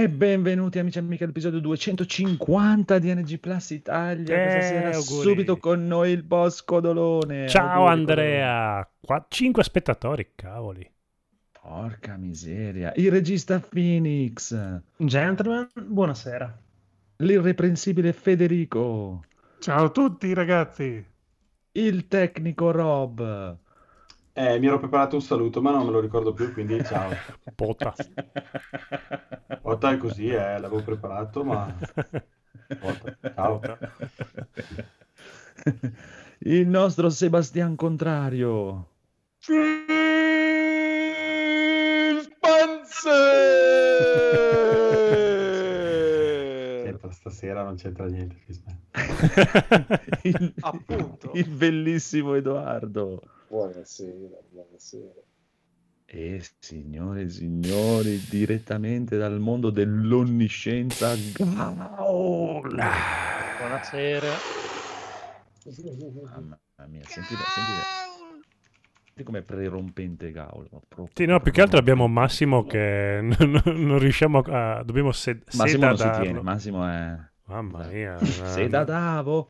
E benvenuti amici e amiche all'episodio 250 di NG Plus Italia. Questa sera Auguri. subito con noi il boss Codolone. Ciao Auguri, Codolone. Andrea, 5 spettatori, cavoli. Porca miseria. Il regista Phoenix. Gentlemen, buonasera. L'irreprensibile Federico. Ciao a tutti ragazzi. Il tecnico Rob. Mi ero preparato un saluto, ma non me lo ricordo più, quindi ciao. Pota. Pota è così, l'avevo preparato, ma... Pota. Ciao. Pota. Il nostro Sebastian Contrario. Stasera non c'entra niente. Il bellissimo Edoardo. Buonasera. E signore e signori, direttamente dal mondo dell'onniscienza, Gaul. Buonasera. Mamma mia, sentite com'è prerompente Gaul. Sì, no, più che altro abbiamo Massimo che non riusciamo a... Dobbiamo Massimo non si tiene, Massimo è... Mamma mia. Sedadavo.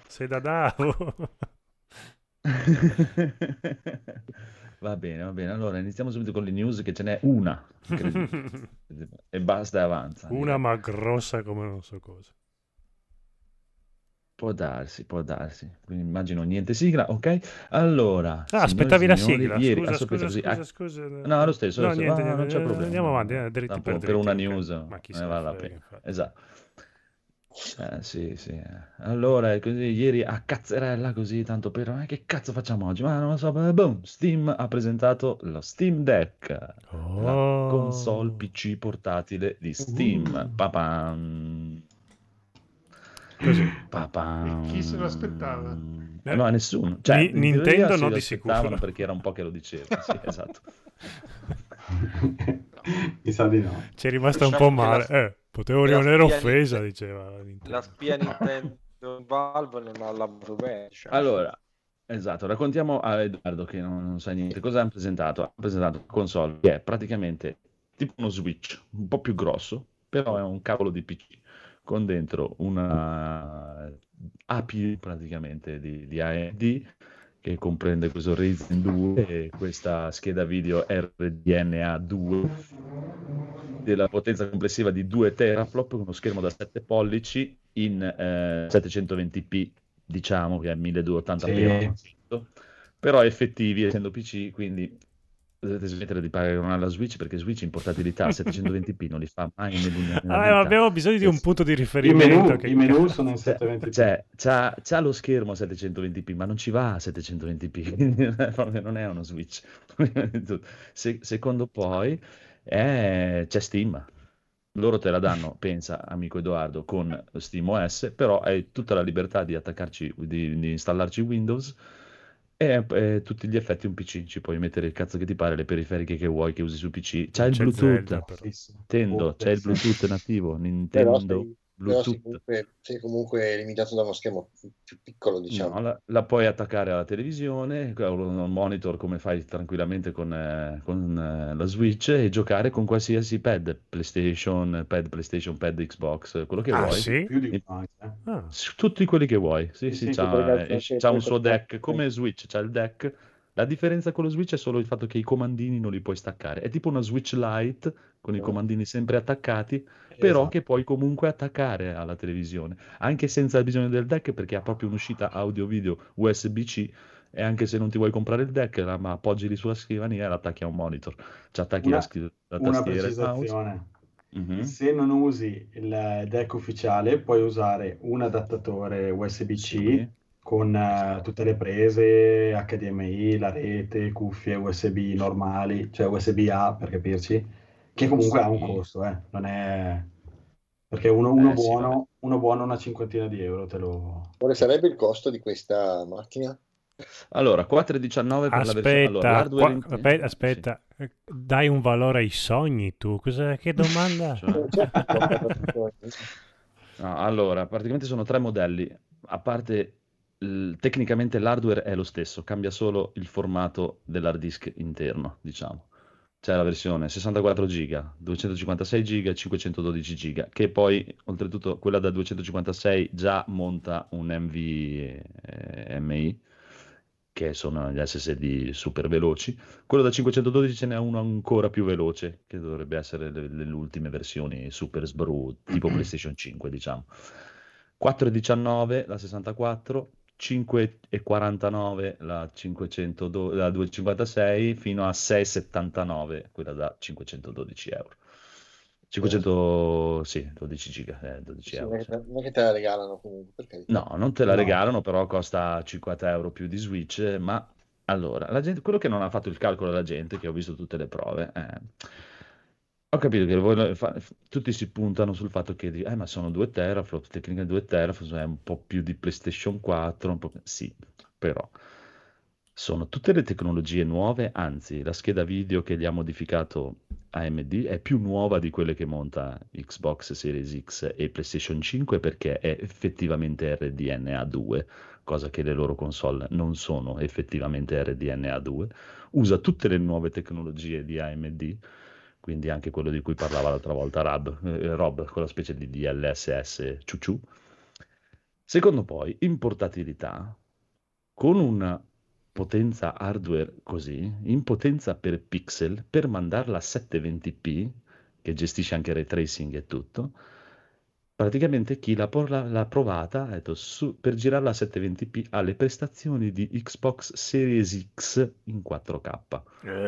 Va bene. Allora, iniziamo subito con le news, che ce n'è una. E basta e avanza. Una ma grossa come non so cosa. Può darsi. Quindi immagino niente sigla, ok? Allora, aspettavi la sigla. Ieri, Scusa. No, lo stesso. No, niente, non c'è problema. Andiamo avanti, dritti per dritti. una news. Ma chi se vale ne la frega, pena. Esatto. Sì. Allora, così ieri a cazzerella, così tanto per... che cazzo facciamo oggi? Ma non lo so, boom, Steam ha presentato lo Steam Deck, la console PC portatile di Steam. Papam. Così. Papam. E chi se lo aspettava? No, nessuno. Cioè, Nintendo no, si di sicuro. Perché era un po' che lo diceva, sì, esatto. Mi sa di no. Ci è rimasta un po' male. Potevo rimanere offesa, diceva la spia Nintendo Valve non ha lavorato bene, diciamo. Allora, esatto, raccontiamo a Edoardo che non sa niente. Cosa hanno presentato? Hanno presentato una console che è praticamente tipo uno Switch, un po' più grosso, però è un cavolo di PC, con dentro una API praticamente di AMD, che comprende questo Ryzen 2 e questa scheda video RDNA2 della potenza complessiva di 2 teraflop, con uno schermo da 7 pollici in 720p, diciamo che è 1280p, però effettivi essendo PC, quindi dovete smettere di paragonare alla Switch, perché Switch in portabilità a 720p non li fa mai nella vita. Ma abbiamo bisogno di un punto di riferimento. I menu sono in 720p. C'ha lo schermo a 720p, ma non ci va a 720p, proprio non è uno Switch. Secondo poi c'è Steam. Loro te la danno, pensa, amico Edoardo, con SteamOS, però hai tutta la libertà di attaccarci, di installarci Windows e tutti gli effetti un PC. Ci puoi mettere il cazzo che ti pare, le periferiche che vuoi che usi su PC. C'è il Bluetooth, c'è il Bluetooth nativo, Nintendo Bluetooth. Però sei comunque limitato da uno schermo più piccolo, diciamo. No, la puoi attaccare alla televisione, un monitor, come fai tranquillamente con la Switch, e giocare con qualsiasi pad, PlayStation, pad Xbox, quello che vuoi. Sì? Più di Tutti quelli che vuoi. Sì, c'ha un suo deck, Sì. come Switch, c'ha il deck. La differenza con lo Switch è solo il fatto che i comandini non li puoi staccare. È tipo una Switch Lite, con i comandini sempre attaccati, però che puoi comunque attaccare alla televisione, anche senza bisogno del deck, perché ha proprio un'uscita audio-video USB-C, e anche se non ti vuoi comprare il deck, ma appoggi lì sulla scrivania e l'attacchi a un monitor. Ci attacchi la tastiera. Una precisazione. Se non usi il deck ufficiale, puoi usare un adattatore USB-C con tutte le prese, HDMI, la rete, cuffie USB normali, cioè USB-A per capirci, che comunque ha un costo, non è... Perché uno buono, una cinquantina di euro te lo... Quale sarebbe il costo di questa macchina? Allora, 4,19 per la versione. Allora, aspetta. Dai un valore ai sogni tu. Che domanda? No, allora, praticamente sono 3 modelli. A parte, tecnicamente l'hardware è lo stesso, cambia solo il formato dell'hard disk interno, diciamo. c'è la versione 64 giga, 256 giga e 512 giga, che poi oltretutto quella da 256 già monta un NVMe, che sono gli SSD super veloci. Quello da 512 ce n'è uno ancora più veloce, che dovrebbe essere le ultime versioni super sbru, tipo PlayStation 5, diciamo. 4,19 la 64, 5,49 la 256 fino a 6,79 quella da 512 euro. 500, sì, 12 giga, 12 Sì, euro. non è che te la regalano comunque, per carità. No, non te la No. regalano, però costa 50 euro più di Switch, ma allora, la gente, quello che non ha fatto il calcolo la gente, che ho visto tutte le prove, ho capito che tutti si puntano sul fatto che ma sono 2 teraflop, tecnica 2 teraflop, è un po' più di PlayStation 4, un po'. Sì, però sono tutte le tecnologie nuove, anzi la scheda video che gli ha modificato AMD è più nuova di quelle che monta Xbox Series X e PlayStation 5 perché è effettivamente RDNA2, cosa che le loro console non sono effettivamente RDNA2, usa tutte le nuove tecnologie di AMD, quindi anche quello di cui parlava l'altra volta Rob, quella specie di DLSS ciuciù. Secondo poi, in portatilità, con una potenza hardware così, in potenza per pixel, per mandarla a 720p, che gestisce anche ray tracing e tutto, praticamente chi l'ha provata, ha detto, per girarla a 720p ha le prestazioni di Xbox Series X in 4K.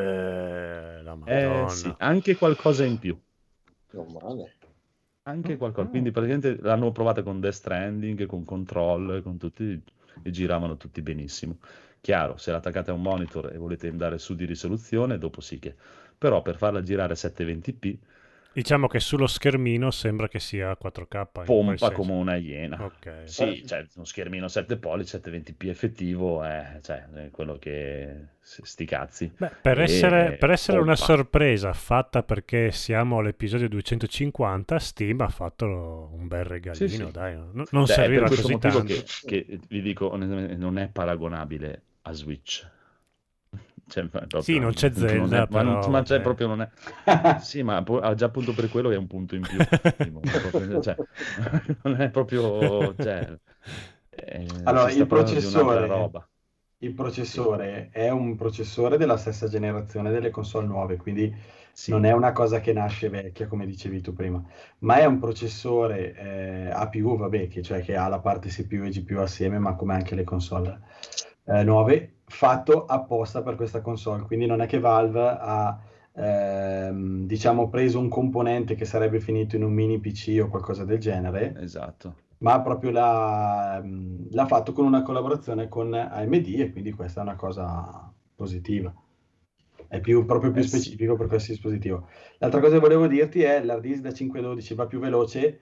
La Madonna. Sì, anche qualcosa in più. Non male. Anche qualcosa, quindi praticamente l'hanno provata con Death Stranding, con Control, con tutti, e giravano tutti benissimo. Chiaro, se l'attaccate a un monitor e volete andare su di risoluzione, dopo sì che. Però per farla girare a 720p, Diciamo che sullo schermino sembra che sia 4K. In quel pompa senso. come una iena. Ok. Sì, cioè, uno schermino 7 pollici, 720p effettivo, cioè, è quello che. Sti cazzi. Beh, per E essere una pompa. sorpresa fatta perché siamo all'episodio 250, Steam ha fatto un bel regalino, Sì, sì. dai, non Cioè, è per serviva questo così motivo tanto. che vi dico onestamente, non è paragonabile a Switch. Cioè, Sì, non c'è non è, Zelda, però ma c'è vabbè. proprio non è. Sì, ma già appunto per quello è un punto in più. Tipo, cioè, non è proprio. Cioè, Allora, si sta parlando di un'altra roba. il processore è un processore della stessa generazione delle console nuove, quindi Sì, non è una cosa che nasce vecchia, come dicevi tu prima, ma è un processore APU, vabbè, cioè che ha la parte CPU e GPU assieme, ma come anche le console nuove, fatto apposta per questa console. Quindi non è che Valve ha diciamo preso un componente che sarebbe finito in un mini PC o qualcosa del genere, esatto. ma proprio l'ha fatto con una collaborazione con AMD, e quindi questa è una cosa positiva. È proprio più Sì. specifico per questo dispositivo. L'altra cosa che volevo dirti è l'hard disk da 512 va più veloce,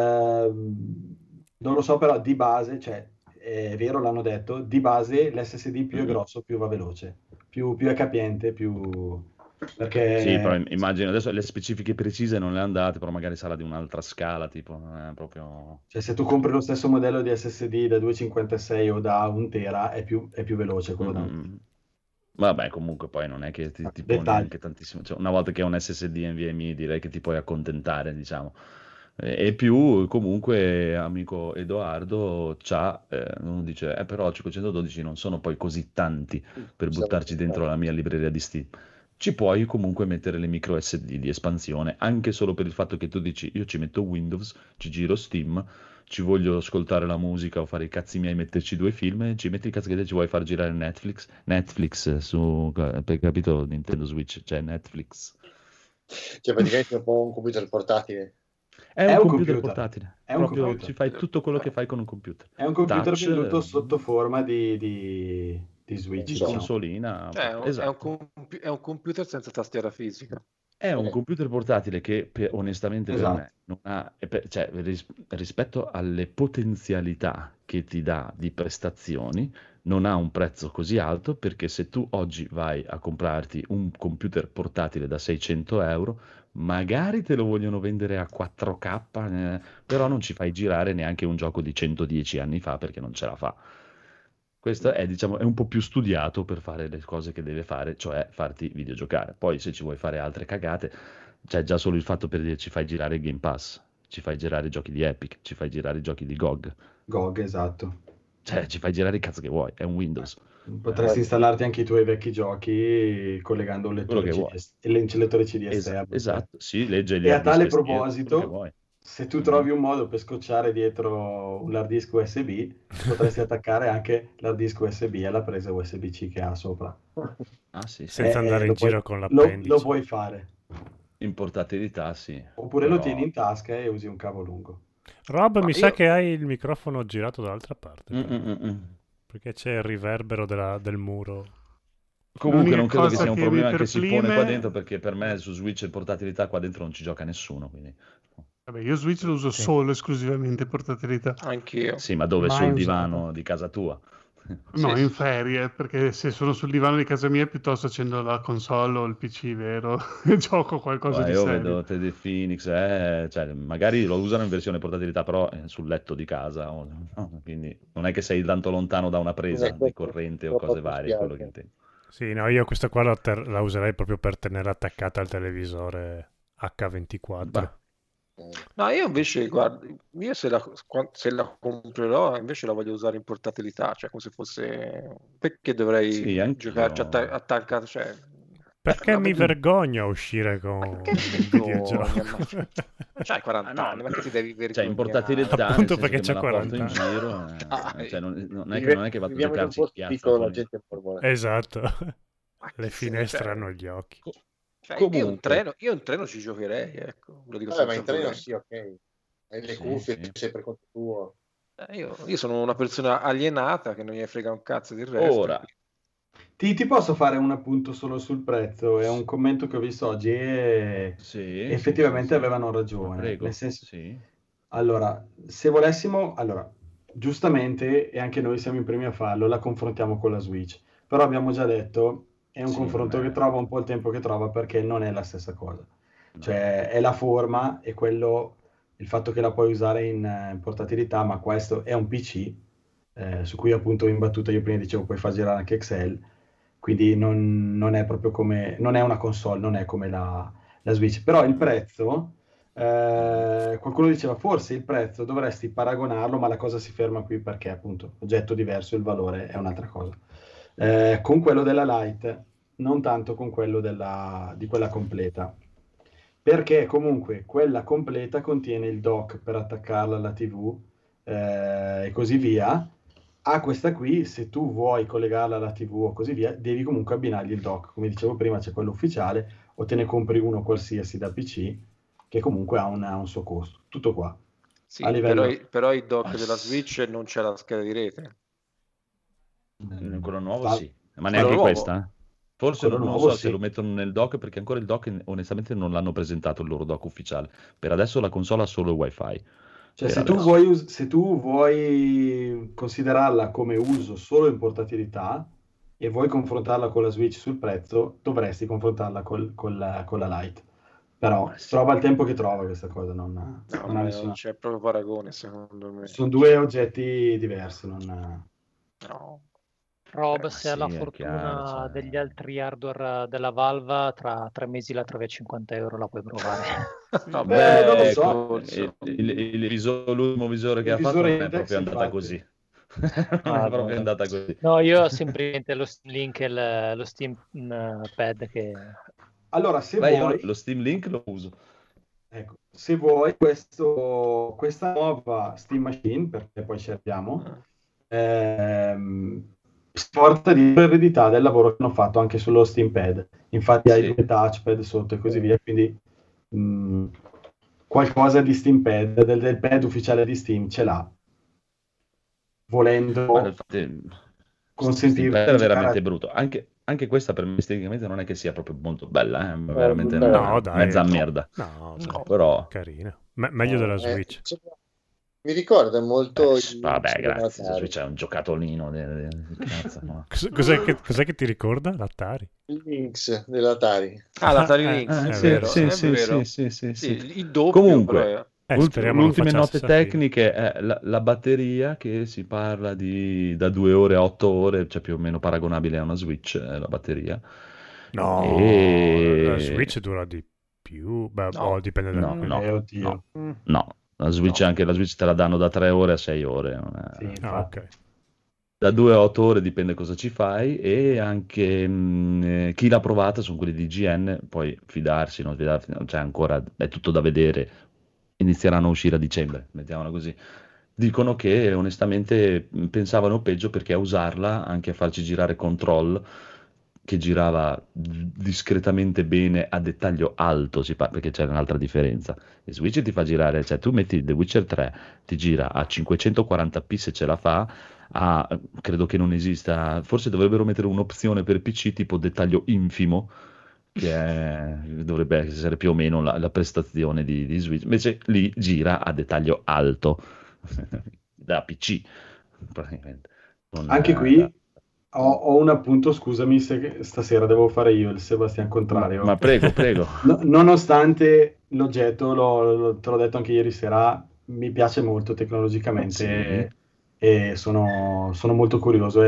non lo so, però di base, cioè è vero, l'hanno detto, di base l'SSD più è grosso, più va veloce, più è capiente, più. Perché Sì, però immagino adesso le specifiche precise non le hanno date, però magari sarà di un'altra scala, tipo, non è proprio. cioè, se tu compri lo stesso modello di SSD da 256 o da 1 tera è più veloce quello da 1 tera. Vabbè, comunque poi non è che ti poni Dettagli. anche tantissimo. Cioè, una volta che è un SSD NVMe direi che ti puoi accontentare, diciamo. E più comunque amico Edoardo uno dice, però 512 non sono poi così tanti per buttarci dentro la mia libreria di Steam. Ci puoi comunque mettere le micro SD di espansione, anche solo per il fatto che tu dici, io ci metto Windows, ci giro Steam, ci voglio ascoltare la musica o fare i cazzi miei, metterci 2 film, ci metti il cazzo che te ci vuoi far girare Netflix su, per capito, Nintendo Switch, c'è Netflix. Cioè, praticamente è un po' un computer portatile. È un computer portatile, È un proprio computer. ci fai tutto quello che fai con un computer. È un computer Touch, venduto sotto forma di Switch, di diciamo. consolina. Esatto. È un computer senza tastiera fisica. È un computer portatile che onestamente per Esatto. me non ha, cioè, rispetto alle potenzialità che ti dà di prestazioni, non ha un prezzo così alto, perché se tu oggi vai a comprarti un computer portatile da 600 euro, magari te lo vogliono vendere a 4K, però non ci fai girare neanche un gioco di 110 anni fa perché non ce la fa. Questo è, diciamo, è un po' più studiato per fare le cose che deve fare, cioè farti videogiocare. Poi se ci vuoi fare altre cagate, c'è già solo il fatto per dire ci fai girare il Game Pass, ci fai girare i giochi di Epic, ci fai girare i giochi di GOG. GOG, esatto. Cioè, ci fai girare il cazzo che vuoi, è un Windows. Potresti installarti anche i tuoi vecchi giochi collegando un lettore lettore CD esterno. Esatto, sì, legge gli E a hard tale disk esterni, proposito, quello che vuoi. se tu trovi un modo per scocciare dietro un hard disk USB, potresti attaccare anche l'hard disk USB alla presa USB-C che ha sopra. Ah, sì, sì. Senza andare in giro con l'appendice. Lo puoi fare. In portabilità, sì. Oppure lo tieni in tasca e usi un cavo lungo. Rob, mi sa che hai il microfono girato dall'altra parte. Perché c'è il riverbero del muro. Comunque non L'unica credo che cosa sia un che problema mi che si pone qua perplime- dentro, perché per me su Switch e portabilità qua dentro non ci gioca nessuno. Quindi... Vabbè, io Switch lo uso solo esclusivamente portabilità. Anch'io. Sì, ma dove? Mai Sul usato. divano di casa tua? No, Sì. in ferie, perché se sono sul divano di casa mia piuttosto accendo la console o il PC vero e gioco qualcosa di Io serio. vedo Teddy Phoenix, cioè, magari lo usano in versione portabilità, però sul letto di casa. No? Quindi non è che sei tanto lontano da una presa di corrente o cose varie, quello che intendo. Sì, no, io questa qua la userei proprio per tenere attaccata al televisore H24. Bah. No, io invece, guarda, io se la comprerò, invece la voglio usare in portabilità, cioè come se fosse... Perché dovrei Sì, anch'io. giocarci attaccato, cioè... Perché la mi vedo- vergogno a uscire con Ma che un vergogna, videogioco? C'hai 40 no, anni, ma che ti devi vergognare? Cioè, in portabilità, Appunto nel senso perché che me c'ha la porto in 40 giro, Dai. cioè, non è che vado a Viviamo in un giocarci in posto piazza. piccolo, la fuori. gente è mormone. Esatto. Ma Le chi se ne finestre frega? hanno gli occhi. Cioè, Comunque. io un treno ci giocherei, ecco, lo dico Vabbè, ma senza in treno problemi. sì, ok. Hai le Sì, cuffie, sì. sei per conto tuo. Io sono una persona alienata che non gli frega un cazzo del resto. Ora, Ti posso fare un appunto solo sul prezzo? È un commento che ho visto oggi e sì, effettivamente sì. avevano ragione. Prego, Nel senso, sì. allora, se volessimo, giustamente, e anche noi siamo i primi a farlo, la confrontiamo con la Switch. Però abbiamo già detto, è un Sì, confronto non è- che trova un po' il tempo che trova perché non è la stessa cosa. No. Cioè, è la forma e il fatto che la puoi usare in portatilità, ma questo è un PC, su cui appunto in battuta io prima dicevo puoi far girare anche Excel, quindi non è proprio come, non è una console, non è come la Switch. Però il prezzo, qualcuno diceva forse il prezzo dovresti paragonarlo, ma la cosa si ferma qui perché appunto oggetto diverso, il valore è un'altra cosa. Con quello della Lite, non tanto con quello di quella completa, perché comunque quella completa contiene il dock per attaccarla alla TV e così via. A questa qui, se tu vuoi collegarla alla TV o così via, devi comunque abbinargli il dock. Come dicevo prima, c'è quello ufficiale o te ne compri uno qualsiasi da PC che comunque ha un suo costo. Tutto qua. Sì, A livello... però il dock della Switch non c'è la scheda di rete. Quello nuovo Fa- sì, ma neanche nuovo? questa. Forse Quello non nuovo, so sì. se lo mettono nel dock, perché ancora il dock onestamente non l'hanno presentato il loro dock ufficiale. Per adesso la console ha solo il wifi. Cioè, Per se tu vuoi considerarla come uso solo in portatilità e vuoi confrontarla con la Switch sul prezzo, dovresti confrontarla con la Lite. Però sì. trova il tempo che trova questa cosa, non No, ha ma nessuna... non c'è proprio paragone, secondo me. Sono due oggetti diversi. Non... No. Rob, Ma se ha la sì, è fortuna chiaro, cioè. degli altri hardware della Valve, tra 3 mesi la trovi a 50 euro, la puoi provare. Vabbè, non lo Beh, so. l'ultimo visore che Il ha fatto visore non è Index, proprio andata infatti. così. Non è proprio andata così. No, io ho semplicemente lo Steam Link e lo Steam Pad che... Allora, se Beh, io vuoi... lo Steam Link lo uso. Ecco, se vuoi questa nuova Steam Machine, perché poi ci arriviamo, porta di eredità del lavoro che hanno fatto anche sullo Steam Pad. Infatti hai Sì. 2 touchpad sotto e così via, quindi qualcosa di Steam Pad, del pad ufficiale di Steam ce l'ha. Volendo Guarda, infatti, consentirti Steam Pad di è veramente giocare- brutto. Anche questa per me esteticamente non è che sia proprio molto bella, è veramente No, una dai, mezza no. merda. No, No. Però carina. Meglio della Switch. Mi ricorda molto vabbè, il grazie. Atari. Switch è un giocattolino cazzo, no? Cos'è che ti ricorda? L'Atari? Il Lynx dell'Atari. Ah, l'Atari Lynx, è è vero, vero, sì, è vero. sì. Sì, il doppio, Comunque, però Ultime note tecniche è la batteria, che si parla da 2 ore a 8 ore, cioè più o meno paragonabile a una Switch, la batteria. No, la Switch dura di più, dipende No, la Switch anche la Switch te la danno da 3 ore a 6 ore. Ok. Da 2 a 8 ore dipende cosa ci fai, e anche chi l'ha provata sono quelli di IGN, poi fidarsi, non fidarsi, cioè ancora è tutto da vedere, inizieranno a uscire a dicembre, mettiamola così. Dicono che onestamente pensavano peggio, perché a usarla, anche a farci girare Control, che girava discretamente bene a dettaglio alto, perché c'è un'altra differenza. Il Switch ti fa girare, cioè tu metti The Witcher 3, ti gira a 540p se ce la fa, credo che non esista, forse dovrebbero mettere un'opzione per PC tipo dettaglio infimo, dovrebbe essere più o meno la prestazione di Switch, invece lì gira a dettaglio alto da PC praticamente. Anche qui ho un appunto, scusami se stasera devo fare io il Sebastian contrario. Ma prego. Nonostante l'oggetto, te l'ho detto anche ieri sera, mi piace molto tecnologicamente, e sono molto curioso,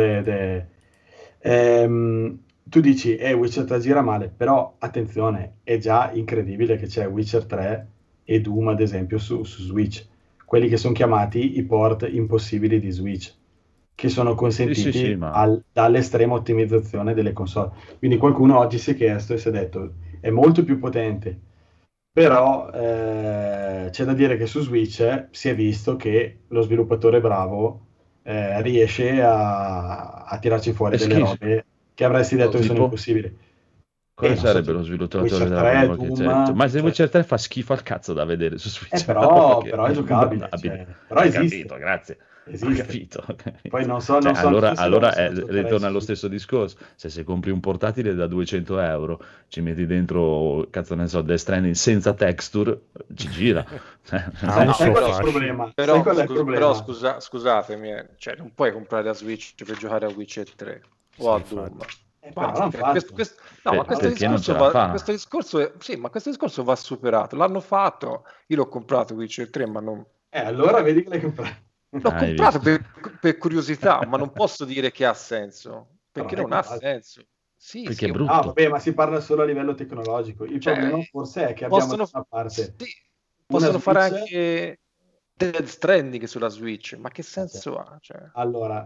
tu dici Witcher 3 gira male, però attenzione, è già incredibile che c'è Witcher 3 e Doom ad esempio su Switch, quelli che sono chiamati i port impossibili di Switch, che sono consentiti dall'estrema ottimizzazione delle console. Quindi qualcuno oggi si è chiesto e si è detto è molto più potente, però c'è da dire che su Switch si è visto che lo sviluppatore bravo riesce a tirarci fuori delle robe che avresti detto che sono impossibili. Quale sarebbe lo sviluppatore della prova che c'è? Ma se Witcher 3 fa schifo al cazzo da vedere su Switch. Però è giocabile. Però esiste. Capito, grazie. Esiste. Ho capito. Poi non so allora ritorna allo stesso discorso. Se compri un portatile da 200 euro, ci metti dentro, cazzo ne so, Death Stranding senza texture, ci gira. Sai qual è il problema? Però scusatemi, cioè, non puoi comprare la Switch per giocare a Witcher 3 o a Doom. Questo discorso va superato. L'hanno fatto, io l'ho comprato Witcher 3, ma non... allora vedi che l'hai comprato. L'ho comprato per curiosità, ma non posso dire che ha senso, perché non ha senso. Sì, perché è brutto. Vabbè, ma si parla solo a livello tecnologico. Il problema forse è che abbiamo da una parte... possono fare anche Death Stranding sulla Switch, ma che senso ha? Cioè... Allora...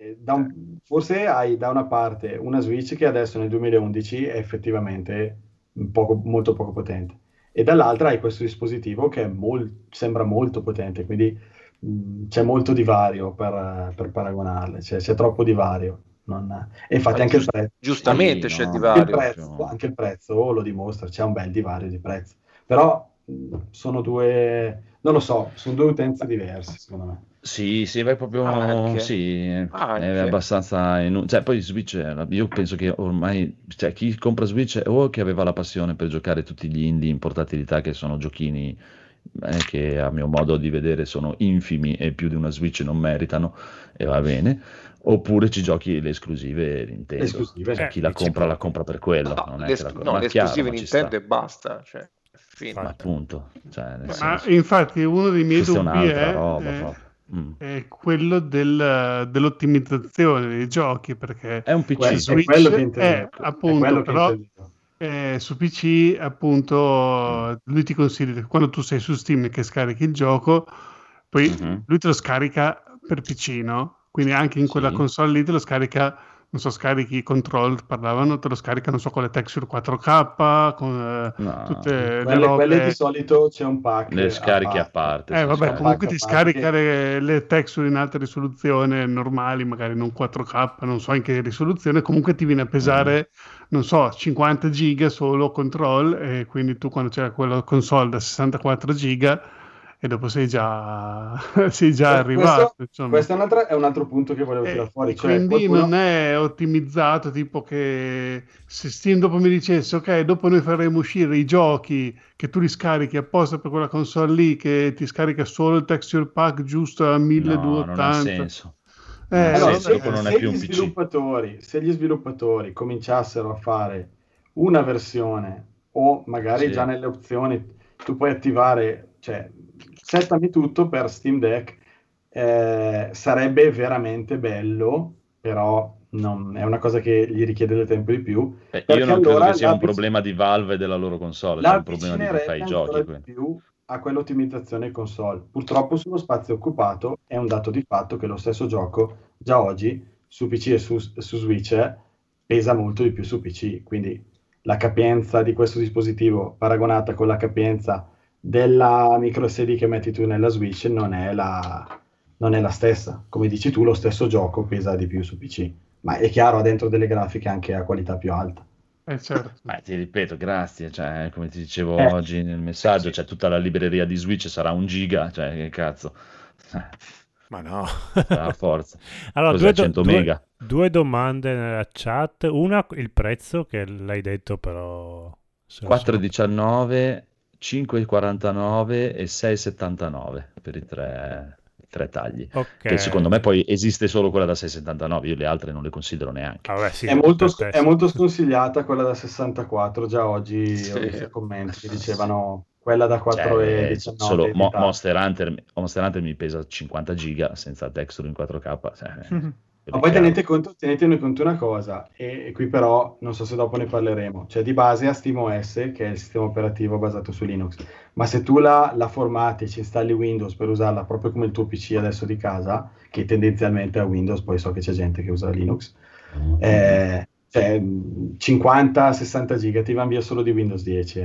forse hai da una parte una Switch che adesso nel 2011 è effettivamente molto poco potente, e dall'altra hai questo dispositivo che sembra molto potente, quindi c'è molto divario per paragonarle, c'è troppo divario. E infatti anche il prezzo, giustamente c'è il divario, anche il prezzo lo dimostra, c'è un bel divario di prezzo, però sono non lo so, sono due utenze diverse secondo me. Sì, vai proprio. È abbastanza. Cioè, poi Switch, io penso che ormai, cioè, chi compra Switch o che aveva la passione per giocare tutti gli indie in portabilità, che sono giochini che a mio modo di vedere sono infimi e più di una Switch non meritano, e va bene, oppure ci giochi le esclusive Nintendo. Cioè, chi la compra per quello. Le esclusive Nintendo e basta. Cioè, ma appunto. Infatti, uno dei miei dubbi è quello dell'ottimizzazione dei giochi, perché è un PC, Switch è quello che intendo. Appunto, però su PC appunto lui ti consiglia che quando tu sei su Steam che scarichi il gioco, poi lui te lo scarica per PC, no? Quindi anche in quella console lì te lo scarica, non so, scarichi Control, parlavano, te lo scarica, non so, con le texture 4K, con tutte le robe. Quelle di solito c'è un pack. Le scarichi a parte. Vabbè, comunque ti scarica le texture in alta risoluzione normali, magari non 4K, non so in che risoluzione, comunque ti viene a pesare, non so, 50 giga solo Control, e quindi tu quando c'è quella console da 64 giga, e dopo sei già arrivato. Questo è un altro punto che volevo tirare fuori. Quindi non è ottimizzato, tipo che se Steam dopo mi dicesse ok, dopo noi faremo uscire i giochi che tu li scarichi apposta per quella console lì, che ti scarica solo il texture pack giusto a 1280. Non ha senso. Non è più un PC. Se gli sviluppatori cominciassero a fare una versione, o magari già nelle opzioni tu puoi attivare, cioè settami tutto per Steam Deck. Sarebbe veramente bello, però è una cosa che gli richiede del tempo di più. Io non credo che sia un problema di Valve e della loro console, c'è un problema di chi fa i giochi. Di più a quell'ottimizzazione console. Purtroppo sullo spazio occupato è un dato di fatto che lo stesso gioco già oggi su PC e su Switch pesa molto di più su PC, quindi la capienza di questo dispositivo paragonata con la capienza della micro SD che metti tu nella Switch non è la stessa. Come dici tu, lo stesso gioco pesa di più su PC, ma è chiaro, ha dentro delle grafiche anche a qualità più alta. Certo. Ma ti ripeto, grazie, cioè, come ti dicevo oggi nel messaggio, c'è tutta la libreria di Switch, sarà 1 giga, cioè che cazzo. Ma no. Sarà forza. Allora, 100 mega. Due domande nella chat, una il prezzo che l'hai detto però 4,19, 5,49 e 6,79 per i tre tagli, che secondo me poi esiste solo quella da 6,79, io le altre non le considero neanche. Sì, è molto sconsigliata quella da 64, già oggi ho visto commenti che dicevano quella da 4,19. Solo Monster Hunter mi pesa 50 giga senza texture in 4K. Ma poi tenete conto una cosa, e qui però non so se dopo ne parleremo, cioè di base ha SteamOS, che è il sistema operativo basato su Linux, ma se tu la formati e ci installi Windows per usarla proprio come il tuo PC adesso di casa, che tendenzialmente è Windows, poi so che c'è gente che usa Linux, cioè 50-60 giga ti vanno via solo di Windows 10,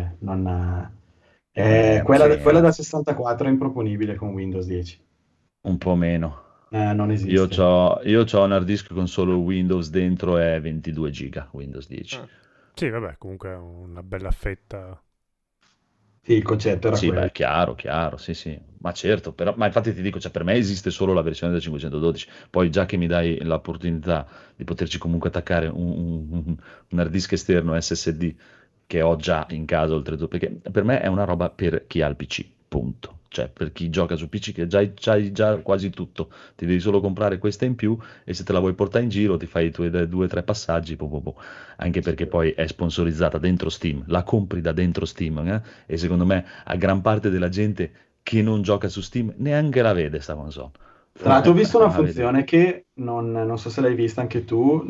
quella da 64 è improponibile con Windows 10. Un po' meno. Non esiste. Io c'ho un hard disk con solo Windows dentro e 22 giga Windows 10. Sì, vabbè, comunque è una bella fetta. Sì, il concetto era quello. Beh, chiaro, sì. Ma certo, ma infatti ti dico, cioè, per me esiste solo la versione da 512. Poi già che mi dai l'opportunità di poterci comunque attaccare un hard disk esterno SSD che ho già in casa oltretutto, perché per me è una roba per chi ha il PC, punto. Cioè per chi gioca su PC che c'hai già quasi tutto, ti devi solo comprare questa in più e se te la vuoi portare in giro ti fai i tuoi 2 o 3 passaggi, anche perché poi è sponsorizzata dentro Steam, la compri da dentro Steam e secondo me a gran parte della gente che non gioca su Steam neanche la vede sta console. Tra l'altro ho visto una funzione che non so se l'hai vista anche tu,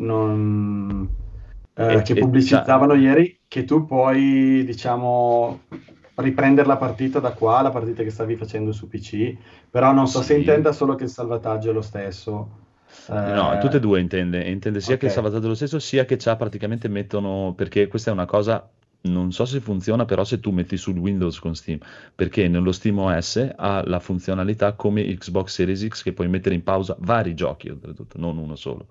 che pubblicizzavano ieri, che tu puoi, diciamo, riprendere la partita da qua, la partita che stavi facendo su PC, però non so se intenda solo che il salvataggio è lo stesso. No, tutte e due intende sia che il salvataggio è lo stesso, sia che praticamente mettono, perché questa è una cosa, non so se funziona, però se tu metti sul Windows con Steam, perché nello SteamOS ha la funzionalità come Xbox Series X che puoi mettere in pausa vari giochi, oltretutto, non uno solo.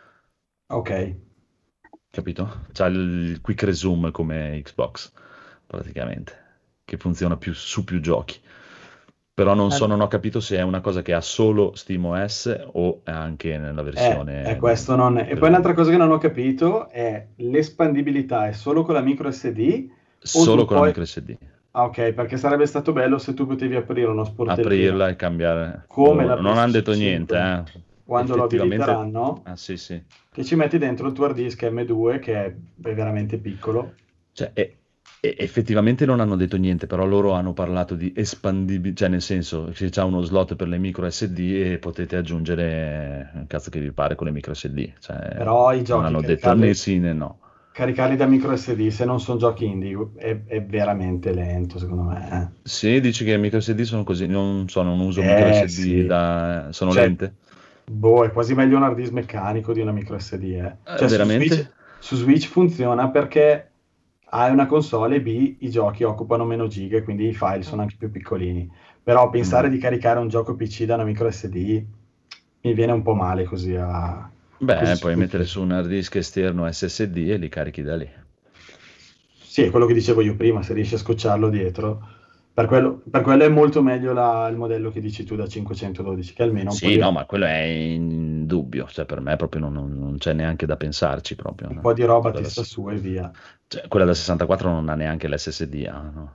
Ok. Capito? C'ha il Quick Resume come Xbox, praticamente, che funziona su più giochi. Però non ho capito se è una cosa che ha solo SteamOS o è anche nella versione... questo non è. E poi un'altra cosa che non ho capito è l'espandibilità, è solo con la micro SD? Solo con la micro SD. Ah, ok, perché sarebbe stato bello se tu potevi aprire uno sportellino. Aprirla e cambiare. Come non hanno detto niente, Quando lo abiliteranno, sì. che ci metti dentro il tuo hard disk M2 che è veramente piccolo. Cioè, effettivamente non hanno detto niente, però loro hanno parlato di espandibilità, cioè nel senso che c'è uno slot per le micro SD e potete aggiungere il cazzo che vi pare con le micro SD. Cioè, però i giochi non hanno detto né sì né no. Caricarli da micro SD, se non sono giochi indie, è veramente lento secondo me. Sì, dici che le micro SD sono così, non uso micro SD, sì. Sono lente? È quasi meglio un hard disk meccanico di una micro SD. Cioè, veramente? Su Switch funziona perché hai una console e i giochi occupano meno giga, quindi i file sono anche più piccolini. Però pensare di caricare un gioco PC da una micro SD mi viene un po' male così a... Beh, puoi mettere su un hard disk esterno SSD e li carichi da lì. Sì, è quello che dicevo io prima, se riesci a scocciarlo dietro. Per quello è molto meglio il modello che dici tu da 512, che almeno un po' ma quello è in dubbio, cioè per me proprio non c'è neanche da pensarci proprio. Un po' di roba ti sta su e via. Cioè, quella da 64 non ha neanche l'SSD, no?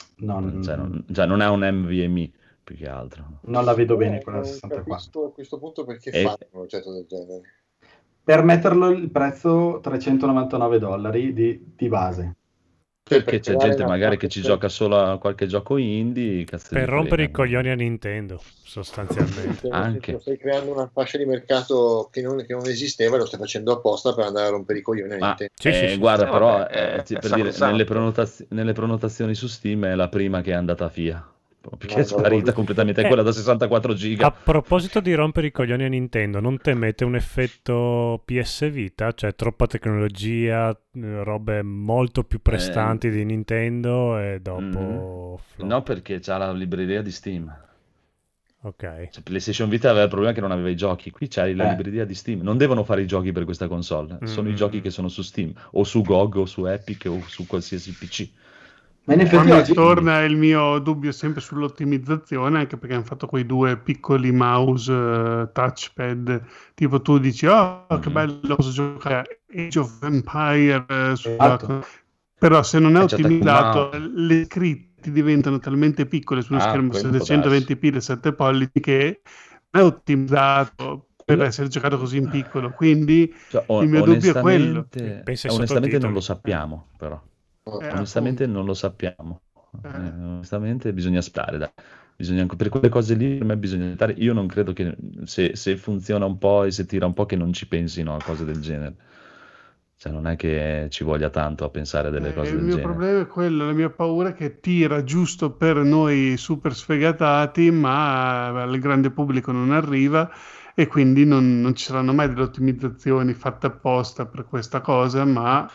Non ha un NVMe più che altro. Non la vedo bene quella da 64. A questo punto perché fanno un oggetto del genere? Per metterlo il prezzo $399 di base. Perché c'è gente magari che ci gioca solo a qualche gioco indie, per rompere i coglioni a Nintendo, sostanzialmente. Anche. Stai creando una fascia di mercato che non esisteva e lo stai facendo apposta per andare a rompere i coglioni a Nintendo. Sì. Guarda, però vabbè, per dire, nelle prenotazioni su Steam è la prima che è andata via. Perché è sparita completamente, è quella da 64 giga. A proposito di rompere i coglioni a Nintendo, non temete un effetto PS Vita? Cioè troppa tecnologia, robe molto più prestanti di Nintendo e dopo... No, perché c'ha la libreria di Steam. Ok. Cioè, PlayStation Vita aveva il problema che non aveva i giochi, qui c'hai la libreria di Steam. Non devono fare i giochi per questa console, sono i giochi che sono su Steam, o su GOG, o su Epic, o su qualsiasi PC. Ma in effetti oggi torna il mio dubbio sempre sull'ottimizzazione, anche perché hanno fatto quei 2 piccoli mouse touchpad, tipo tu dici che bello, posso giocare Age of Empire però se non è ottimizzato le scritte diventano talmente piccole su uno schermo 720p da 7 pollici che non è ottimizzato per essere giocato così in piccolo, quindi il mio dubbio è quello. Onestamente non lo sappiamo, però. Onestamente non lo sappiamo. Onestamente bisogna aspettare, per quelle cose lì per me bisogna aspettare. Io non credo che se funziona un po' e se tira un po' che non ci pensino a cose del genere. Cioè non è che ci voglia tanto a pensare delle cose del genere. Il mio problema è quello, la mia paura è che tira giusto per noi super sfegatati, ma al grande pubblico non arriva e quindi non ci saranno mai delle ottimizzazioni fatte apposta per questa cosa, ma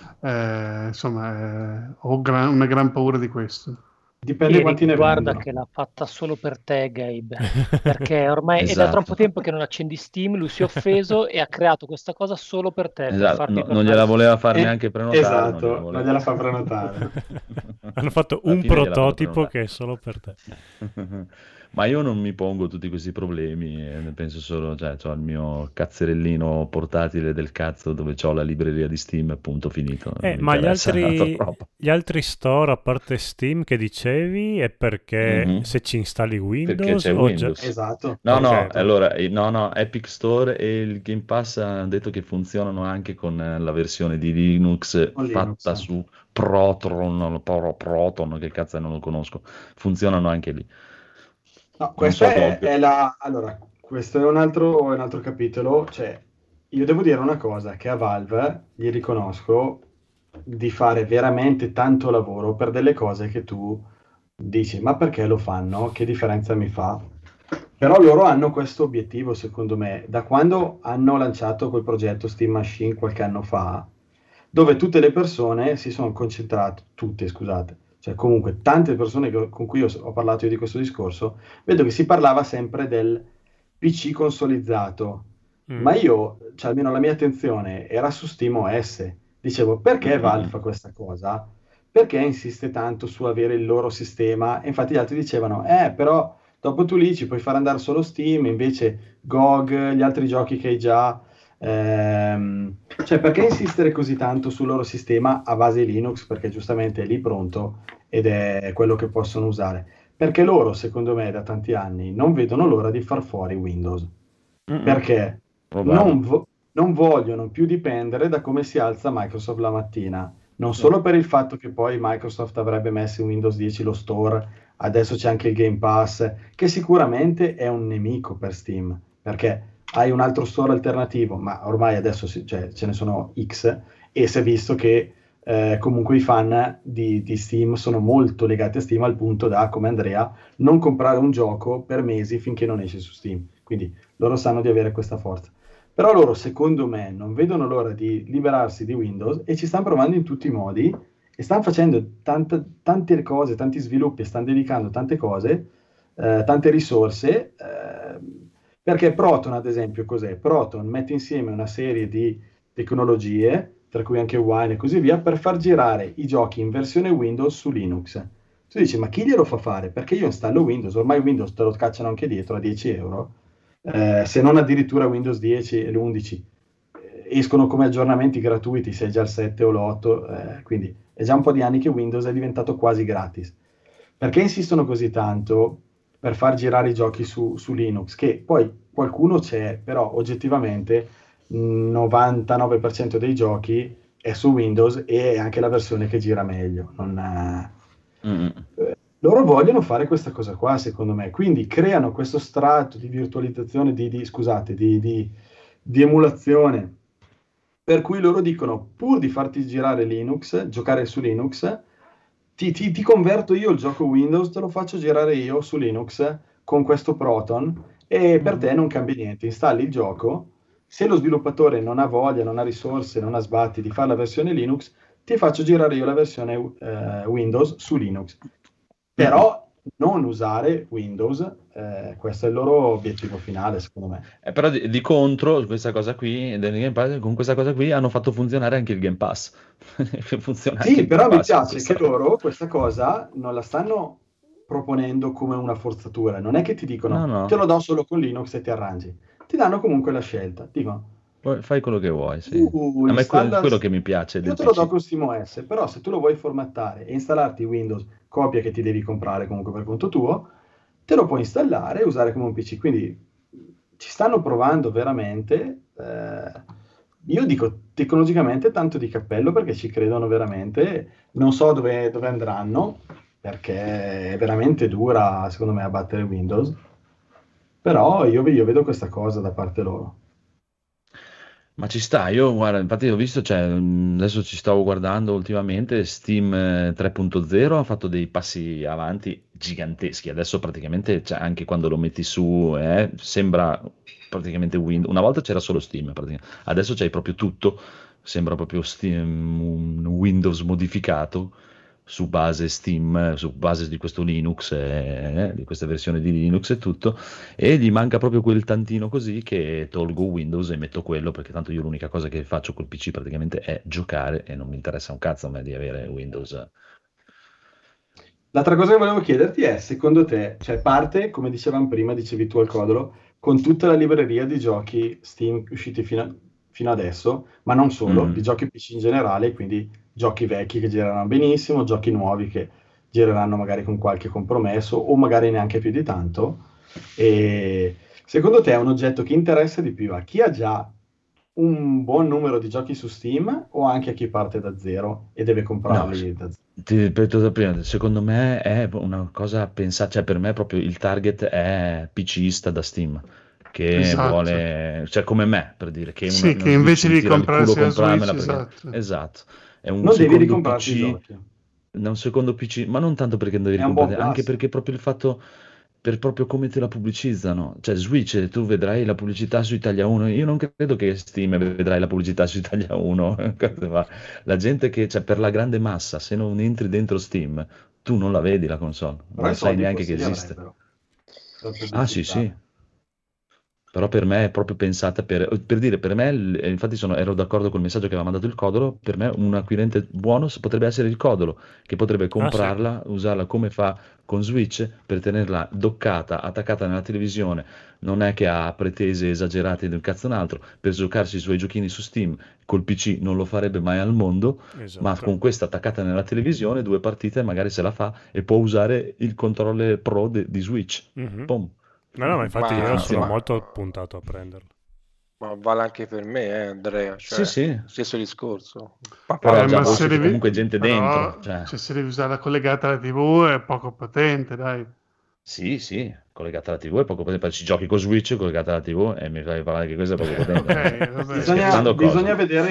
insomma ho una gran paura di questo. Dipende quanti ne guarda vendono. che l'ha fatta solo per te, Gabe, perché ormai è da troppo tempo che non accendi Steam, lui si è offeso e ha creato questa cosa solo per te. Esatto, per non gliela voleva fare neanche prenotare. Esatto, non gliela fa prenotare. Hanno fatto un prototipo che è solo per te. Ma io non mi pongo tutti questi problemi, ne penso solo, c'ho il mio cazzerellino portatile del cazzo dove c'ho la libreria di Steam, punto finito. Ma gli altri store, a parte Steam che dicevi, è perché se ci installi Windows? Perché c'è Windows. Esatto. No, Epic Store e il Game Pass hanno detto che funzionano anche con la versione di Linux fatta su Proton, che cazzo non lo conosco, funzionano anche lì. No, questo è un altro capitolo. Cioè, io devo dire una cosa, che a Valve gli riconosco di fare veramente tanto lavoro per delle cose che tu dici, ma perché lo fanno? Che differenza mi fa? Però loro hanno questo obiettivo, secondo me, da quando hanno lanciato quel progetto Steam Machine qualche anno fa, dove tutte le persone si sono concentrate, cioè comunque tante persone con cui ho parlato io di questo discorso, vedo che si parlava sempre del PC consolizzato, ma io, cioè almeno la mia attenzione era su SteamOS. Dicevo, perché Valve fa questa cosa? Perché insiste tanto su avere il loro sistema? E infatti gli altri dicevano, però dopo tu lì ci puoi far andare solo Steam, invece GOG, gli altri giochi che hai già... cioè perché insistere così tanto sul loro sistema a base Linux, perché giustamente è lì pronto ed è quello che possono usare, perché loro secondo me da tanti anni non vedono l'ora di far fuori Windows, perché non vogliono più dipendere da come si alza Microsoft la mattina, non solo per il fatto che poi Microsoft avrebbe messo in Windows 10 lo store, adesso c'è anche il Game Pass, che sicuramente è un nemico per Steam, perché hai un altro store alternativo, ma ormai adesso ce ne sono X, e si è visto che comunque i fan di Steam sono molto legati a Steam, al punto da, come Andrea, non comprare un gioco per mesi finché non esce su Steam. Quindi loro sanno di avere questa forza. Però loro, secondo me, non vedono l'ora di liberarsi di Windows e ci stanno provando in tutti i modi e stanno facendo tante cose, tanti sviluppi, stanno dedicando tante cose, tante risorse, perché Proton, ad esempio, cos'è? Proton mette insieme una serie di tecnologie, tra cui anche Wine e così via, per far girare i giochi in versione Windows su Linux. Tu dici, ma chi glielo fa fare? Perché io installo Windows, ormai Windows te lo cacciano anche dietro a 10 euro, se non addirittura Windows 10 e l'11. Escono come aggiornamenti gratuiti, se è già il 7 o l'8, quindi è già un po' di anni che Windows è diventato quasi gratis. Perché insistono così tanto per far girare i giochi su Linux? Che poi qualcuno c'è, però oggettivamente 99% dei giochi è su Windows e è anche la versione che gira meglio. Loro vogliono fare questa cosa qua, secondo me, quindi creano questo strato di virtualizzazione, di emulazione, per cui loro dicono, pur di farti girare Linux, giocare su Linux, ti converto io il gioco Windows, te lo faccio girare io su Linux con questo Proton, e per te non cambia niente, installi il gioco, se lo sviluppatore non ha voglia, non ha risorse, non ha sbatti di fare la versione Linux, ti faccio girare io la versione Windows su Linux. Però non usare Windows, questo è il loro obiettivo finale, secondo me. Però di contro, questa cosa qui, con questa cosa qui hanno fatto funzionare anche il Game Pass. Sì, però mi piace che loro questa cosa non la stanno proponendo come una forzatura. Non è che ti dicono te lo do solo con Linux e ti arrangi. Ti danno comunque la scelta. Dicono fai quello che vuoi, sì. A me è quello che mi piace. Io te lo do con SteamOS, però se tu lo vuoi formattare e installarti Windows, copia che ti devi comprare comunque per conto tuo, te lo puoi installare e usare come un PC. Quindi ci stanno provando veramente. Io dico tecnologicamente tanto di cappello, perché ci credono veramente. Non so dove andranno, perché è veramente dura, secondo me, a battere Windows. Però io vedo questa cosa da parte loro. Ma ci sta, io guarda, infatti ho visto, adesso ci stavo guardando ultimamente, Steam 3.0 ha fatto dei passi avanti giganteschi, adesso praticamente anche quando lo metti su sembra praticamente Windows, una volta c'era solo Steam, adesso c'hai proprio tutto, sembra proprio Steam, un Windows modificato su base Steam, su base di questo Linux, di questa versione di Linux e tutto, e gli manca proprio quel tantino così che tolgo Windows e metto quello, perché tanto io l'unica cosa che faccio col PC praticamente è giocare e non mi interessa un cazzo a me di avere Windows. L'altra cosa che volevo chiederti è, secondo te, parte, come dicevamo prima, dicevi tu al Codolo, con tutta la libreria di giochi Steam usciti fino adesso, ma non solo, di giochi PC in generale, quindi giochi vecchi che gireranno benissimo, giochi nuovi che gireranno magari con qualche compromesso o magari neanche più di tanto. E secondo te è un oggetto che interessa di più a chi ha già un buon numero di giochi su Steam o anche a chi parte da zero e deve comprarli da zero? Ti ripeto da prima, secondo me è una cosa pensata, per me proprio il target è PCista da Steam, che vuole, come me, per dire, che che invece di comprarmela, esatto. È un non devi ricomprarti i giochi. Un secondo PC, ma non tanto perché non devi ricomprare, anche perché proprio il fatto, per proprio come te la pubblicizzano, Switch, tu vedrai la pubblicità su Italia 1, io non credo che Steam vedrai la pubblicità su Italia 1, la gente che per la grande massa, se non entri dentro Steam, tu non la vedi la console, non sai neanche che esiste. Sì. Però per me è proprio pensata per dire, per me, infatti ero d'accordo col messaggio che aveva mandato il Codolo, per me un acquirente buono potrebbe essere il Codolo, che potrebbe comprarla, usarla come fa con Switch, per tenerla doccata, attaccata nella televisione, non è che ha pretese esagerate di un cazzo un altro, per giocarsi i suoi giochini su Steam, col PC non lo farebbe mai al mondo, ma con questa attaccata nella televisione, 2 partite magari se la fa e può usare il controller Pro di Switch. Pom. No, ma infatti io sono molto puntato a prenderlo. Ma vale anche per me, Andrea. Sì. Stesso discorso. Però già c'è comunque gente dentro. Se devi usarla collegata alla TV è poco potente, dai. Sì, collegata alla TV è poco potente. Ci giochi con Switch collegata alla TV e mi fai parlare che questo è poco potente. Bisogna vedere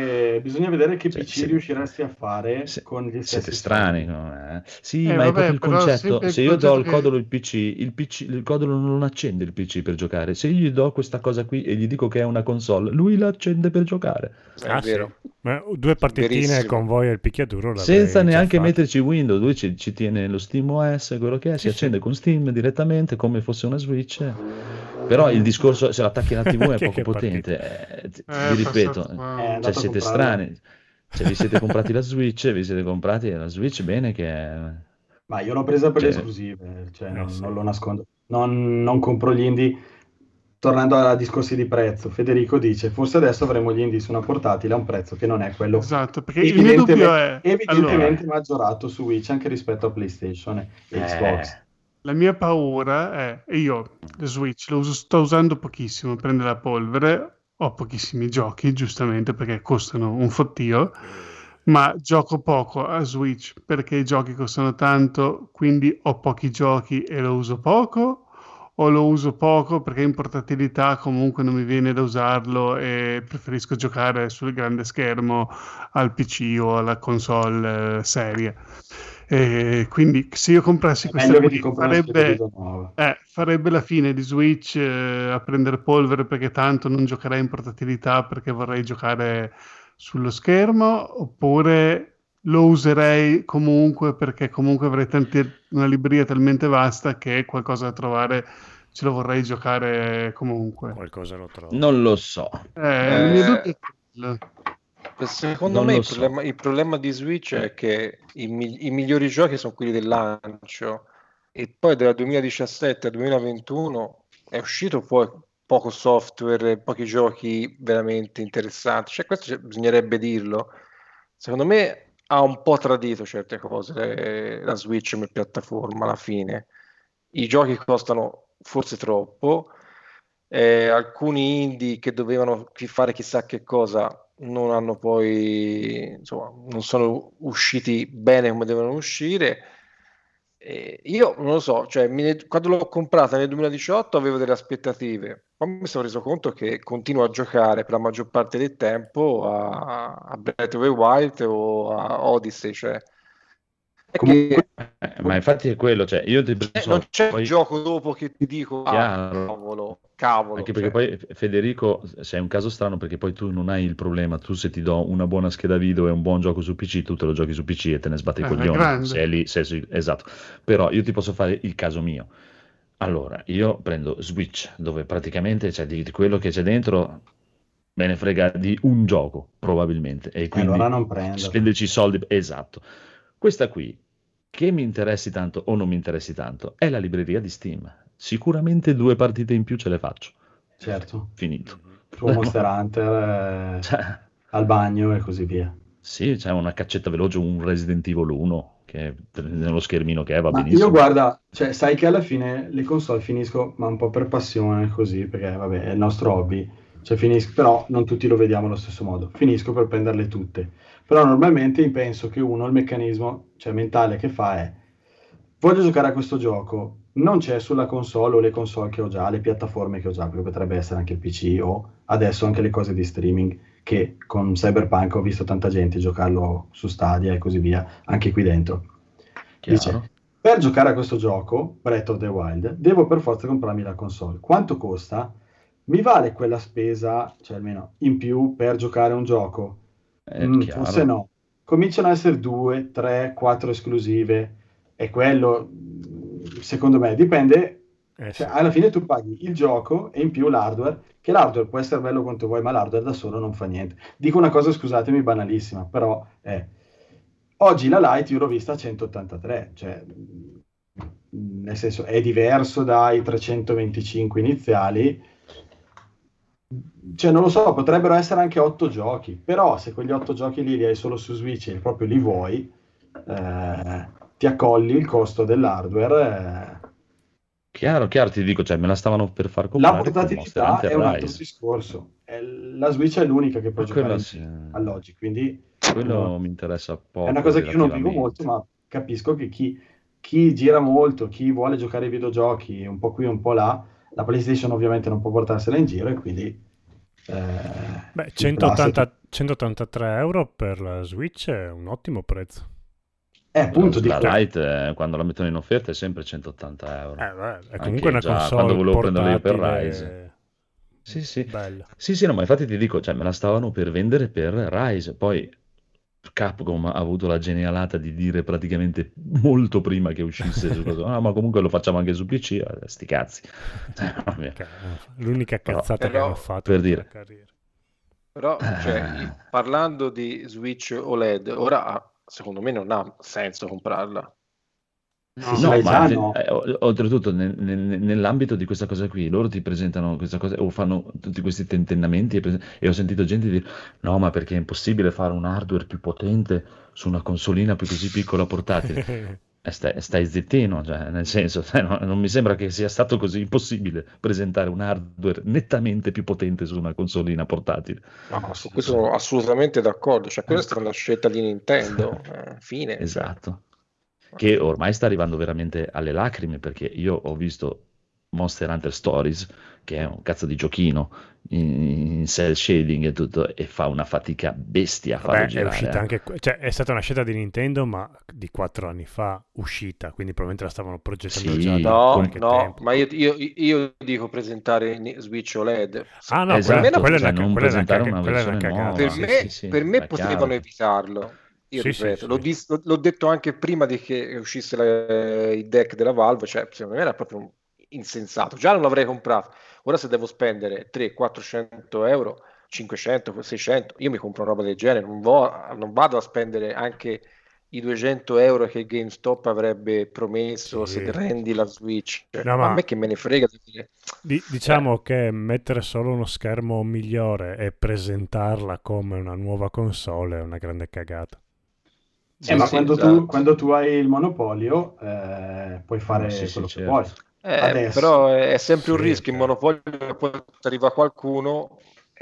che PC riusciresti a fare con gli stessi. Siete strani, no? Sì, ma è proprio il concetto. Se io do al Codolo il PC, il Codolo non accende il PC per giocare. Se io gli do questa cosa qui e gli dico che è una console, lui la accende per giocare. È vero. Ma 2 partitine con voi al picchiaduro senza neanche metterci Windows, lui ci tiene lo SteamOS, quello che è, si accende con Steam direttamente come fosse una Switch. Però il discorso, se l'attacchi alla TV è poco potente. Vi ripeto, siete strani. Vi siete comprati la Switch, bene che... Ma io l'ho presa per le esclusive, non lo nascondo. Non compro gli indie. Tornando a discorsi di prezzo, Federico dice forse adesso avremo gli indie su una portatile a un prezzo che non è quello perché il mio dubbio è evidentemente maggiorato su Switch anche rispetto a PlayStation e Xbox. La mia paura è, io Switch sto usando pochissimo, prende la polvere, ho pochissimi giochi, giustamente perché costano un fottio, ma gioco poco a Switch perché i giochi costano tanto, quindi ho pochi giochi e lo uso poco, o lo uso poco perché in portatilità comunque non mi viene da usarlo e preferisco giocare sul grande schermo al PC o alla console seria. Quindi se io comprassi È questa meglio che ti qui compri una scheda video nuova. farebbe la fine di Switch a prendere polvere perché tanto non giocherei in portatilità perché vorrei giocare sullo schermo, oppure lo userei comunque perché comunque avrei una libreria talmente vasta che qualcosa da trovare ce lo vorrei giocare comunque. Qualcosa lo trovo. Non lo so. Il mio dubbio è quello. Secondo Non me lo il problema di Switch è che i migliori giochi sono quelli del lancio, e poi dal 2017 al 2021 è uscito poi poco software, pochi giochi veramente interessanti. Cioè, questo bisognerebbe dirlo. Secondo me ha un po' tradito certe cose la Switch come piattaforma alla fine. I giochi costano forse troppo, alcuni indie che dovevano fare chissà che cosa non hanno poi, insomma, non sono usciti bene come devono uscire. Io non lo so, cioè, quando l'ho comprata nel 2018 avevo delle aspettative, poi mi sono reso conto che continuo a giocare per la maggior parte del tempo a Breath of the Wild o a Odyssey, cioè è Comunque, che Ma infatti è quello, cioè io ti non c'è poi gioco dopo che ti dico chiaro, cavolo, anche perché cioè. poi Federico sei un caso strano perché poi tu non hai il problema, tu se ti do una buona scheda video e un buon gioco su PC, tu te lo giochi su PC e te ne sbatti i coglioni, grande. se è lì, esatto, però io ti posso fare il caso mio. Allora, io prendo Switch, dove praticamente c'è di quello che c'è dentro, me ne frega di un gioco, probabilmente, e quindi allora non prendo. spenderci soldi, esatto. Questa qui, che mi interessi tanto o non mi interessi tanto, è la libreria di Steam. Sicuramente 2 partite in più ce le faccio. Certo. Finito. Tuo Monster Hunter Cioè, al bagno e così via. sì, c'è una caccetta veloce, un Resident Evil 1, che nello schermino che è, va Ma benissimo. io guarda, cioè, sai che alla fine le console finisco, ma un po' per passione così, perché vabbè, è il nostro hobby. Cioè, finisco, però non tutti lo vediamo allo stesso modo. Finisco per prenderle tutte. Però normalmente penso che uno, il meccanismo, cioè, mentale che fa è: voglio giocare a questo gioco, non c'è sulla console o le console che ho già, le piattaforme che ho già, perché potrebbe essere anche il PC o adesso anche le cose di streaming, che con Cyberpunk ho visto tanta gente giocarlo su Stadia e così via, anche qui dentro. Chiaro. Dice, per giocare a questo gioco, Breath of the Wild, devo per forza comprarmi la console. Quanto costa? Mi vale quella spesa, cioè almeno in più, per giocare a un gioco? Forse no. Cominciano ad essere 2, 3, 4 esclusive, e quello, secondo me, dipende. Cioè, sì. Alla fine tu paghi il gioco e in più l'hardware, che l'hardware può essere bello quanto vuoi, ma l'hardware da solo non fa niente. Dico una cosa, scusatemi, banalissima, però oggi la Lite io l'ho vista a 183, cioè nel senso è diverso dai 325 iniziali, cioè non lo so, potrebbero essere anche 8 giochi, però se quegli 8 giochi lì li hai solo su Switch e proprio li vuoi, ti accolli il costo dell'hardware. Chiaro, ti dico, cioè me la stavano per far comprare. La portatilità è un altro discorso. La Switch è l'unica che può giocare all'oggi, quindi quello mi interessa poco. È una cosa che io non vivo molto, ma capisco che chi gira molto, chi vuole giocare ai videogiochi un po' qui un po' là, la PlayStation ovviamente non può portarsela in giro e quindi 183 euro per la Switch è un ottimo prezzo. Appunto la Lite quando la mettono in offerta è sempre 180 euro. È comunque una console quando volevo portatile, io per Rise. Sì. Bella. Sì, no, ma infatti ti dico, cioè me la stavano per vendere per Rise, poi Capcom ha avuto la genialata di dire praticamente molto prima che uscisse ma comunque lo facciamo anche su PC, sti cazzi. L'unica cazzata che hanno fatto per dire. Carriera. Però, cioè, parlando di Switch OLED, ora secondo me non ha senso comprarla. Oltretutto nell'ambito di questa cosa qui loro ti presentano questa cosa o fanno tutti questi tentennamenti e ho sentito gente dire no, ma perché è impossibile fare un hardware più potente su una consolina più così piccola portatile. Stai zittino, cioè, nel senso, non mi sembra che sia stato così impossibile presentare un hardware nettamente più potente su una consolina portatile. No, su questo sono assolutamente d'accordo, cioè questa è una scelta di Nintendo, fine. Esatto. Che ormai sta arrivando veramente alle lacrime, perché io ho visto Monster Hunter Stories, che è un cazzo di giochino in cell shading e tutto, e fa una fatica bestia a farlo girare. È uscita anche, cioè è stata una scelta di Nintendo, ma di 4 anni fa uscita, quindi probabilmente la stavano progettando già da qualche tempo. Ma io dico presentare Switch OLED. No, esatto, quella cioè non presentare una quella è versione cagata. nuova. Per me potevano evitarlo. Io ripeto, l'ho detto anche prima di che uscisse il deck della Valve, cioè secondo me era proprio insensato. Già non l'avrei comprato. Ora se devo spendere 300-400 euro, 500, 600, io mi compro una roba del genere, non vado a spendere anche i 200 euro che GameStop avrebbe promesso se rendi la Switch. No, ma a me che me ne frega. Diciamo che mettere solo uno schermo migliore e presentarla come una nuova console è una grande cagata. Ma quando tu hai il monopolio puoi fare quello che vuoi. Adesso, però è sempre un rischio, il monopolio, poi arriva qualcuno.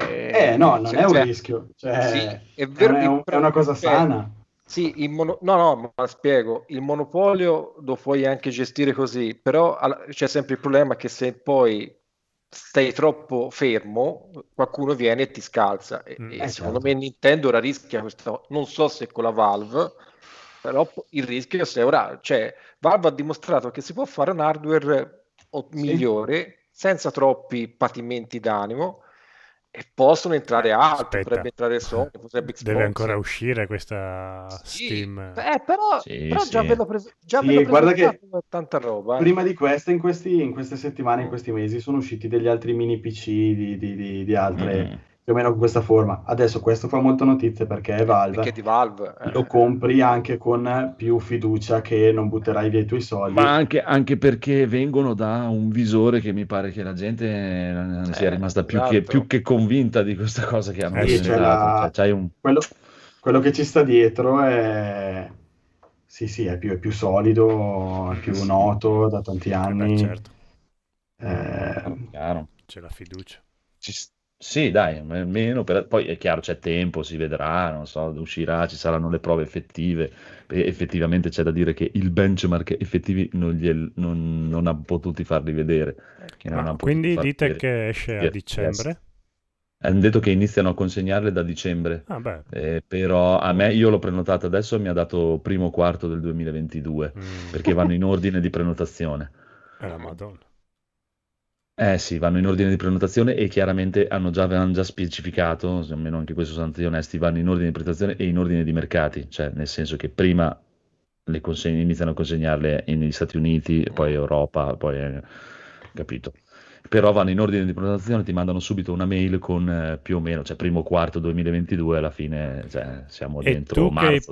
No, non è un rischio, cioè, è una cosa sana. Sì, no, ma spiego, il monopolio lo puoi anche gestire così, però c'è sempre il problema che se poi stai troppo fermo, qualcuno viene e ti scalza. E secondo me Nintendo ora rischia questo, non so se con la Valve, però il rischio se ora, cioè Valve ha dimostrato che si può fare un hardware migliore senza troppi patimenti d'animo. E possono entrare altri, potrebbe entrare Sony, potrebbe Xbox. Deve ancora uscire questa Steam. Però già ve l'ho guarda che tanta roba. Prima di questa, in queste settimane, in questi mesi, sono usciti degli altri mini PC di altre, più o meno con questa forma. Adesso questo fa molta notizia perché è Valve. Perché di Valve. Lo compri anche con più fiducia che non butterai via i tuoi soldi. Ma anche perché vengono da un visore che mi pare che la gente sia rimasta più che convinta di questa cosa che hanno presentato. Quello che ci sta dietro è... Sì, è più solido, è più noto da tanti anni. Certo. Chiaro. C'è la fiducia. Sì, dai, meno poi è chiaro, c'è tempo, si vedrà, non so, uscirà, ci saranno le prove effettive. Effettivamente c'è da dire che il benchmark effettivi non ha potuti farli vedere. Quindi dite che esce a dicembre? Hanno detto che iniziano a consegnarle da dicembre, però io l'ho prenotata adesso e mi ha dato primo quarto del 2022, perché vanno in ordine di prenotazione. La Madonna. Sì, vanno in ordine di prenotazione e chiaramente hanno già specificato, almeno anche questo sono stati onesti, vanno in ordine di prenotazione e in ordine di mercati, cioè nel senso che prima iniziano a consegnarle negli Stati Uniti, poi Europa, poi capito. Però vanno in ordine di prenotazione, ti mandano subito una mail con più o meno, cioè primo quarto 2022, alla fine siamo dentro marzo.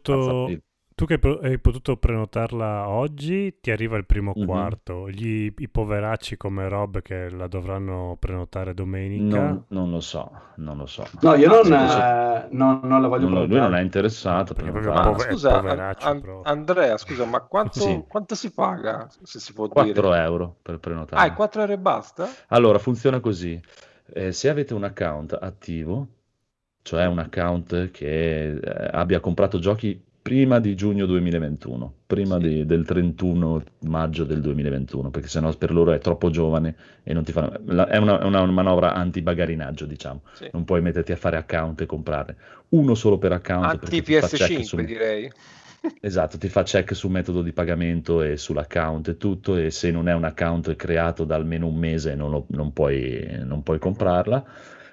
Tu che hai potuto prenotarla oggi, ti arriva il primo quarto. I poveracci come Rob che la dovranno prenotare domenica. Non lo so. No, io non la voglio prenotare. Lui non è interessato. Scusa, Andrea, scusa, ma quanto si paga, se si può 4 euro per prenotare. 4 euro e basta? Allora, funziona così. Se avete un account attivo, cioè un account che abbia comprato giochi prima di giugno 2021, prima del 31 maggio del 2021, perché sennò per loro è troppo giovane e non ti fanno... È una manovra anti-bagarinaggio, diciamo. Sì. Non puoi metterti a fare account e comprare. Uno solo per account. Anti-PS5 direi. Esatto, ti fa check sul metodo di pagamento e sull'account e tutto, e se non è un account creato da almeno un mese non puoi comprarla.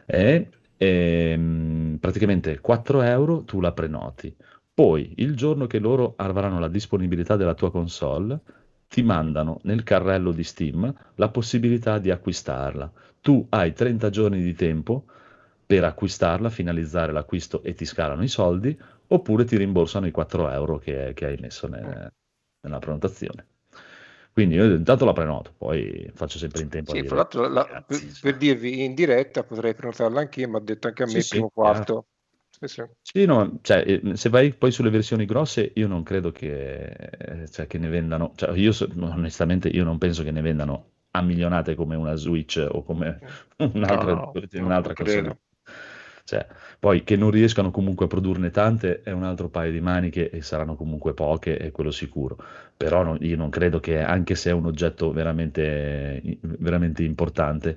Praticamente 4 euro tu la prenoti. Poi, il giorno che loro avranno la disponibilità della tua console, ti mandano nel carrello di Steam la possibilità di acquistarla. Tu hai 30 giorni di tempo per acquistarla, finalizzare l'acquisto e ti scalano i soldi, oppure ti rimborsano i 4 euro che hai messo nella prenotazione. Quindi io intanto la prenoto, poi faccio sempre in tempo. Sì, tra l'altro, per dirvi in diretta, potrei prenotarla anche io, ma ha detto anche a me il primo quarto. Sì, no, cioè, se vai poi sulle versioni grosse, io non credo che, cioè, che ne vendano, cioè, onestamente io non penso che ne vendano a milionate come una Switch o come un'altra console. Cioè, poi che non riescano comunque a produrne tante è un altro paio di maniche e saranno comunque poche, è quello sicuro. Però io non credo che, anche se è un oggetto veramente, veramente importante,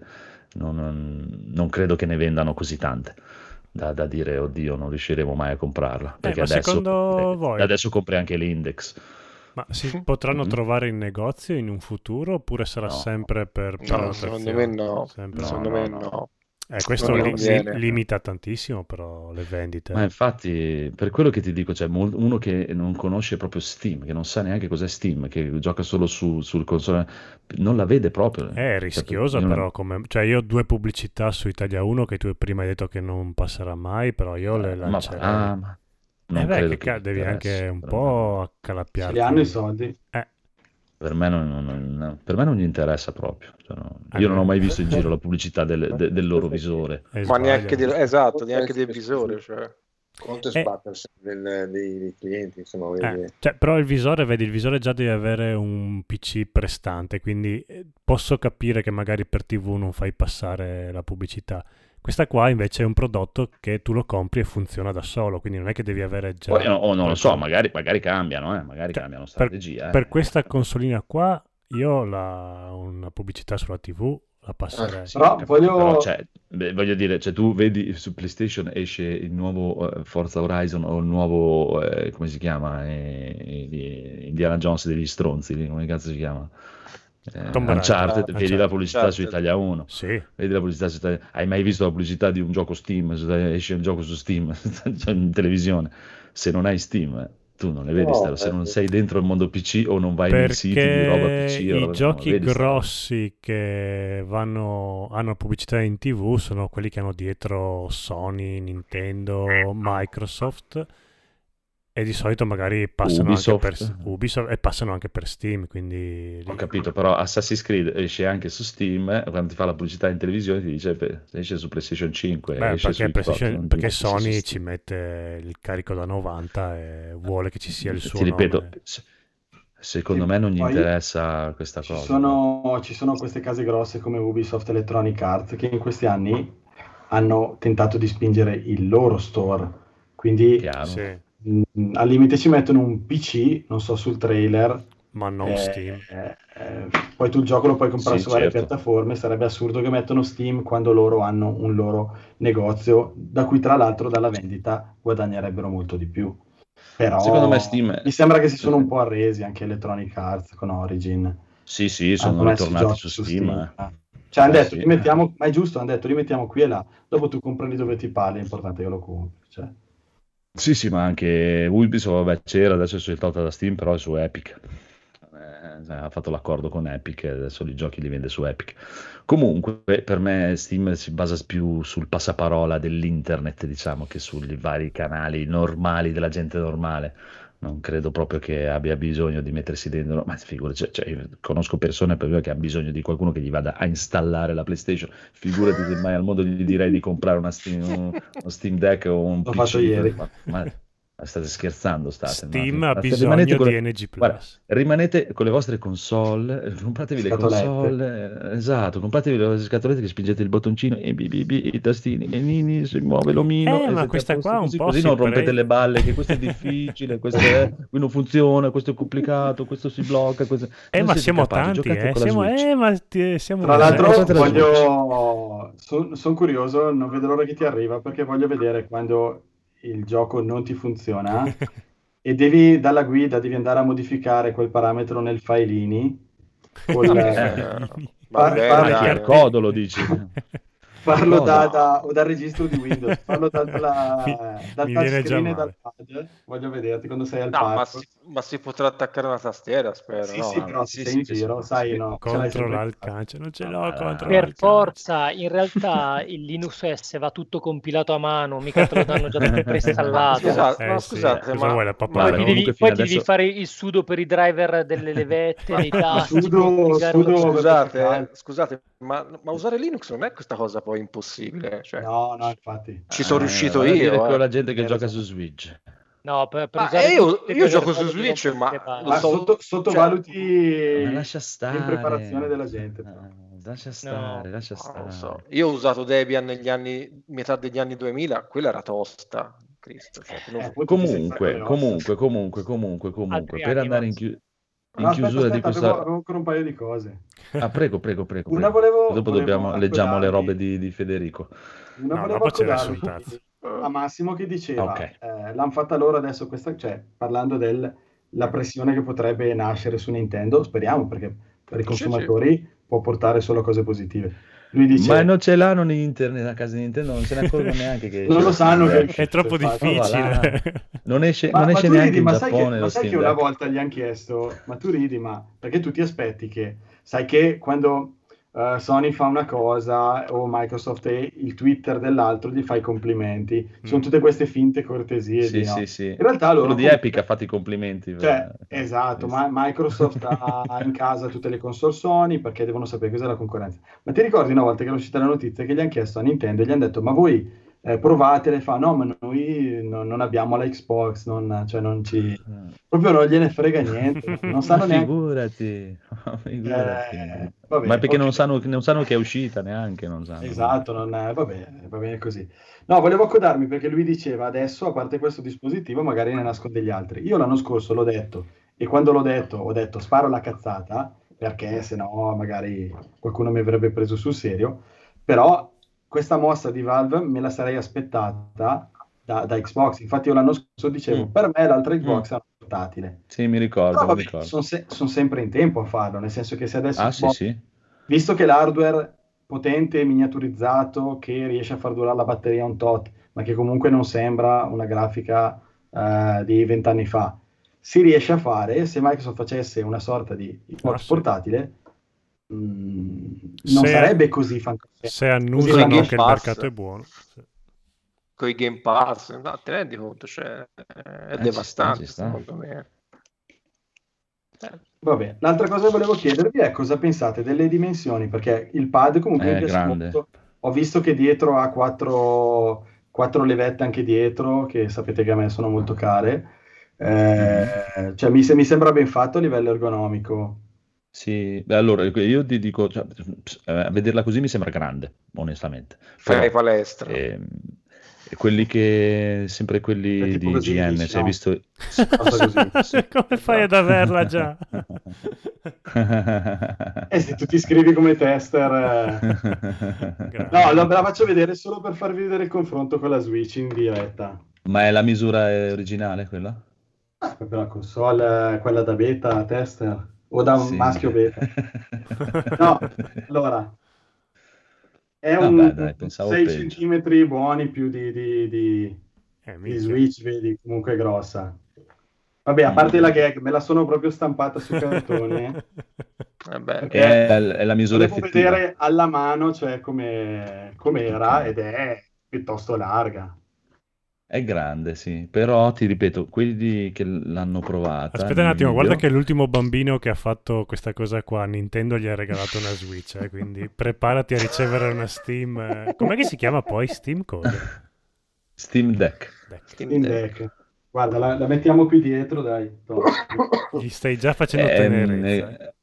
non credo che ne vendano così tante. Da dire, oddio, non riusciremo mai a comprarla. Perché adesso compri anche l'Index. Ma si potranno trovare in negozio in un futuro oppure sarà sempre per secondo me no. Secondo me no. Questo limita tantissimo però le vendite. Ma infatti, per quello che ti dico, cioè, uno che non conosce proprio Steam, che non sa neanche cos'è Steam, che gioca solo sul console, non la vede proprio. È rischiosa però, cioè io ho 2 pubblicità su Italia 1 che tu prima hai detto che non passerà mai, però io le lancerei. Ma non credo che devi anche un po' accalappiarti. Li hanno i soldi. Per me non gli interessa proprio. Cioè, io non ho mai visto in giro la pubblicità del loro visore. Ma neanche neanche del visore. Cioè. Conto sbattersi dei clienti, insomma. Cioè, però il visore già deve avere un PC prestante, quindi posso capire che magari per TV non fai passare la pubblicità. Questa qua invece è un prodotto che tu lo compri e funziona da solo, quindi non è che devi avere già... non lo so, magari cambiano, cambiano strategia. Per questa consolina qua, io una pubblicità sulla TV la passerei. Però voglio dire, cioè, tu vedi su PlayStation esce il nuovo Forza Horizon o il nuovo, come si chiama, Indiana Jones degli stronzi, come cazzo si chiama? Uncharted, vedi la pubblicità su Italia 1. Sì. Vedi la pubblicità su Italia... Hai mai visto la pubblicità di un gioco Steam? Esce un gioco su Steam in televisione. Se non hai Steam, tu non le vedi. Se non sei dentro il mondo PC o non vai nei siti di roba PC. I giochi grossi che hanno pubblicità in TV sono quelli che hanno dietro Sony, Nintendo, Microsoft. E di solito magari passano anche per Ubisoft e passano anche per Steam, quindi... Ho capito, però Assassin's Creed esce anche su Steam, quando ti fa la pubblicità in televisione ti dice esce su PlayStation 5, esce su Xbox, perché Sony ci mette il carico da 90 e vuole che ci sia il suo ti ripeto, nome. Secondo me non gli interessa questa cosa. Ci sono queste case grosse come Ubisoft, Electronic Arts, che in questi anni hanno tentato di spingere il loro store, quindi... al limite ci mettono un PC, non so, sul trailer, ma non Steam. Poi tu il gioco lo puoi comprare su varie piattaforme. Sarebbe assurdo che mettono Steam quando loro hanno un loro negozio, da cui tra l'altro dalla vendita guadagnerebbero molto di più. Però secondo me Steam mi sembra che si sono un po' arresi anche Electronic Arts con Origin. Sì, sono ritornati su Steam. Cioè hanno detto, li mettiamo, ma è giusto, hanno detto, li mettiamo qui e là, dopo tu compri dove ti pare, è importante che lo compri, cioè. Sì, ma anche Ubisoft, vabbè, c'era, adesso è saltata da Steam, però è su Epic. Ha fatto l'accordo con Epic e adesso i giochi li vende su Epic. Comunque, per me Steam si basa più sul passaparola dell'internet, diciamo, che sui vari canali normali della gente normale. Non credo proprio che abbia bisogno di mettersi dentro, ma figurati, cioè, io conosco persone per che ha bisogno di qualcuno che gli vada a installare la PlayStation. Figurati se mai al mondo gli direi di comprare uno Steam Deck o un PC. Fatto ieri. Ma state scherzando, Steam ha bisogno di NG+. Guarda, rimanete con le vostre console, compratevi le console, esatto, compratevi le scatolette che spingete il bottoncino e i tastini e Nini si muove l'omino. Ma questa qua un po' così non rompete le balle, che questo è difficile, questo qui non funziona, questo è complicato, questo si blocca. Ma siamo tanti, siamo tra l'altro sono curioso, non vedo l'ora che ti arriva, perché voglio vedere quando il gioco non ti funziona e dalla guida devi andare a modificare quel parametro nel filini il codolo dici. Farlo dal registro di Windows, farlo dal touchscreen e dal pad. Voglio vederti quando sei al parco. Ma si potrà attaccare una tastiera, spero. Sì, però se sei in giro, sai, no. Controlla il calcio, non ce l'ho contro. Per forza, in realtà il Linux OS va tutto compilato a mano, mica te lo danno già tutto preinstallato. Scusate, ma poi devi fare il sudo per i driver delle levette, dei tasti. Scusate, ma usare Linux non è questa cosa poi impossibile. Cioè, no, infatti. Ci sono riuscito a dire io. Con la gente che gioca su Switch. No, per Ma usare io gioco su Switch, ma sottovaluti lascia stare. l'impreparazione della gente. Lascia stare, lascia stare. Non lo so. Io ho usato Debian metà degli anni 2000, quella era tosta. Cristo, cioè, comunque, per andare in chiusura di questa... Avevo ancora un paio di cose. Prego. Una Dopo leggiamo le robe di Federico. Volevo accodarmi a Massimo che diceva l'hanno fatta loro adesso questa, cioè parlando della pressione che potrebbe nascere su Nintendo, speriamo, perché per i consumatori può portare solo cose positive. Lui dice, ma non ce l'hanno internet a casa di Nintendo, non se ne accorgono neanche che non lo sanno che è troppo difficile. Non esce neanche in Giappone. Ma sai che una volta gli hanno chiesto, ma tu ridi, ma perché tu ti aspetti che, sai che quando Sony fa una cosa o Microsoft e il Twitter dell'altro gli fa i complimenti, sono tutte queste finte cortesie. Sì. In realtà loro di Epic ha fatto i complimenti. Esatto, ma Microsoft ha in casa tutte le console Sony perché devono sapere cos'è la concorrenza. Ma ti ricordi una volta che era uscita la notizia che gli hanno chiesto a Nintendo e gli hanno detto, ma voi provatele, fa no, ma noi non abbiamo la Xbox, non proprio non gliene frega niente, non sanno neanche. Figurati. Ma perché non sanno che è uscita neanche, non sanno. Esatto, va bene così. No, volevo accodarmi perché lui diceva adesso, a parte questo dispositivo, magari ne nasconde gli altri. Io l'anno scorso l'ho detto e quando l'ho detto ho detto sparo la cazzata perché sennò magari qualcuno mi avrebbe preso sul serio, però questa mossa di Valve me la sarei aspettata da Xbox. Infatti io l'anno scorso dicevo, per me l'altra Xbox è una portatile. Sì, mi ricordo. Sono sempre in tempo a farlo, nel senso che se adesso Xbox, sì. Visto che l'hardware potente e miniaturizzato che riesce a far durare la batteria un tot, ma che comunque non sembra una grafica di 20 anni fa, si riesce a fare, se Microsoft facesse una sorta di Xbox portatile, non sarebbe così fantastico. Se annusano che il mercato è buono. Con i Game Pass, no, te ne rendi conto, cioè, è devastante, secondo me. Vabbè, l'altra cosa che volevo chiedervi è cosa pensate delle dimensioni, perché il pad comunque è grande. Molto. Ho visto che dietro ha quattro levette anche dietro, che sapete che a me sono molto care. Cioè, mi sembra ben fatto a livello ergonomico. Sì, allora io ti dico, a vederla così mi sembra grande, onestamente. Fai palestra. Quelli di IGN, se hai visto come fai ad averla già? Se tu ti iscrivi come tester no, me la faccio vedere solo per farvi vedere il confronto con la Switch in diretta. Ma è la misura originale quella? Proprio la console, quella da beta tester o da un maschio beta. No, allora è un 6 centimetri buoni più di Switch, vedi, comunque grossa. Vabbè, a parte la gag, me la sono proprio stampata su cartone. È la misura effettiva. Devo vedere alla mano, cioè come era, ed è piuttosto larga. È grande, sì, però ti ripeto, quelli che l'hanno provata... Aspetta un attimo, guarda che l'ultimo bambino che ha fatto questa cosa qua, Nintendo gli ha regalato una Switch, quindi preparati a ricevere una Steam... Com'è che si chiama poi? Steam cosa? Steam Deck. Steam Deck. Guarda, la mettiamo qui dietro, dai. Gli stai già facendo tenerezza.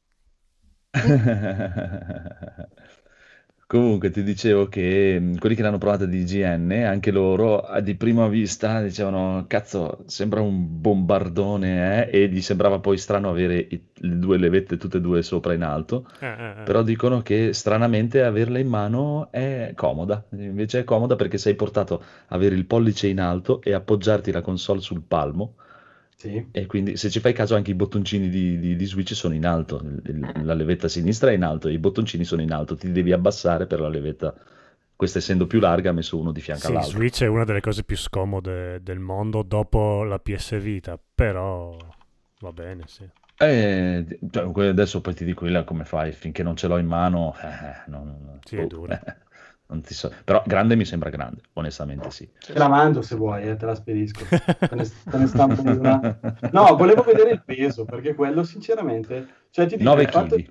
Comunque ti dicevo che quelli che l'hanno provata di IGN, anche loro di prima vista dicevano cazzo sembra un bombardone e gli sembrava poi strano avere le due levette tutte e due sopra in alto, però dicono che stranamente averla in mano è comoda, invece è comoda perché sei portato a avere il pollice in alto e appoggiarti la console sul palmo. Sì. E quindi se ci fai caso anche i bottoncini di Switch sono in alto, la levetta sinistra è in alto e i bottoncini sono in alto, ti devi abbassare per la levetta, questa essendo più larga ha messo uno di fianco all'altro. Switch è una delle cose più scomode del mondo dopo la PS Vita, però va bene, sì. Cioè, adesso poi ti dico come fai, finché non ce l'ho in mano sì, è duro. Non ti so. Però grande mi sembra grande, onestamente sì. Te la mando se vuoi, te la spedisco. Te ne stampo una. No, volevo vedere il peso, perché quello sinceramente... Cioè, ti dico, 9 kg.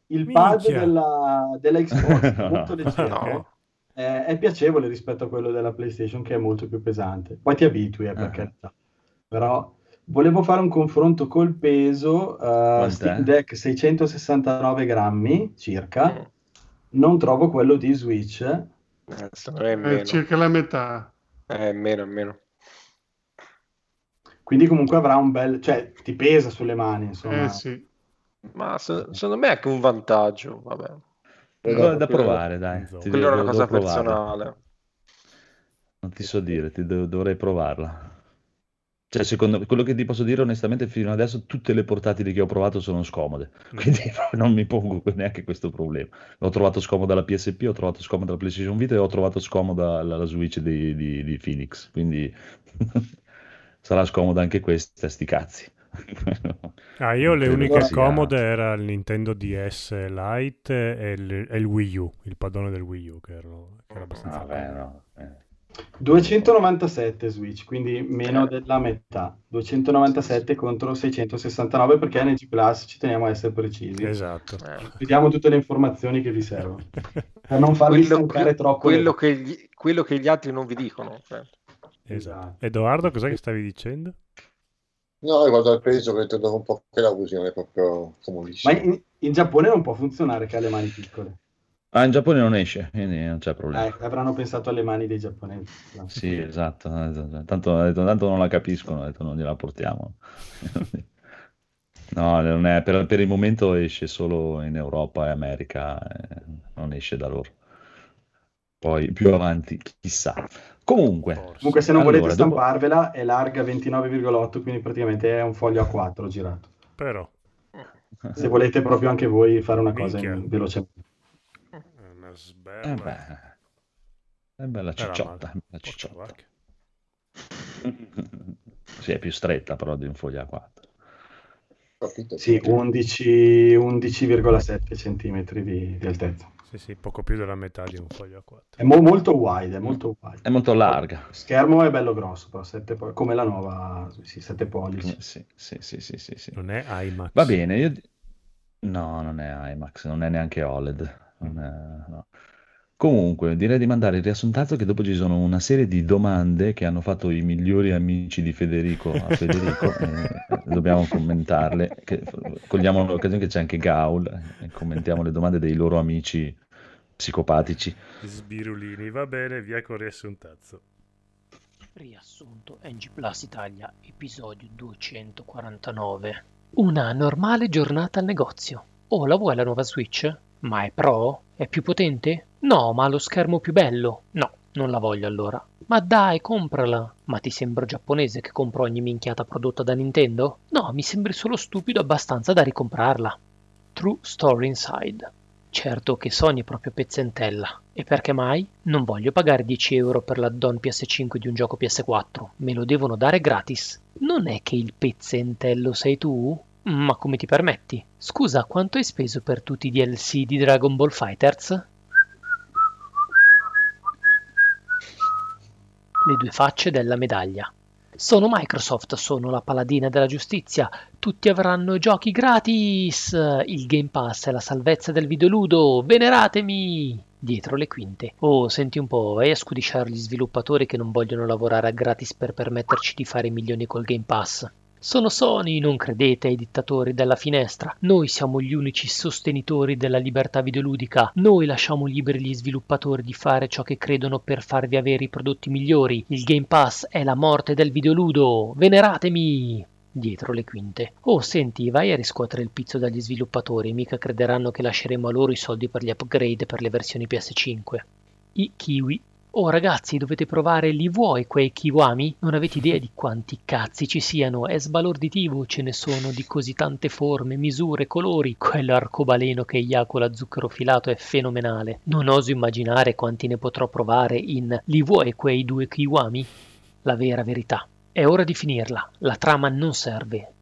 il pad Minchia. della Xbox è molto leggero, No. è piacevole rispetto a quello della PlayStation che è molto più pesante. Poi ti abitui, per carità. Però volevo fare un confronto col peso. Steam Deck 669 grammi circa. Non trovo quello di Switch. È meno. Circa la metà. È meno. Quindi comunque avrà un bel... cioè ti pesa sulle mani, insomma. Sì. Ma secondo me è anche un vantaggio, vabbè. Da provare, dai. Quella è una cosa personale. Non ti so dire, dovrei provarla. Cioè, secondo quello che ti posso dire onestamente, fino adesso tutte le portatili che ho provato sono scomode, quindi non mi pongo neanche questo problema. Ho trovato scomoda la PSP, ho trovato scomoda la PlayStation Vita e ho trovato scomoda la Switch di Phoenix, quindi sarà scomoda anche questa, sti cazzi. Io le uniche comode era il Nintendo DS Lite e il Wii U, il padrone del Wii U che era abbastanza no. 297 Switch, quindi meno della metà. 297 contro 669 perché NG Plus ci teniamo a essere precisi. Esatto. Vediamo tutte le informazioni che vi servono per non farvi stancare troppo. Quello che gli altri non vi dicono. Esatto. Edoardo, cos'è che stavi dicendo? No, riguardo al peso, credo dopo un po' che la usi, non è proprio comodissimo. Ma in Giappone non può funzionare che ha le mani piccole. In Giappone non esce, quindi non c'è problema. Avranno pensato alle mani dei giapponesi. No? Sì, esatto. Tanto non la capiscono, ho detto non gliela portiamo. No, non è, per il momento esce solo in Europa e America, non esce da loro. Poi più avanti, chissà. Comunque se non volete stamparvela, è larga 29,8, quindi praticamente è un foglio A4 girato. Però. Se volete proprio anche voi fare una cosa velocemente. Una sberla. È bella cicciotta. Sì, è più stretta però di un foglio A4. Sì, 11,7 centimetri di altezza. Sì, poco più della metà di un foglio A4. È molto wide, è molto wide. È molto larga. Lo schermo è bello grosso, però come la nuova, 7 pollici. Sì. Non è IMAX. Va bene, no, non è IMAX, non è neanche OLED. No. Comunque, direi di mandare il riassuntato che dopo ci sono una serie di domande che hanno fatto i migliori amici di Federico a Federico e dobbiamo commentarle. Cogliamo l'occasione che c'è anche Gaul e commentiamo le domande dei loro amici psicopatici. Sbirulini, va bene, via con riassuntazzo. Riassunto NG Plus Italia, episodio 249. Una normale giornata al negozio. Oh, la vuoi la nuova Switch? Ma è Pro? È più potente? No, ma ha lo schermo più bello. No, non la voglio allora. Ma dai, comprala. Ma ti sembro giapponese che compro ogni minchiata prodotta da Nintendo? No, mi sembri solo stupido abbastanza da ricomprarla. True Story Inside. Certo che Sony è proprio pezzentella. E perché mai? Non voglio pagare 10 euro per l'add-on PS5 di un gioco PS4. Me lo devono dare gratis. Non è che il pezzentello sei tu? Ma come ti permetti? Scusa, quanto hai speso per tutti i DLC di Dragon Ball FighterZ? Le due facce della medaglia. Sono Microsoft, sono la paladina della giustizia. Tutti avranno giochi gratis. Il Game Pass è la salvezza del videoludo. Veneratemi! Dietro le quinte. Oh, senti un po', vai a scudisciare gli sviluppatori che non vogliono lavorare a gratis per permetterci di fare milioni col Game Pass. Sono Sony, non credete ai dittatori della finestra. Noi siamo gli unici sostenitori della libertà videoludica. Noi lasciamo liberi gli sviluppatori di fare ciò che credono per farvi avere i prodotti migliori. Il Game Pass è la morte del videoludo. Veneratemi! Dietro le quinte. Oh, senti, vai a riscuotere il pizzo dagli sviluppatori. Mica crederanno che lasceremo a loro i soldi per gli upgrade per le versioni PS5. I kiwi. Oh ragazzi, dovete provare, li vuoi quei kiwami? Non avete idea di quanti cazzi ci siano, è sbalorditivo, ce ne sono di così tante forme, misure, colori. Quell'arcobaleno che eiacola zucchero filato è fenomenale. Non oso immaginare quanti ne potrò provare in li vuoi quei 2 kiwami? La vera verità. È ora di finirla, la trama non serve.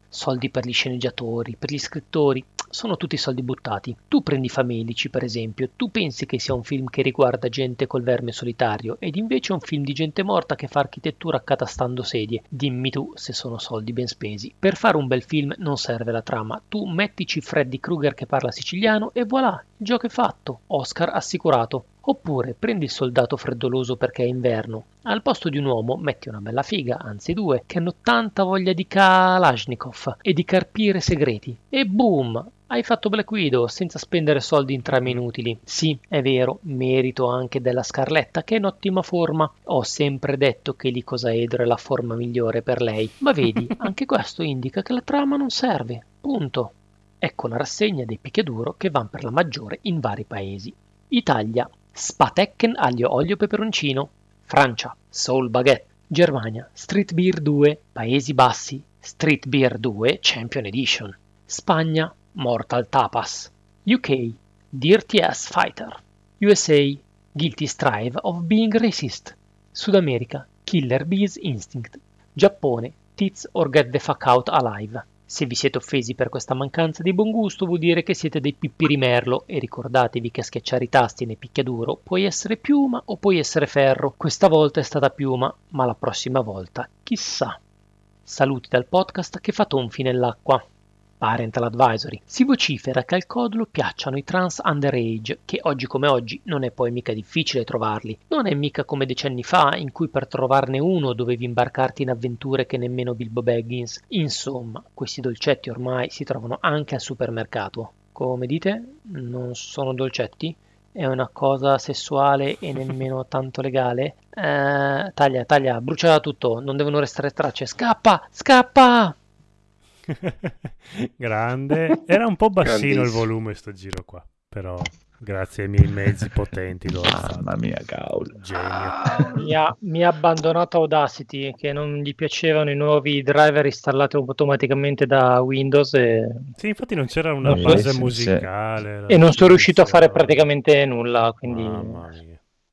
Soldi per gli sceneggiatori, per gli scrittori, sono tutti soldi buttati. Tu prendi Famelici, per esempio, tu pensi che sia un film che riguarda gente col verme solitario ed invece è un film di gente morta che fa architettura accatastando sedie. Dimmi tu se sono soldi ben spesi. Per fare un bel film non serve la trama, tu mettici Freddy Krueger che parla siciliano e voilà, il gioco è fatto, Oscar assicurato. Oppure prendi il soldato freddoloso perché è inverno. Al posto di un uomo metti una bella figa, anzi due, che hanno tanta voglia di Kalashnikov e di carpire segreti. E boom! Hai fatto Black Widow senza spendere soldi in trame inutili. Sì, è vero, merito anche della Scarletta che è in ottima forma. Ho sempre detto che l'Icosaedro è la forma migliore per lei. Ma vedi, anche questo indica che la trama non serve. Punto. Ecco la rassegna dei picchiaduro che van per la maggiore in vari paesi. Italia. Spatecken aglio olio peperoncino. Francia, Soul Baguette. Germania, Street Beer 2. Paesi Bassi, Street Beer 2 Champion Edition. Spagna, Mortal Tapas. UK, Dirty Ass Fighter. USA, Guilty Strive of Being Racist. Sud America, Killer Bees Instinct. Giappone, Tits or Get the Fuck Out Alive. Se vi siete offesi per questa mancanza di buon gusto vuol dire che siete dei pippirimerlo e ricordatevi che a schiacciare i tasti nei picchiaduro puoi essere piuma o puoi essere ferro. Questa volta è stata piuma, ma la prossima volta chissà. Saluti dal podcast che fa tonfi nell'acqua. Parental Advisory. Si vocifera che al Codolo piacciono i trans underage, che oggi come oggi non è poi mica difficile trovarli. Non è mica come decenni fa, in cui per trovarne uno dovevi imbarcarti in avventure che nemmeno Bilbo Baggins. Insomma, questi dolcetti ormai si trovano anche al supermercato. Come dite? Non sono dolcetti? È una cosa sessuale e nemmeno tanto legale? Taglia, brucia tutto, non devono restare tracce. Scappa! Scappa! Grande, era un po' bassino il volume sto giro qua, però grazie ai miei mezzi potenti l'ho alzato. Mamma mia, cavolo. Genio. Mi ha abbandonato Audacity, che non gli piacevano i nuovi driver installati automaticamente da Windows sì, infatti non c'era una base musicale e non sono riuscito a fare praticamente nulla, quindi mamma mia.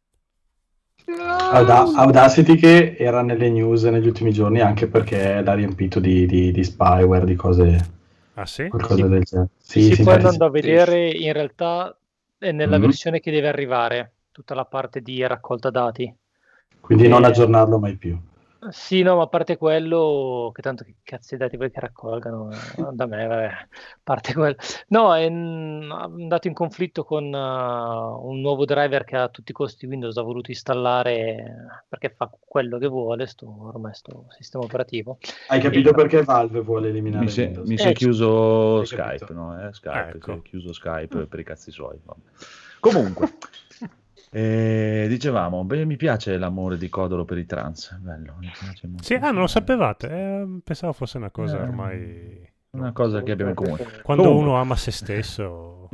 Audacity che era nelle news negli ultimi giorni anche perché l'ha riempito di spyware, di cose, qualcosa del genere. Sì, poi andando a vedere, in realtà è nella versione che deve arrivare, tutta la parte di raccolta dati. Quindi non aggiornarlo mai più. Sì, no, ma a parte quello, che tanto che cazzo di dati vuoi che raccolgano da me, vabbè, a parte quello. No, è andato in conflitto con un nuovo driver che a tutti i costi Windows ha voluto installare perché fa quello che vuole, ormai sto sistema operativo. Hai capito perché Valve vuole eliminare Windows? Mi si è chiuso Skype, no? Skype, ecco. Si è chiuso Skype per i cazzi suoi. Vabbè. Comunque... dicevamo, mi piace l'amore di Codolo per i trans, bello, mi piace molto. Sì, non lo sapevate, pensavo fosse una cosa ormai... Una cosa che abbiamo in comune. Quando uno ama se stesso...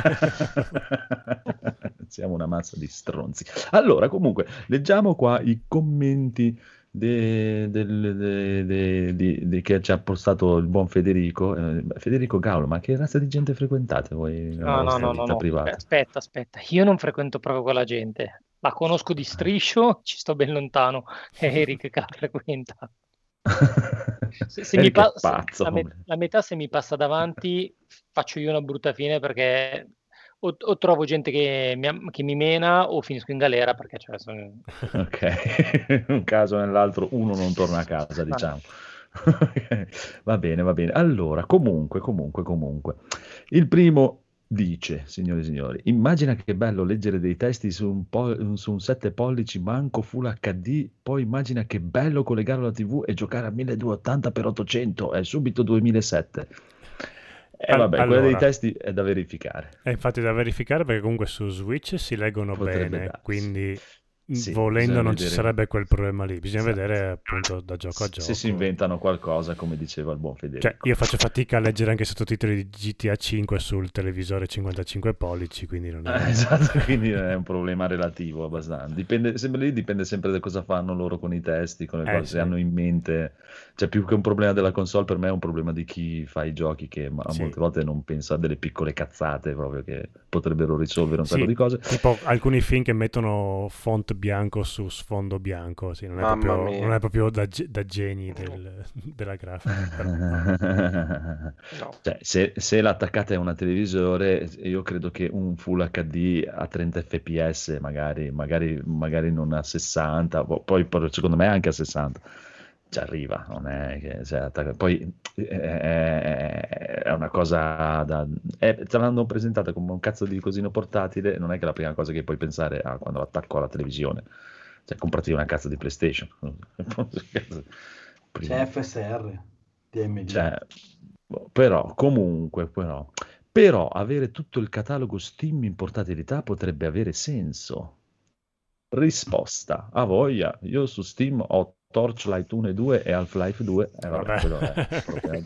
Siamo una massa di stronzi. Allora, comunque, leggiamo qua i commenti che ci ha postato il buon Federico. Federico Gaulo, ma che razza di gente frequentate voi nella vostra vita privata? Aspetta, io non frequento proprio quella gente, la conosco di striscio, ci sto ben lontano, è Eric che la frequenta. Se mi pazzo, la metà se mi passa davanti faccio io una brutta fine perché o trovo gente che mi mena o finisco in galera perché ok, un caso nell'altro uno non torna a casa, diciamo. Va bene. Allora, comunque il primo dice, signori e signori, immagina che bello leggere dei testi su un 7 pollici manco Full HD, poi immagina che bello collegarlo alla TV e giocare a 1280x800, è subito 2007. Vabbè, quella dei testi è da verificare. È infatti da verificare perché comunque su Switch si leggono bene, quindi volendo non ci sarebbe quel problema lì. Bisogna vedere appunto da gioco a gioco. Se si inventano qualcosa, come diceva il buon Federico. Cioè, io faccio fatica a leggere anche sottotitoli di GTA 5 sul televisore 55 pollici, quindi non è... esatto, quindi è un problema relativo abbastanza. Dipende sempre da cosa fanno loro con i testi, con le cose, se hanno in mente... Cioè, più che un problema della console, per me è un problema di chi fa i giochi che molte volte non pensa a delle piccole cazzate proprio che potrebbero risolvere un sacco di cose. Tipo alcuni film che mettono font bianco su sfondo bianco, sì, non è proprio da geni della grafica. No. Cioè, se l'attaccata è una televisore, io credo che un Full HD a 30 fps, magari non a 60, poi secondo me anche a 60 ci arriva, non è che poi è una cosa te l'hanno presentata come un cazzo di cosino portatile, non è che la prima cosa che puoi pensare quando l'attacco alla televisione, cioè comprati una cazzo di PlayStation. C'è FSR DMG. Cioè, però avere tutto il catalogo Steam in portabilità potrebbe avere senso. Risposta: a voglia, io su Steam ho Torchlight 1 e 2 e Half-Life 2, vabbè, quello è proprio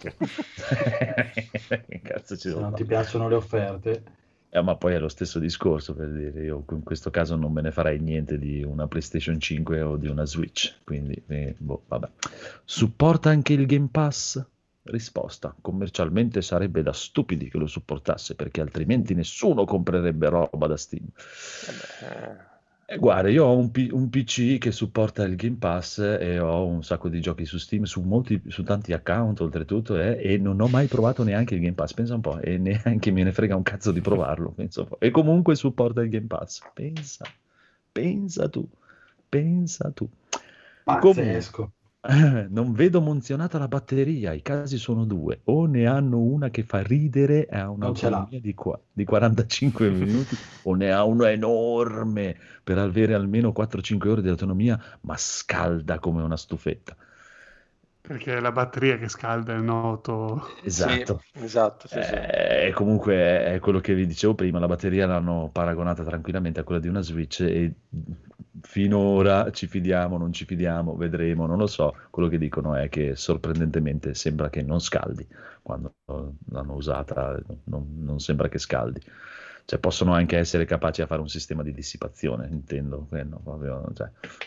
cazzo se non ti piacciono le offerte, ma poi è lo stesso discorso, per dire, io in questo caso non me ne farei niente di una PlayStation 5 o di una Switch, quindi vabbè. Supporta anche il Game Pass? Risposta: commercialmente sarebbe da stupidi che lo supportasse, perché altrimenti nessuno comprerebbe roba da Steam. Guarda, io ho un PC che supporta il Game Pass e ho un sacco di giochi su Steam, su tanti account oltretutto, e non ho mai provato neanche il Game Pass, pensa un po', e neanche me ne frega un cazzo di provarlo, pensa un po'. E comunque supporta il Game Pass, pensa tu. Pazzesco. Non vedo menzionata la batteria, i casi sono due: o ne hanno una che fa ridere e ha un'autonomia di 45 minuti, o ne ha uno enorme per avere almeno 4-5 ore di autonomia, ma scalda come una stufetta. Perché è la batteria che scalda, è noto. Esatto. Sì, esatto. Sì. E comunque è quello che vi dicevo prima, la batteria l'hanno paragonata tranquillamente a quella di una Switch e finora ci fidiamo, non ci fidiamo, vedremo, non lo so. Quello che dicono è che sorprendentemente sembra che non scaldi. Quando l'hanno usata non sembra che scaldi. Cioè, possono anche essere capaci a fare un sistema di dissipazione, intendo. Cioè,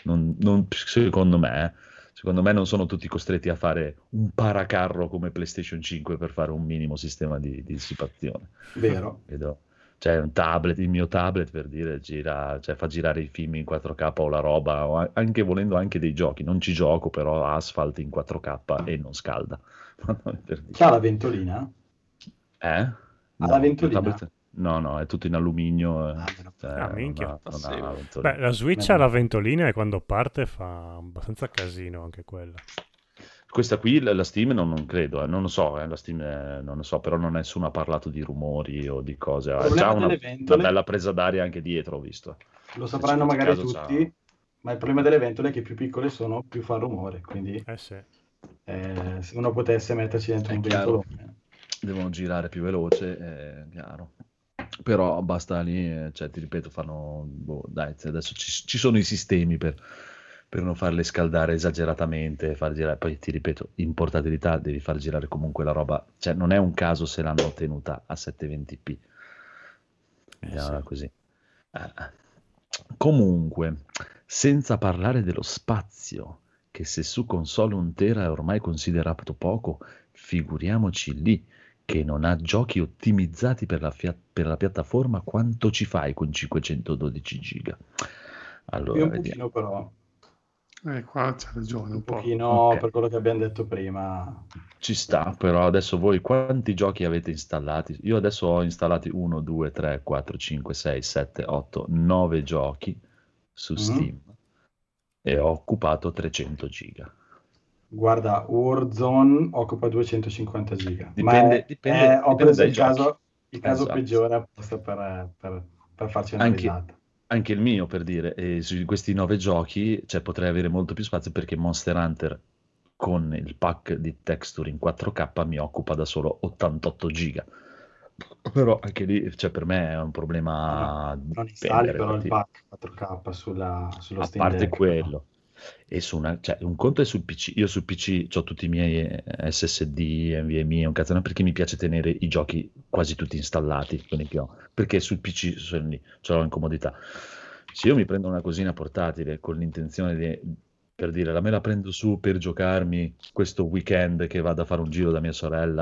secondo me non sono tutti costretti a fare un paracarro come PlayStation 5 per fare un minimo sistema di dissipazione. Vero. Cioè, il mio tablet, per dire, fa girare i film in 4K o la roba, o anche volendo anche dei giochi. Non ci gioco, però Asphalt in 4K e non scalda. C'ha la ventolina? Ha la ventolina? Tablet... No, è tutto in alluminio. Minchia. Beh, la Switch ha la ventolina e quando parte fa abbastanza casino anche quella. Questa qui, la Steam, non credo, non lo so, la Steam non lo so, però nessuno ha parlato di rumori o di cose. Ha già una bella presa d'aria anche dietro, ho visto. Lo sapranno magari tutti, ma il problema delle ventole è che più piccole sono, più fa rumore, quindi sì. Se uno potesse metterci dentro un ventolone. Devono girare più veloce, è chiaro. Però basta lì, cioè, ti ripeto, dai, adesso ci sono i sistemi per non farle scaldare esageratamente, far girare. Poi ti ripeto, in portabilità devi far girare comunque la roba, cioè non è un caso se l'hanno tenuta a 720p. Sì. Così. Comunque, senza parlare dello spazio, che se su console 1 tera è ormai considerato poco, figuriamoci lì, che non ha giochi ottimizzati per la piattaforma, quanto ci fai con 512 giga? Allora, un pochino però. Qua c'ha ragione un pochino, okay. Per quello che abbiamo detto prima. Ci sta, però adesso voi quanti giochi avete installati? Io adesso ho installati 1, 2, 3, 4, 5, 6, 7, 8, 9 giochi su Steam e ho occupato 300 giga. Guarda, Warzone occupa 250 giga. Dipende ho preso il caso esatto. peggiore apposta per farci una risata. Anche il mio, per dire, e su questi 9 giochi, cioè, potrei avere molto più spazio, perché Monster Hunter con il pack di texture in 4K mi occupa da solo 88 giga. Però anche lì, cioè, per me è un problema. Non installi però il pack 4K sullo Steam Deck. A parte quello. E un conto è sul PC. Io sul PC ho tutti i miei SSD, NVMe, un cazzo, perché mi piace tenere i giochi quasi tutti installati, quelli che ho, perché sul PC sono lì, ce l'ho in comodità. Se io mi prendo una cosina portatile con l'intenzione me la prendo su per giocarmi questo weekend che vado a fare un giro da mia sorella,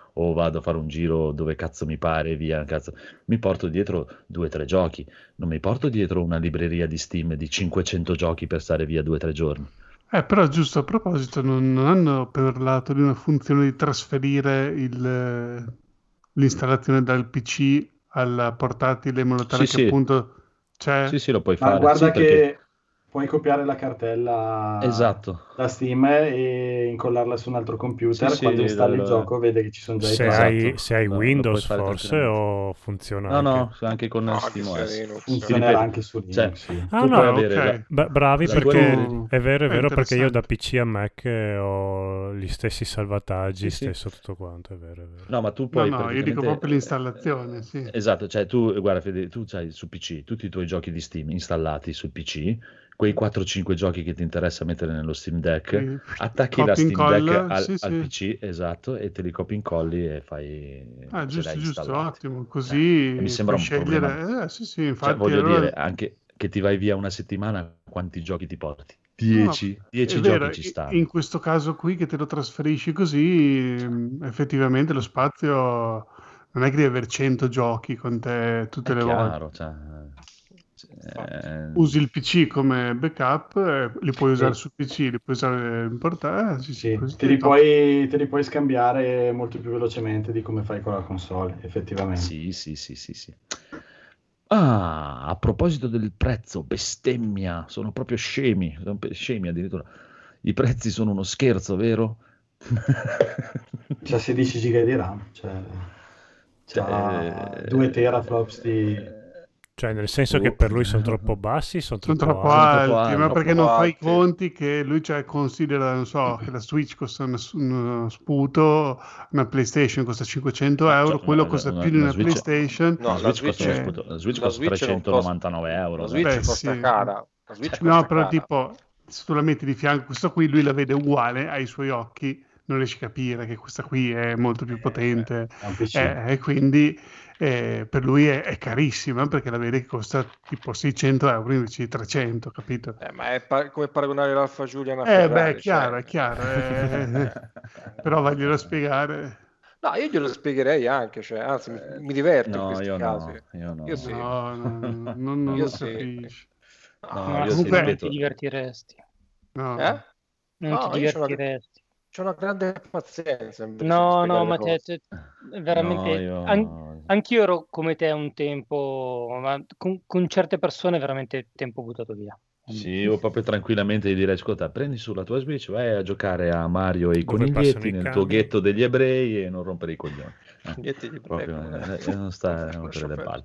o vado a fare un giro dove cazzo mi pare, via, cazzo. Mi porto dietro 2 o 3 giochi, non mi porto dietro una libreria di Steam di 500 giochi per stare via 2 o 3 giorni. Però giusto a proposito, non hanno parlato di una funzione di trasferire l'installazione dal PC alla portatile in modo tale che appunto c'è... Sì, lo puoi Ma fare. guarda sì, che perché... puoi copiare la cartella Esatto. da Steam e incollarla su un altro computer. Sì, Quando installi il gioco vede che ci sono già i file. Se hai Lo Windows puoi fare forse o funziona anche? No, anche con SteamOS. Funzionerà anche su Linux. Cioè, sì. tu puoi avere bravi, la perché tua... è vero perché io da PC a Mac ho gli stessi salvataggi, Sì. stesso tutto quanto, è vero. No, ma tu puoi io dico proprio l'installazione, sì. Esatto, cioè tu, guarda Fede, tu hai su PC tutti i tuoi giochi di Steam installati sul PC, quei 4-5 giochi che ti interessa mettere nello Steam Deck, attacchi la Steam Deck al PC, esatto, e te li copi incolli e fai... giusto, ottimo, così mi sembra un scegliere... problema. sì, infatti, cioè, voglio dire, anche che ti vai via una settimana, quanti giochi ti porti? 10 giochi ci stanno. In questo caso qui che te lo trasferisci così, effettivamente lo spazio non è che devi avere 100 giochi con te tutte le volte. Cioè, usi il PC come backup, li puoi usare sul PC, li puoi usare in portatile. Te li puoi scambiare molto più velocemente di come fai con la console, effettivamente. Sì. A proposito del prezzo, bestemmia, sono proprio scemi addirittura. I prezzi sono uno scherzo, vero? C'ha 16 giga di RAM, c'ha 2 teraflops di... Cioè, nel senso che per lui sono troppo bassi, sono troppo alti, ma perché non fai i conti che lui considera, non so, che la Switch costa uno sputo, una PlayStation costa 500 euro, quello costa più di una PlayStation. No, la Switch costa 399 euro. La Switch costa cara. Però tipo, se tu la metti di fianco, questo qui lui la vede uguale ai suoi occhi, non riesci a capire che questa qui è molto più potente, e quindi... per lui è carissima perché la vede che costa tipo 600 euro invece di 300, capito? Ma è come paragonare l'Alfa Giulia a una Ferrari. È chiaro. Però vaglielo spiegare. No, io glielo spiegherei anche, anzi mi diverto in questi casi. Io no. Io sì. Non lo capisci. Comunque non ti divertiresti. Non ti divertiresti. C'è una grande pazienza. No, ma te veramente... Anch'io ero come te un tempo, ma con certe persone veramente tempo buttato via. Sì, io proprio tranquillamente gli direi: ascolta, prendi sulla tua Switch, vai a giocare a Mario e i coniglietti nel tuo ghetto degli ebrei e non rompere i coglioni. Non sta a rompere le palle.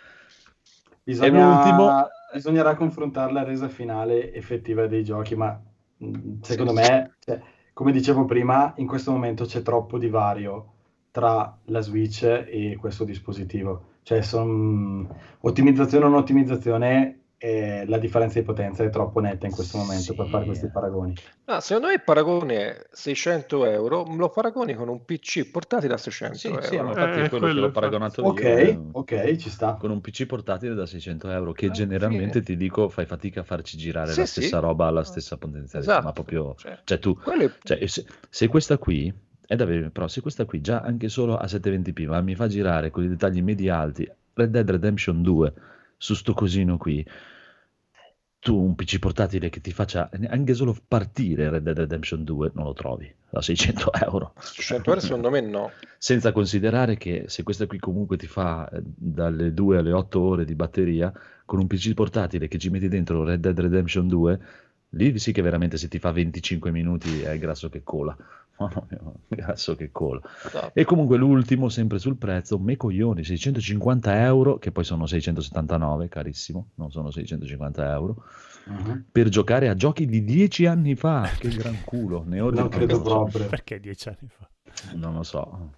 Bisognerà confrontare la resa finale effettiva dei giochi, ma secondo me... come dicevo prima, in questo momento c'è troppo divario tra la Switch e questo dispositivo. Cioè, ottimizzazione o non ottimizzazione, la differenza di potenza è troppo netta in questo momento per fare questi paragoni. Secondo me il paragone è 600 euro, lo paragoni con un PC portatile da 600 euro. Sì, infatti è quello che l'ho paragonato io. Ok, ci sta. Con un PC portatile da 600 euro, che generalmente ti dico fai fatica a farci girare la stessa roba alla stessa potenzialità. Esatto. Ma proprio... Cioè tu... se questa qui... però se questa qui già anche solo a 720p ma mi fa girare con i dettagli medi alti Red Dead Redemption 2 su sto cosino qui, tu un PC portatile che ti faccia anche solo partire Red Dead Redemption 2 non lo trovi a 600 euro. 600 euro secondo me no. Senza considerare che se questa qui comunque ti fa dalle 2 alle 8 ore di batteria, con un PC portatile che ci metti dentro Red Dead Redemption 2, lì sì che veramente se ti fa 25 minuti è grasso che cola. Grasso che cola. E comunque l'ultimo, sempre sul prezzo, me coglioni, 650 euro, che poi sono 679, carissimo, non sono 650 euro, per giocare a giochi di 10 anni fa. Che gran culo. Non credo proprio. Perché 10 anni fa? Non lo so.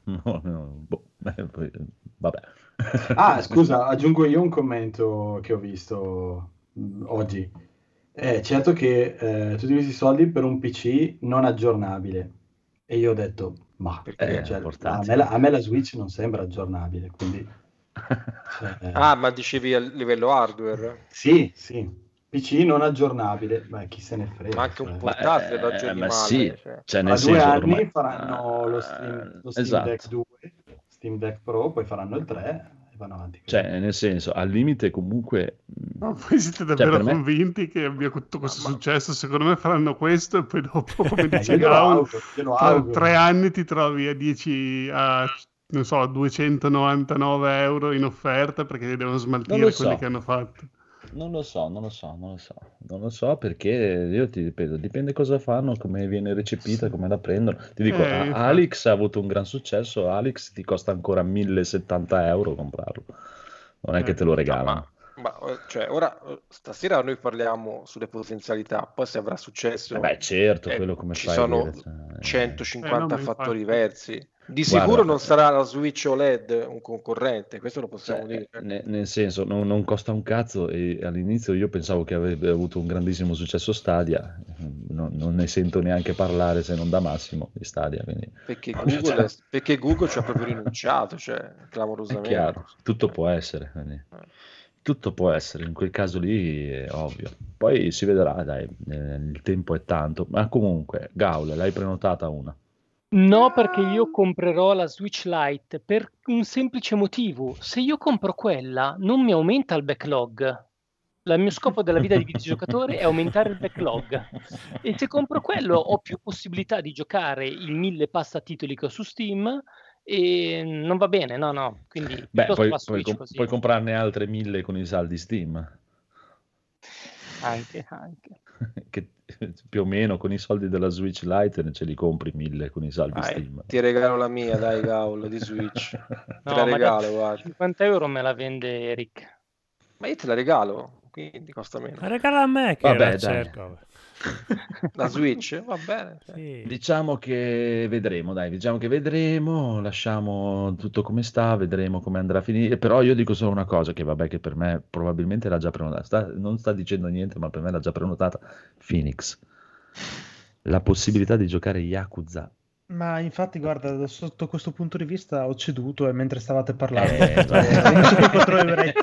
Vabbè. Scusa, aggiungo io un commento che ho visto oggi. Certo che tutti questi soldi per un PC non aggiornabile. E io ho detto, ma a me la Switch non sembra aggiornabile, quindi... ma dicevi a livello hardware? Sì, PC non aggiornabile, ma chi se ne frega. Ma anche un portatile da aggiornare. Sì, tra 2 anni faranno lo Steam Deck 2 Steam Deck Pro, poi faranno il 3 e vanno avanti. Cioè, nel senso, al limite comunque... No, voi siete davvero convinti che abbia tutto questo successo? Secondo me faranno questo e poi dopo, come dice Gaul, tra 3 anni ti trovi a 10 non so, 299 euro in offerta perché devono smaltire quelli che hanno fatto. Non lo so perché io ti ripeto, dipende cosa fanno, come viene recepita, come la prendono. Ti dico, Alex ha avuto un gran successo, Alex ti costa ancora 1070 euro comprarlo, non è che te lo regalano. Ma cioè, ora stasera noi parliamo sulle potenzialità, poi se avrà successo, certo, quello come ci sono 150 fattori diversi. Di sicuro non sarà la Switch OLED un concorrente, questo lo possiamo dire. Nel senso, non costa un cazzo, e all'inizio io pensavo che avrebbe avuto un grandissimo successo Stadia, non ne sento neanche parlare se non da Massimo di Stadia. Quindi... Perché Google ci ha proprio rinunciato, cioè clamorosamente. È chiaro, tutto può essere. Tutto può essere, in quel caso lì è ovvio. Poi si vedrà, dai, il tempo è tanto. Ma comunque, Gaul, l'hai prenotata una? No, perché io comprerò la Switch Lite per un semplice motivo. Se io compro quella, non mi aumenta il backlog. Il mio scopo della vita di videogiocatore è aumentare il backlog. E se compro quello, ho più possibilità di giocare il 1000 passatitoli che ho su Steam e non va bene, no. Quindi puoi comprarne altre 1000 con i saldi Steam. Anche. Che più o meno con i soldi della Switch Lite ce li compri 1000 con i saldi Steam. Ti regalo la mia, dai, Gaul, di Switch. Te la regalo, guarda. 50 euro me la vende Eric. Ma io te la regalo, quindi costa meno. Ma regala a me che la cerco. La Switch? Va bene. Sì. Diciamo che vedremo, lasciamo tutto come sta, vedremo come andrà a finire, però io dico solo una cosa, che vabbè, che per me probabilmente l'ha già prenotata, non sta dicendo niente, ma per me l'ha già prenotata Phoenix. La possibilità di giocare Yakuza. Ma infatti, guarda, sotto questo punto di vista ho ceduto, e mentre stavate parlando potrò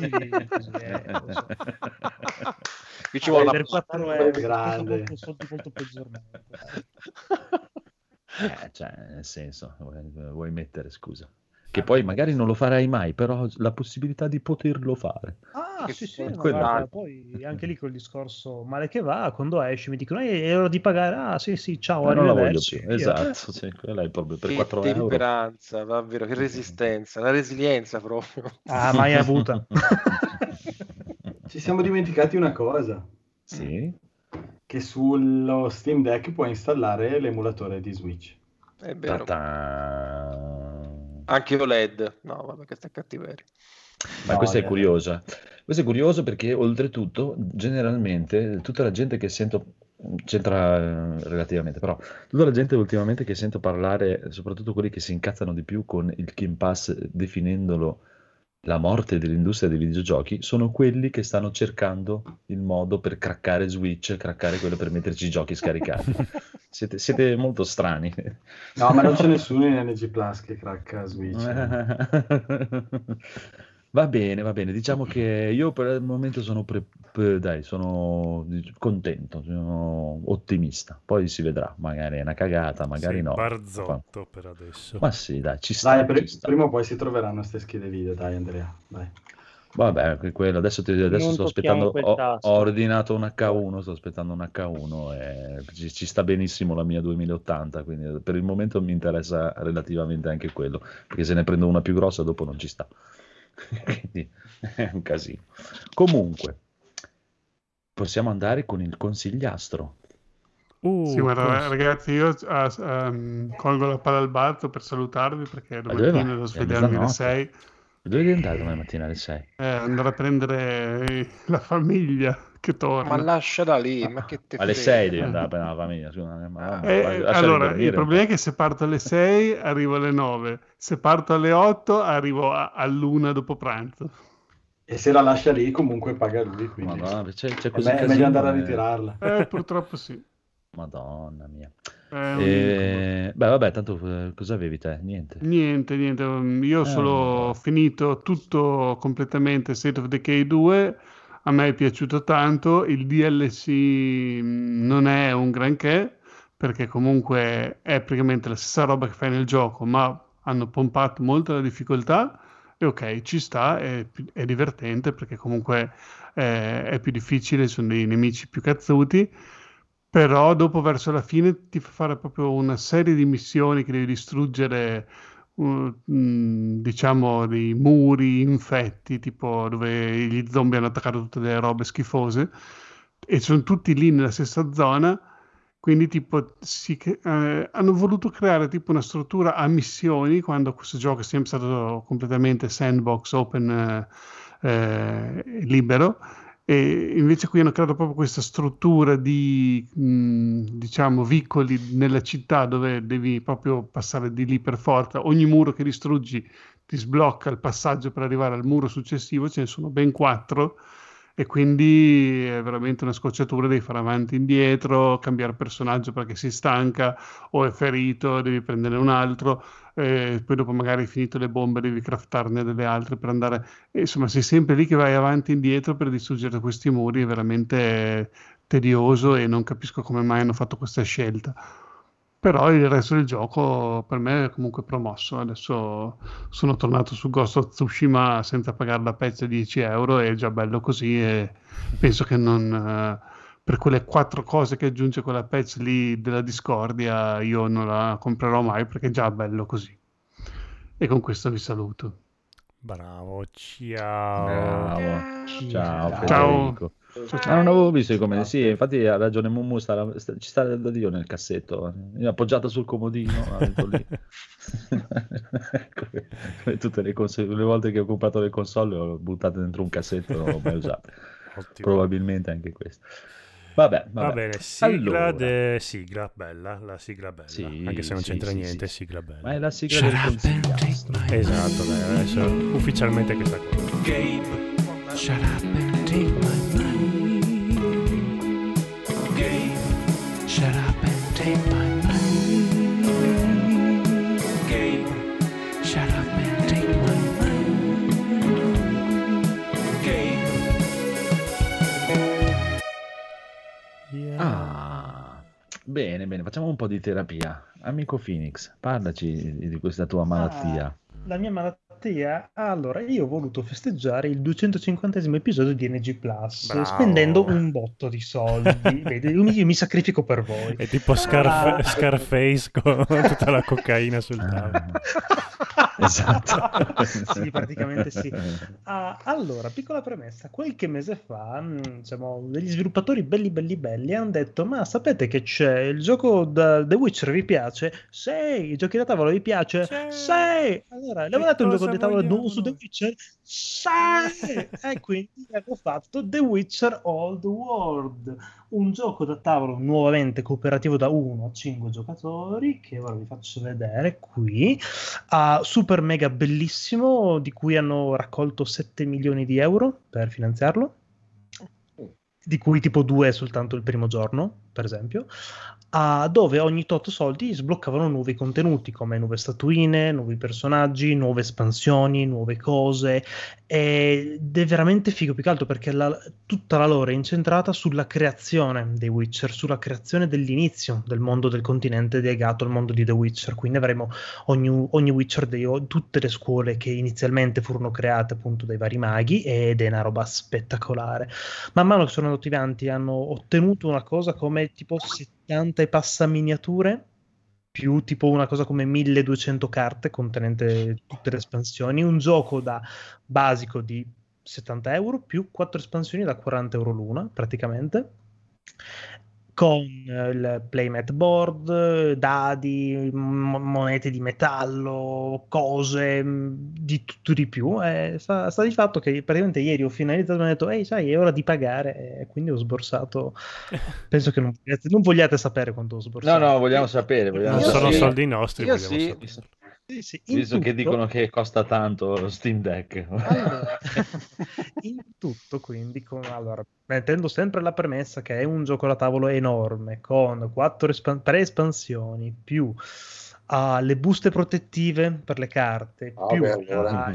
Qui ci vuole per 4 euro grande. molto peggiormente. Cioè, nel senso, vuoi mettere, scusa, che poi magari non lo farai mai, però la possibilità di poterlo fare. Sì, no, guarda, poi anche lì col discorso male che va, quando esci mi dicono è ora di pagare, sì, ciao, non la voglio arrivederci. più, esatto, quella è proprio per 4 euro. Che temperanza, davvero, che resistenza, la resilienza proprio. Mai avuta. Ci siamo dimenticati una cosa. Sì? Che sullo Steam Deck puoi installare l'emulatore di Switch. È vero. Anche OLED. No, vabbè, questa è cattiveria. Ma questa è curiosa. Questo è curioso perché oltretutto, generalmente, tutta la gente che sento, c'entra relativamente, però tutta la gente ultimamente che sento parlare, soprattutto quelli che si incazzano di più con il Game Pass definendolo la morte dell'industria dei videogiochi, sono quelli che stanno cercando il modo per craccare Switch, craccare quello per metterci i giochi scaricati. Siete molto strani. No, ma non c'è nessuno in NG Plus che cracca Switch. Va bene, diciamo che io per il momento sono sono contento, sono ottimista, poi si vedrà, magari è una cagata, magari no. Barzotto per adesso. Ma sì, dai, ci sta. Dai, prima o poi si troveranno queste schede video, dai Andrea, dai. Vabbè, quello, adesso sto aspettando, ho ordinato un H1, sto aspettando un H1 e ci sta benissimo la mia 2080, quindi per il momento mi interessa relativamente anche quello, perché se ne prendo una più grossa dopo non ci sta. Quindi è un casino. Comunque possiamo andare con il consigliastro. Sì, guarda, ragazzi, io colgo la palla al balzo per salutarvi perché domattina devo svegliarmi alle 6. Dove devi andare domani mattina alle 6? Andare a prendere la famiglia che torna. Ma lasciala lì, ma che te alle 6 devi andare a prendere la famiglia. Allora, il problema è che se parto alle 6 arrivo alle 9, se parto alle 8 arrivo all'1 dopo pranzo. E se la lascia lì comunque paga lui, quindi Madonna, c'è è meglio andare a ritirarla. Purtroppo sì. Madonna mia. Beh, vabbè, tanto cosa avevi te? Niente. Io ho solo finito tutto completamente State of Decay 2. A me è piaciuto tanto. Il DLC non è un granché, perché comunque è praticamente la stessa roba che fai nel gioco, ma hanno pompato molto la difficoltà e ok, ci sta, è divertente perché comunque è più difficile, sono dei nemici più cazzuti, però dopo verso la fine ti fa fare proprio una serie di missioni che devi distruggere, diciamo, dei muri infetti, tipo dove gli zombie hanno attaccato tutte le robe schifose e sono tutti lì nella stessa zona. Quindi tipo hanno voluto creare tipo una struttura a missioni quando questo gioco è sempre stato completamente sandbox, open, libero. E invece qui hanno creato proprio questa struttura di, diciamo, vicoli nella città dove devi proprio passare di lì per forza. Ogni muro che distruggi ti sblocca il passaggio per arrivare al muro successivo, ce ne sono ben 4 e quindi è veramente una scocciatura, devi fare avanti e indietro, cambiare personaggio perché si stanca o è ferito, devi prendere un altro, poi dopo magari finito le bombe devi craftarne delle altre per andare, insomma sei sempre lì che vai avanti e indietro per distruggere questi muri, è veramente tedioso e non capisco come mai hanno fatto questa scelta. Però il resto del gioco per me è comunque promosso. Adesso sono tornato su Ghost of Tsushima senza pagare la pezza 10 euro, è già bello così e penso che non, per quelle 4 cose che aggiunge quella patch lì della discordia io non la comprerò mai perché è già bello così. E con questo vi saluto. Bravo, ciao. Bravo. Ciao Ciao. Federico. Non avevo visto come sì, infatti ha ragione Mumu, ci sta da Dio nel cassetto, appoggiato sul comodino, lì. Come tutte le volte che ho comprato le console le ho buttate dentro un cassetto, non l'ho mai usate. Probabilmente anche questo. Vabbè. Va bene, sigla, allora. sigla bella, la sigla bella, sì, anche se non sì, c'entra sì, niente, sì. sigla bella. Ma è la sigla del consigliastro. Esatto, dai, adesso ufficialmente questa cosa. Gabe, shut up and take my money. Gabe, shut up and take my money. Gabe, shut up and take my money. Gabe. Ah, bene, facciamo un po' di terapia. Amico Phoenix, parlaci di questa tua malattia. La mia malattia? Allora, io ho voluto festeggiare il 250esimo episodio di NG Plus, Bravo. spendendo un botto di soldi. Vedi, io mi sacrifico per voi. È tipo Scarface con tutta la cocaina sul tavolo. Esatto. Sì, praticamente sì. Allora, piccola premessa, qualche mese fa, diciamo, degli sviluppatori belli hanno detto: ma sapete che c'è il gioco da The Witcher, vi piace? Sì. I giochi da tavolo vi piace? Sì. Allora, le avete un gioco di tavolo nuovo su The Witcher? Sì. E quindi hanno fatto The Witcher Old World, un gioco da tavolo nuovamente cooperativo da 1 a 5 giocatori, che ora vi faccio vedere qui, super mega bellissimo, di cui hanno raccolto 7 milioni di euro per finanziarlo, di cui tipo 2 soltanto il primo giorno, per esempio, dove ogni tot soldi sbloccavano nuovi contenuti come nuove statuine, nuovi personaggi, nuove espansioni, nuove cose, ed è veramente figo, più che altro perché tutta la lore è incentrata sulla creazione dei Witcher, sulla creazione dell'inizio del mondo del continente legato al mondo di The Witcher, quindi avremo ogni Witcher tutte le scuole che inizialmente furono create appunto dai vari maghi, ed è una roba spettacolare. Man mano che sono andati avanti hanno ottenuto una cosa come tipo 70 e passa miniature, più tipo una cosa come 1200 carte contenente tutte le espansioni, un gioco da basico di 70 euro più 4 espansioni da 40 euro l'una praticamente, con il playmat board, dadi, monete di metallo, cose di tutto di più. Sta di fatto che praticamente ieri ho finalizzato e mi ho detto: ehi, sai, è ora di pagare, e quindi ho sborsato. Penso che non vogliate sapere quanto ho sborsato. No, vogliamo sapere. Non sono soldi nostri, io vogliamo sapere. Sì, visto che dicono che costa tanto lo Steam Deck. Allora, in tutto, quindi, mettendo sempre la premessa che è un gioco da tavolo enorme, con 3 espansioni, più le buste protettive per le carte, più allora.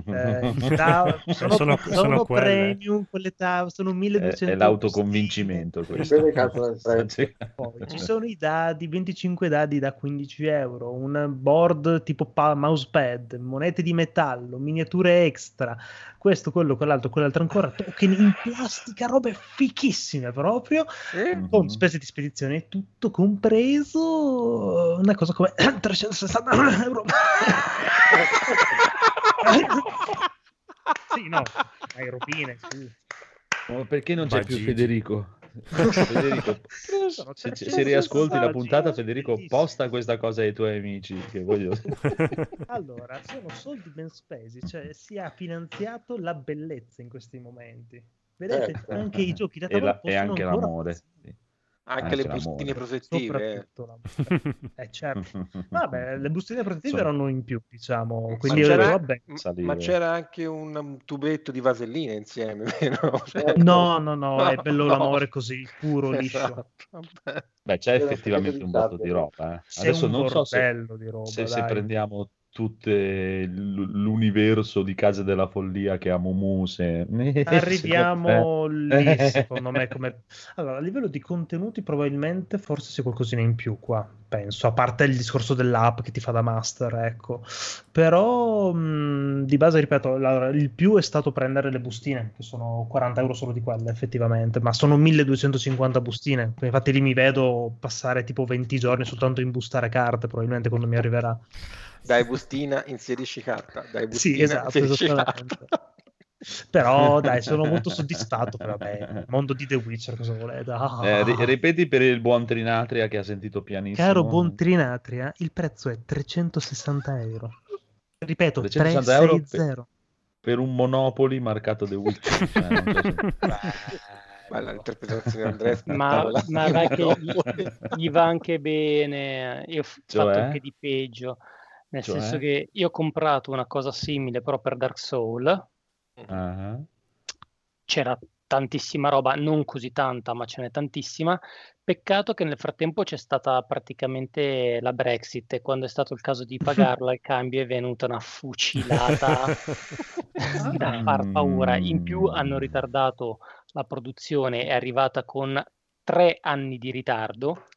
sono quelle. premium, quelle sono 1200 È l'autoconvincimento questo. Poi ci sono i dadi, 25 dadi da 15 euro, un board tipo mousepad, monete di metallo, miniature extra, questo, quello, quell'altro ancora, token in plastica, robe fichissime proprio, con spese di spedizione e tutto compreso, una cosa come 360 euro. Sì, no, hai ropine, sì. Ma perché non c'è più Gigi. Federico? Federico, se riascolti la puntata, Federico, bellissimo. posta questa cosa ai tuoi amici che voglio... Allora, sono soldi ben spesi, cioè si è finanziato la bellezza in questi momenti. Vedete, anche i giochi da tavola e anche possono ancora l'amore. Sì. Anche le l'amore. bustine protettive. soprattutto certo. Vabbè, le bustine protettive Sono- erano in più, diciamo, quindi Ma c'era, vabbè. ma c'era anche un tubetto di vasellina insieme, vero? No, è bello l'amore così, puro, liscio. Esatto, vabbè. Beh, c'è effettivamente un botto di roba. C'è Adesso un non so se, bordello di roba, se dai. prendiamo tutte l'universo di Case della Follia che ha Mumu, se... Arriviamo lì, secondo me. Allora, a livello di contenuti, probabilmente forse c'è qualcosina in più qua, penso, a parte il discorso dell'app che ti fa da master, ecco. Però di base, ripeto, allora, il più è stato prendere le bustine, che sono 40 euro solo di quelle, effettivamente, ma sono 1250 bustine. Infatti lì mi vedo passare tipo 20 giorni soltanto in bustare carte, probabilmente quando mi arriverà. Dai bustina, inserisci carta. Dai bustina, Sì, esatto, inserisci esattamente. carta. Però dai, sono molto soddisfatto. Vabbè, il mondo di The Witcher, cosa volete? Ripeti per il buon Trinatria che ha sentito pianissimo. Caro buon Trinatria, il prezzo è 360 euro. Ripeto, 360 euro 360. per un Monopoly marcato The Witcher. Cioè, non so se... Bella l'interpretazione di Andrea. Ma vai che gli va anche bene. Io ho fatto Cioè? anche di peggio, nel Cioè? senso che io ho comprato una cosa simile però per Dark Souls. Ah. C'era tantissima roba, non così tanta, ma ce n'è tantissima. Peccato che nel frattempo c'è stata praticamente la Brexit e quando è stato il caso di pagarla il cambio è venuta una fucilata da far paura. In più hanno ritardato la produzione, è arrivata con 3 anni di ritardo,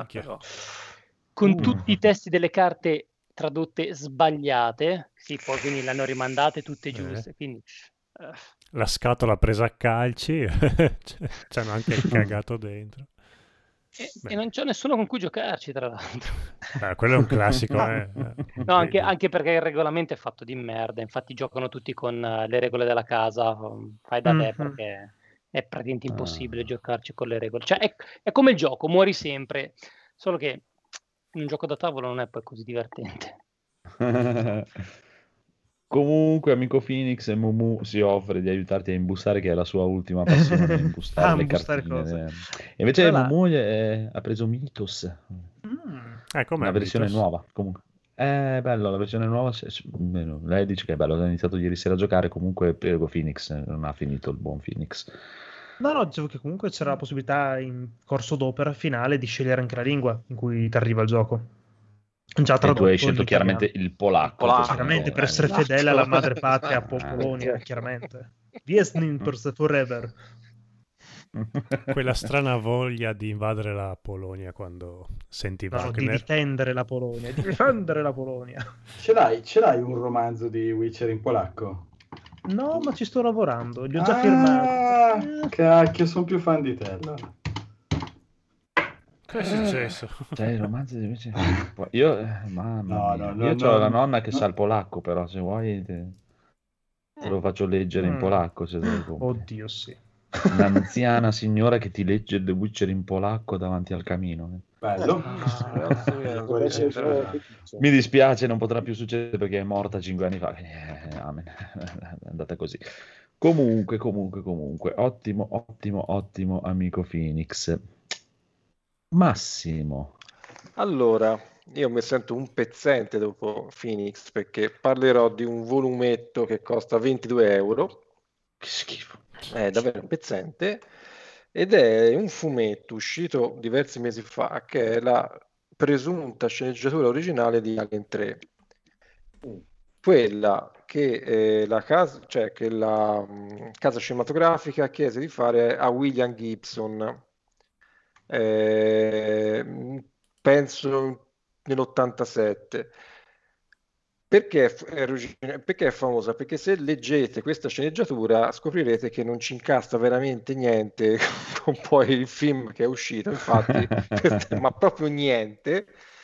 con tutti i testi delle carte tradotte sbagliate. Sì, poi quindi le hanno rimandate tutte giuste, quindi... La scatola presa a calci, ci hanno anche cagato dentro. E non c'è nessuno con cui giocarci, tra l'altro. Quello è un classico. No, anche perché il regolamento è fatto di merda. Infatti giocano tutti con le regole della casa. Fai da te perché è praticamente impossibile giocarci con le regole. Cioè è come il gioco, muori sempre. Solo che in un gioco da tavolo non è poi così divertente. Comunque, amico Phoenix, Mumu si offre di aiutarti a imbustare, che è la sua ultima passione, imbustare le imbustare cartine. cose. E invece Tra Mumu ha preso Mythos, una versione nuova. Comunque, è bello, la versione nuova. Lei dice che è bello, ho iniziato ieri sera a giocare. Comunque, prego Phoenix, non ha finito il buon Phoenix. No, dicevo che comunque c'era la possibilità in corso d'opera finale di scegliere anche la lingua in cui ti arriva il gioco. Già E tu hai scelto chiaramente il polacco. Chiaramente, per essere fedele alla madre patria, a Polonia, chiaramente. Wiesnin forever. Quella strana voglia di invadere la Polonia quando senti Wagner. Di difendere la Polonia, di difendere la Polonia. Ce l'hai un romanzo di Witcher in polacco? No, ma ci sto lavorando, li ho già firmato. Cacchio, sono più fan di te allora. Cosa è successo? Cioè, i romanzi invece... Io, ho la nonna che sa il polacco, però se vuoi te lo faccio leggere in polacco. Se Oddio, sì. Un'anziana signora che ti legge The Witcher in polacco davanti al camino. Bello. Mi dispiace, non potrà più succedere perché è morta 5 anni fa. Amen. È andata così. Comunque, ottimo amico Phoenix. Massimo. Allora, io mi sento un pezzente dopo Phoenix perché parlerò di un volumetto che costa 22 euro. Che schifo. È davvero un pezzente ed è un fumetto uscito diversi mesi fa che è la presunta sceneggiatura originale di Alien 3, quella che la casa, cioè che la casa cinematografica chiese di fare a William Gibson, penso nell'87. Perché è famosa? Perché se leggete questa sceneggiatura scoprirete che non ci incasta veramente niente con poi il film che è uscito, infatti, ma proprio niente,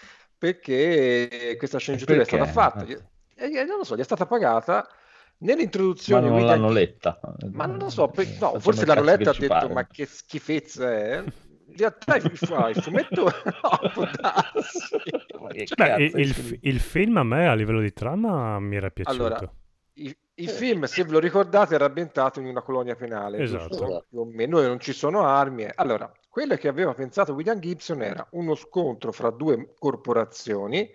perché questa sceneggiatura è stata fatta, non lo so, gli è stata pagata Ma nell'introduzione. non William l'hanno letta. Ma non lo so, no, Facciamo forse il l'hanno cazzo letta e che ha ci detto pare. ma che schifezza è. In realtà il fumetto no, può darsi. Ma che Beh, cazzo il film a me a livello di trama mi era piaciuto. Allora, il film, se ve lo ricordate, era ambientato in una colonia penale, Esatto. giusto? Più o meno, non ci sono armi. Allora, quello che aveva pensato William Gibson era uno scontro fra due corporazioni,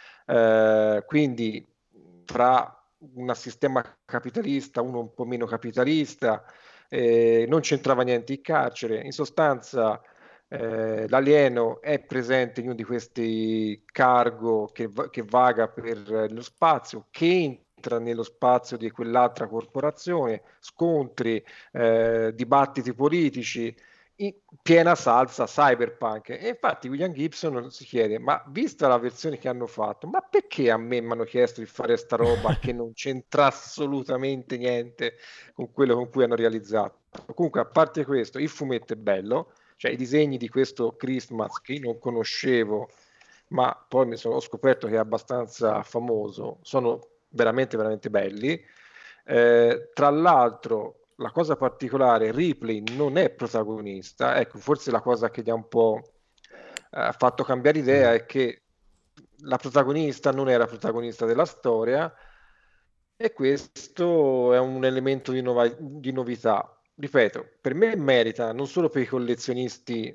quindi fra un sistema capitalista, uno un po' meno capitalista, non c'entrava niente il carcere. In sostanza, l'alieno è presente in uno di questi cargo che vaga per lo spazio, che entra nello spazio di quell'altra corporazione, scontri, dibattiti politici, in piena salsa cyberpunk. E infatti William Gibson si chiede, ma vista la versione che hanno fatto, ma perché a me mi hanno chiesto di fare sta roba che non c'entra assolutamente niente con quello con cui hanno realizzato? Comunque, a parte questo, il fumetto è bello, cioè i disegni di questo Christmas che io non conoscevo, ma poi ho scoperto che è abbastanza famoso, sono veramente veramente belli. Tra l'altro, la cosa particolare, Ripley non è protagonista, ecco, forse la cosa che gli ha un po' fatto cambiare idea è che la protagonista non era protagonista della storia, e questo è un elemento di novità. Ripeto, per me merita, non solo per i collezionisti.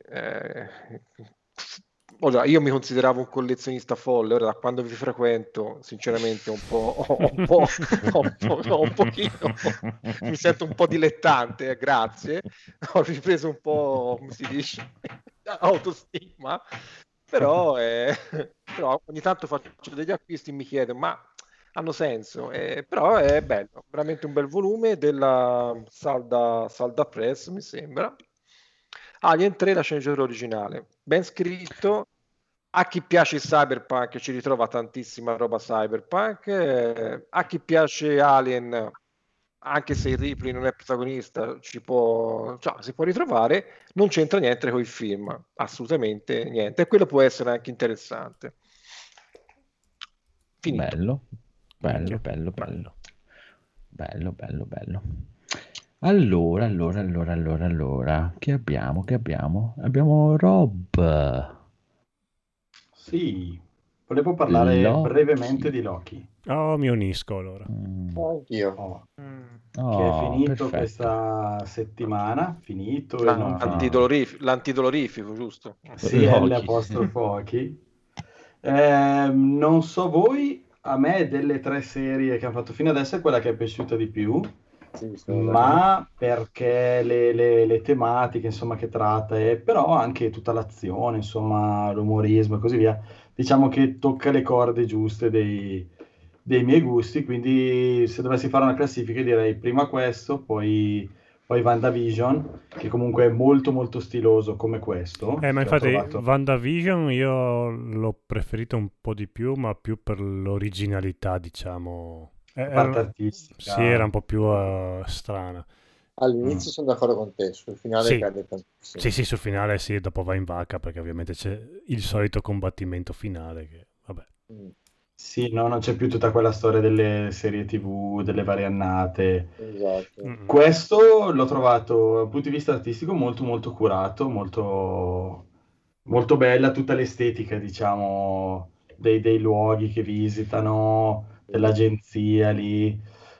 Ora, io mi consideravo un collezionista folle, ora da quando vi frequento, sinceramente un pochino, mi sento un po' dilettante, grazie, ho ripreso un po', come si dice, autostima, però ogni tanto faccio degli acquisti e mi chiedo, ma hanno senso, però è bello, veramente un bel volume della Salda Press, mi sembra. Alien 3, la sceneggiatura originale, ben scritto. A chi piace il cyberpunk ci ritrova tantissima roba cyberpunk, a chi piace Alien, anche se il Ripley non è protagonista, si può ritrovare. Non c'entra niente con il film, assolutamente niente, e quello può essere anche interessante. Finito. Bello. Allora, che abbiamo? Abbiamo Rob. Sì, volevo parlare brevemente di Loki. Oh, mi unisco allora. Anch'io. Che è finito perfetto. questa settimana, finito e non L'antidolorifico, giusto? Sì, L''Oki. Non so voi, a me delle 3 serie che hanno fatto fino adesso è quella che è piaciuta di più, ma perché le tematiche, insomma, che tratta, però anche tutta l'azione, insomma, l'umorismo e così via, diciamo che tocca le corde giuste dei miei gusti, quindi se dovessi fare una classifica direi prima questo, poi WandaVision, che comunque è molto molto stiloso come questo. Ma infatti WandaVision io l'ho preferito un po' di più, ma più per l'originalità, diciamo. Parte artistica. Sì, era un po' più strana. All'inizio sono d'accordo con te, sul finale cade tantissimo. Sì, sul finale sì, dopo va in vacca, perché ovviamente c'è il solito combattimento finale che, vabbè. Sì, no, non c'è più tutta quella storia delle serie TV, delle varie annate. Esatto. Questo l'ho trovato dal punto di vista artistico molto molto curato, molto, molto bella tutta l'estetica, diciamo, dei luoghi che visitano, dell'agenzia lì.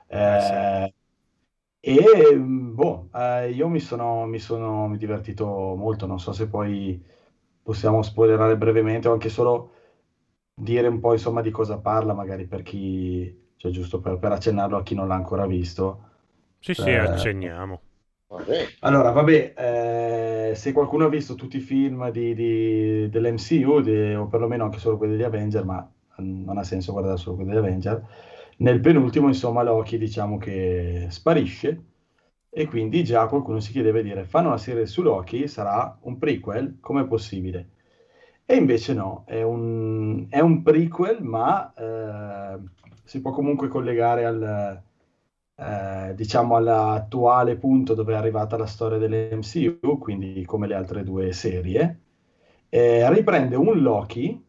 Io mi sono divertito molto, non so se poi possiamo spoilerare brevemente o anche solo dire un po' insomma di cosa parla, magari per chi, cioè giusto per accennarlo a chi non l'ha ancora visto. Sì, accenniamo. Allora, vabbè, se qualcuno ha visto tutti i film dell'MCU, o perlomeno anche solo quelli degli Avenger, ma non ha senso guardare solo quelli degli Avenger, nel penultimo, insomma, Loki diciamo che sparisce, e quindi già qualcuno si chiedeva di dire, fanno una serie su Loki, sarà un prequel? Com'è possibile? E invece no, è un prequel, ma si può comunque collegare diciamo all'attuale punto dove è arrivata la storia dell'MCU, quindi come le altre due serie. Riprende un Loki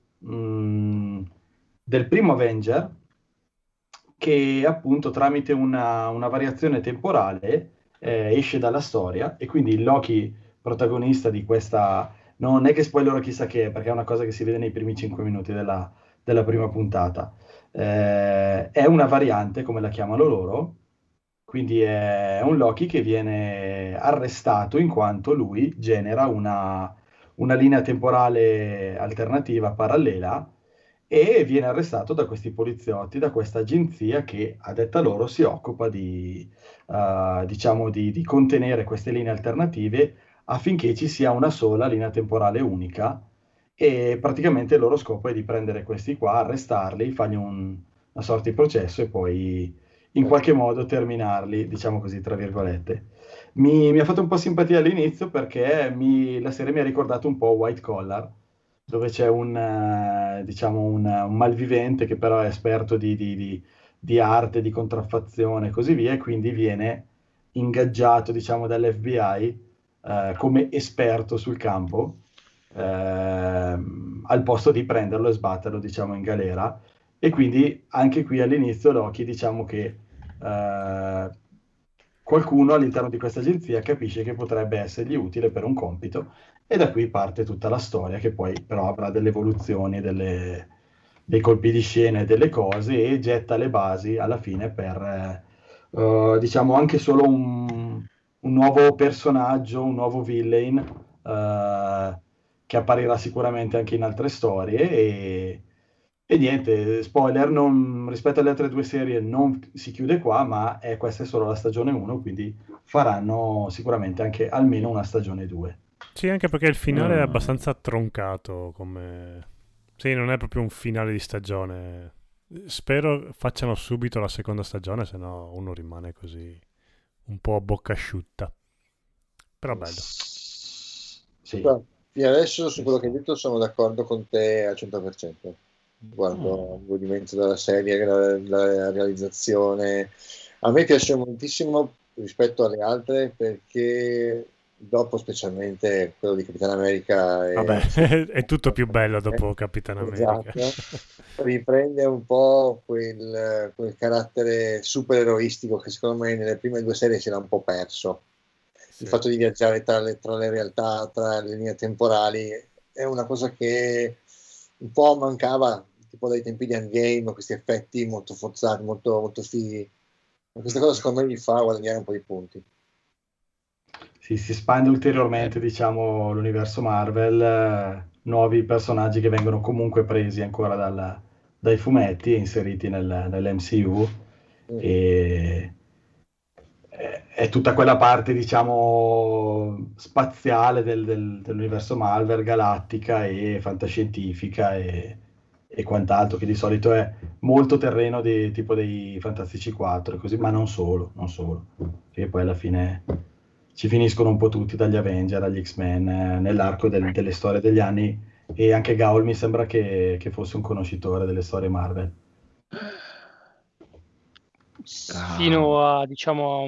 del primo Avenger, che appunto tramite una variazione temporale esce dalla storia, e quindi il Loki protagonista di questa, non è che spoilerò chissà che, perché è una cosa che si vede nei primi 5 minuti della prima puntata, è una variante, come la chiamano loro, quindi è un Loki che viene arrestato in quanto lui genera una linea temporale alternativa, parallela, e viene arrestato da questi poliziotti, da questa agenzia che, a detta loro, si occupa diciamo di contenere queste linee alternative affinché ci sia una sola linea temporale unica, e praticamente il loro scopo è di prendere questi qua, arrestarli, fargli una sorta di processo e poi in qualche modo terminarli, diciamo così, tra virgolette. Mi ha fatto un po' simpatia all'inizio perché la serie mi ha ricordato un po' White Collar, dove c'è diciamo un malvivente che però è esperto di arte, di contraffazione e così via, e quindi viene ingaggiato, diciamo, dall'FBI come esperto sul campo, al posto di prenderlo e sbatterlo, diciamo, in galera. E quindi anche qui all'inizio Loki, diciamo che qualcuno all'interno di questa agenzia capisce che potrebbe essergli utile per un compito, e da qui parte tutta la storia, che poi però avrà delle evoluzioni, dei colpi di scena e delle cose, e getta le basi alla fine per diciamo anche solo un nuovo personaggio, un nuovo villain che apparirà sicuramente anche in altre storie. E niente, spoiler, rispetto alle altre due serie non si chiude qua, ma questa è solo la stagione 1, quindi faranno sicuramente anche almeno una stagione 2. Sì, anche perché il finale è abbastanza troncato, come... Sì, non è proprio un finale di stagione. Spero facciano subito la seconda stagione, se no uno rimane così un po' a bocca asciutta. Però bello. Sì. Fino adesso su quello che hai detto sono d'accordo con te al 100%. Guardo il godimento della serie, la realizzazione. A me piace moltissimo rispetto alle altre, perché dopo, specialmente quello di Capitan America, è tutto più bello dopo Capitan America. Esatto. Riprende un po' quel carattere super eroistico che secondo me nelle prime due serie si era un po' perso. Sì. Il fatto di viaggiare tra le realtà, tra le linee temporali, è una cosa che un po' mancava tipo dai tempi di Endgame, questi effetti molto forzati, molto, molto fighi. Questa cosa secondo me gli fa guadagnare un po' di punti. Sì, si espande ulteriormente, diciamo, l'universo Marvel, nuovi personaggi che vengono comunque presi ancora dai fumetti e inseriti nell'MCU, e è tutta quella parte, diciamo, spaziale dell'universo Marvel, galattica e fantascientifica e quant'altro, che di solito è molto terreno tipo dei Fantastici 4, così, ma non solo, perché poi alla fine ci finiscono un po' tutti, dagli Avenger agli X-Men, nell'arco delle storie degli anni, e anche Gaul mi sembra che fosse un conoscitore delle storie Marvel. Fino a, diciamo,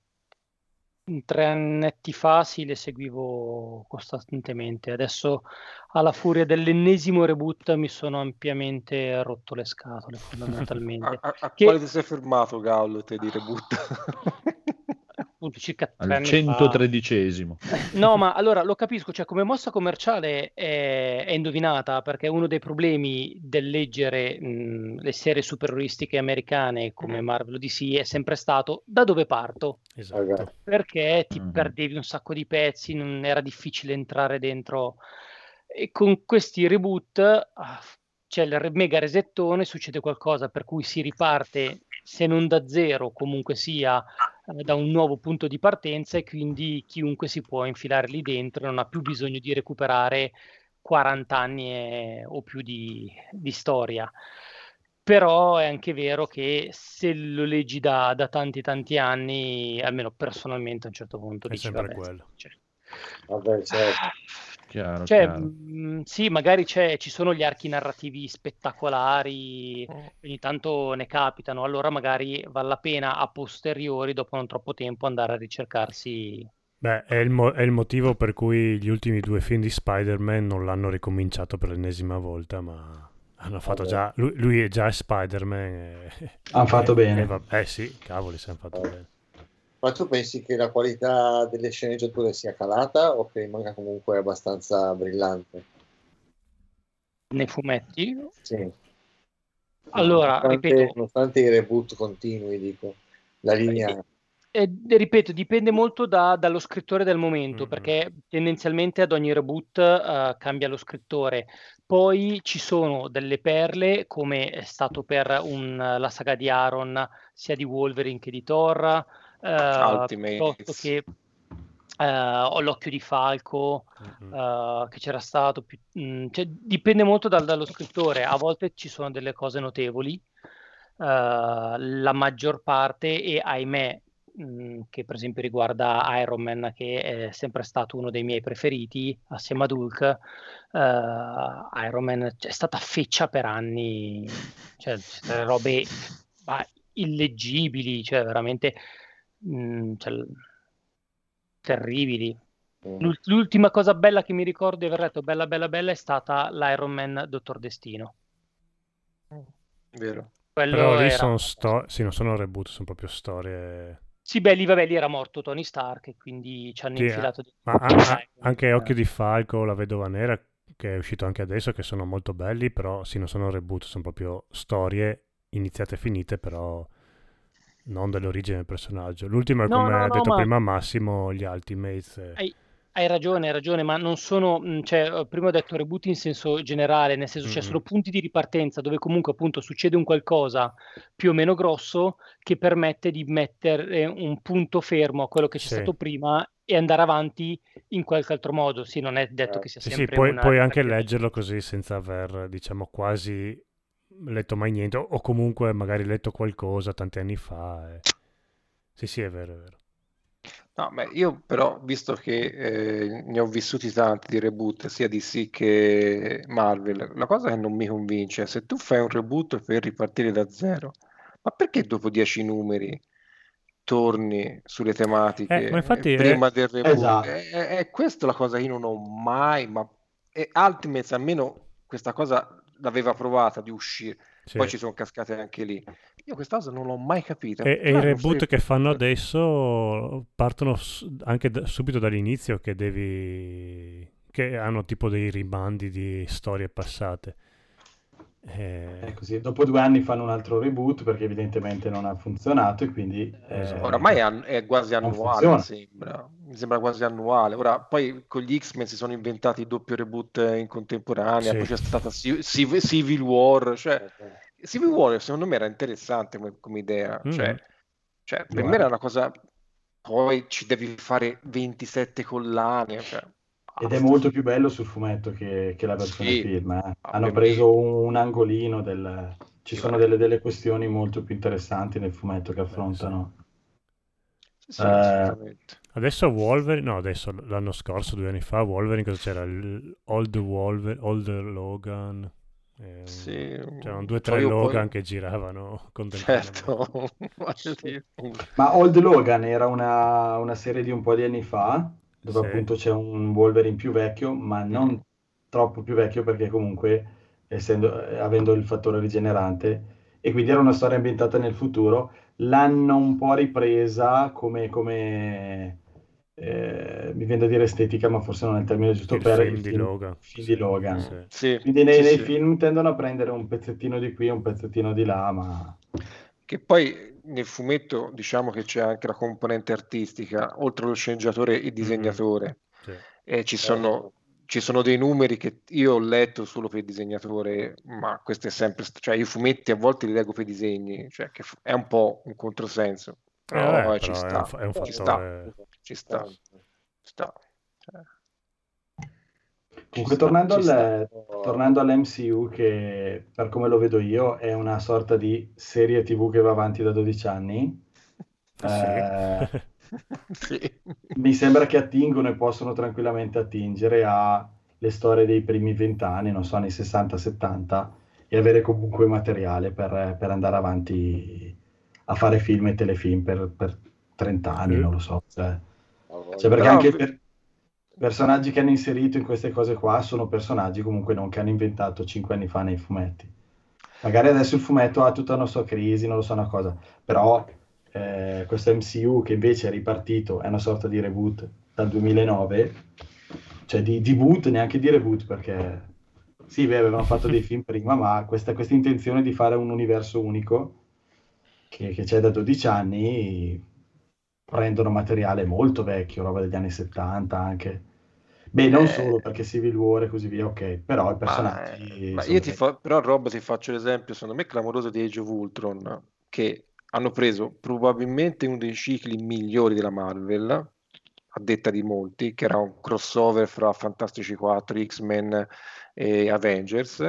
3 annetti fa sì, le seguivo costantemente. Adesso, alla furia dell'ennesimo reboot, mi sono ampiamente rotto le scatole, fondamentalmente. Quale ti sei fermato, Gaul, te di reboot? Appunto, circa 3 al anni 113esimo. No, ma allora lo capisco, cioè come mossa commerciale è indovinata, perché uno dei problemi del leggere le serie supereroistiche americane come Marvel o DC è sempre stato: da dove parto? Esatto. Perché ti perdevi un sacco di pezzi, non era difficile entrare dentro. E con questi reboot c'è il mega resettone, succede qualcosa per cui si riparte, se non da zero, comunque sia da un nuovo punto di partenza, e quindi chiunque si può infilare lì dentro, non ha più bisogno di recuperare 40 anni o più di storia. Però è anche vero che se lo leggi da tanti anni, almeno personalmente a un certo punto È dici sempre vabbè, quello. Vabbè, certo. Chiaro, cioè, chiaro. sì, magari ci sono gli archi narrativi spettacolari, ogni tanto ne capitano, allora magari vale la pena a posteriori, dopo non troppo tempo, andare a ricercarsi. Beh, è il motivo per cui gli ultimi 2 film di Spider-Man non l'hanno ricominciato per l'ennesima volta, ma hanno fatto già... Lui è già Spider-Man. Hanno fatto bene. Sì, cavoli, si hanno fatto bene. Ma tu pensi che la qualità delle sceneggiature sia calata o che rimanga comunque abbastanza brillante? Nei fumetti? Sì. Allora, ripeto, nonostante i reboot continui, dico, la linea... ripeto, dipende molto dallo scrittore del momento, perché tendenzialmente ad ogni reboot cambia lo scrittore. Poi ci sono delle perle, come è stato per la saga di Aaron, sia di Wolverine che di Thor, piuttosto che ho l'occhio di Falco, che c'era stato. Cioè, dipende molto dallo scrittore. A volte ci sono delle cose notevoli, la maggior parte, e ahimè, che per esempio riguarda Iron Man, che è sempre stato uno dei miei preferiti assieme ad Hulk. Iron Man è stata feccia per anni, cioè delle robe illeggibili, cioè veramente cioè, terribili. L'ultima cosa bella che mi ricordo di aver letto, bella è stata l'Iron Man Dottor Destino. Vero. Però lì era... sì, non sono reboot, sono proprio storie... Sì, beh, lì era morto Tony Stark e quindi ci hanno infilato ma anche Occhio di Falco, La Vedova Nera, che è uscito anche adesso, che sono molto belli, però sì, non sono reboot, sono proprio storie iniziate e finite, però non dell'origine del personaggio. L'ultimo è, come ha detto prima Massimo, gli Ultimates. Hai ragione, ma non sono, cioè, prima ho detto reboot in senso generale, nel senso, sono punti di ripartenza dove comunque appunto succede un qualcosa più o meno grosso che permette di mettere un punto fermo a quello che c'è stato prima e andare avanti in qualche altro modo. Sì, non è detto che sia sempre puoi anche leggerlo così senza aver, diciamo, quasi letto mai niente, o comunque magari letto qualcosa tanti anni fa. Sì, è vero, è vero. No, beh, io però, visto che ne ho vissuti tanti di reboot, sia DC che Marvel, la cosa che non mi convince è se tu fai un reboot per ripartire da zero, ma perché dopo 10 numeri torni sulle tematiche ma infatti prima del reboot? Esatto. È questa la cosa che io non ho mai, ma Ultimates almeno questa cosa l'aveva provata di uscire. Poi ci sono cascate anche lì. Io questa cosa non l'ho mai capita. E i reboot che fanno adesso partono anche subito dall'inizio, che hanno tipo dei rimandi di storie passate. È così. Dopo 2 anni fanno un altro reboot perché evidentemente non ha funzionato e quindi oramai è quasi annuale, mi sembra quasi annuale. Ora poi con gli X-Men si sono inventati il doppio reboot in contemporanea, poi c'è stata Civil War, cioè Civil War secondo me era interessante come idea, cioè per me era una cosa, poi ci devi fare 27 collane, ed è molto più bello sul fumetto che la versione film. Hanno preso un angolino ci sono delle questioni molto più interessanti nel fumetto che affrontano. Assolutamente. Adesso Wolverine, no, adesso l'anno scorso, 2 anni fa, Wolverine, cosa c'era? Old Wolverine, Old Logan. C'erano 2 o 3 Logan che giravano contemporaneamente. Ma Old Logan era una serie di un po' di anni fa, dove appunto c'è un Wolverine più vecchio, ma non troppo più vecchio perché comunque avendo il fattore rigenerante, e quindi era una storia ambientata nel futuro. L'hanno un po' ripresa come mi viene da dire estetica, ma forse non è il termine giusto per il film di Logan. Quindi nei film tendono a prendere un pezzettino di qui, un pezzettino di là, ma... Che poi nel fumetto diciamo che c'è anche la componente artistica, oltre allo sceneggiatore e disegnatore. E ci sono dei numeri che io ho letto solo per il disegnatore, ma questo è sempre, cioè i fumetti a volte li leggo per i disegni, cioè che è un po' un controsenso. Però però è un ci fattore. sta. Comunque, tornando all'MCU, che per come lo vedo io è una sorta di serie TV che va avanti da 12 anni, Sì. mi sembra che attingono e possono tranquillamente attingere alle storie dei primi 20 anni, non so, anni 60-70, e avere comunque materiale per andare avanti a fare film e telefilm per 30 anni, non lo so. Cioè, perché anche personaggi che hanno inserito in queste cose qua sono personaggi comunque non che hanno inventato 5 anni fa nei fumetti. Magari adesso il fumetto ha tutta una sua crisi, non lo so, una cosa, però questo MCU che invece è ripartito, è una sorta di reboot dal 2009, cioè di boot, neanche di reboot, perché sì, beh, avevano fatto dei film prima, ma questa intenzione di fare un universo unico che c'è da 12 anni, prendono materiale molto vecchio, roba degli anni 70 anche. Beh, non solo perché Civil War e così via, ok, però i personaggi... Ma io però Rob, ti faccio l'esempio, secondo me clamoroso di Age of Ultron, che hanno preso probabilmente uno dei cicli migliori della Marvel, a detta di molti, che era un crossover fra Fantastici 4, X-Men e Avengers.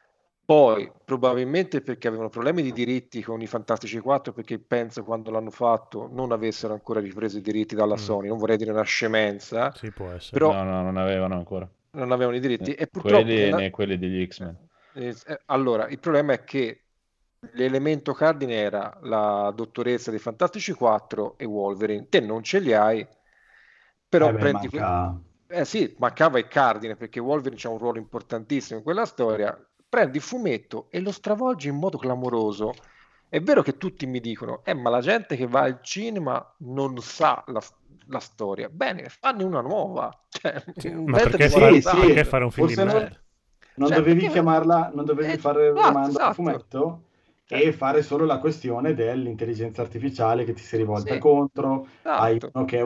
Poi, probabilmente perché avevano problemi di diritti con i Fantastici 4, perché penso quando l'hanno fatto non avessero ancora ripreso i diritti dalla Sony, non vorrei dire una scemenza. Sì, può essere. Però No, non avevano ancora. Non avevano i diritti. E purtroppo quelli degli X-Men. Allora, il problema è che l'elemento cardine era la dottoressa dei Fantastici 4 e Wolverine. Te non ce li hai, però prendi... sì, mancava il cardine, perché Wolverine c'ha un ruolo importantissimo in quella storia. Prendi il fumetto e lo stravolgi in modo clamoroso. È vero che tutti mi dicono, ma la gente che va al cinema non sa la storia. Bene, fanne una nuova. Cioè, ma perché fare un film di merda? Non dovevi chiamarla, non dovevi fare il rimando al fumetto e fare solo la questione dell'intelligenza artificiale che ti si rivolta contro. Hai uno che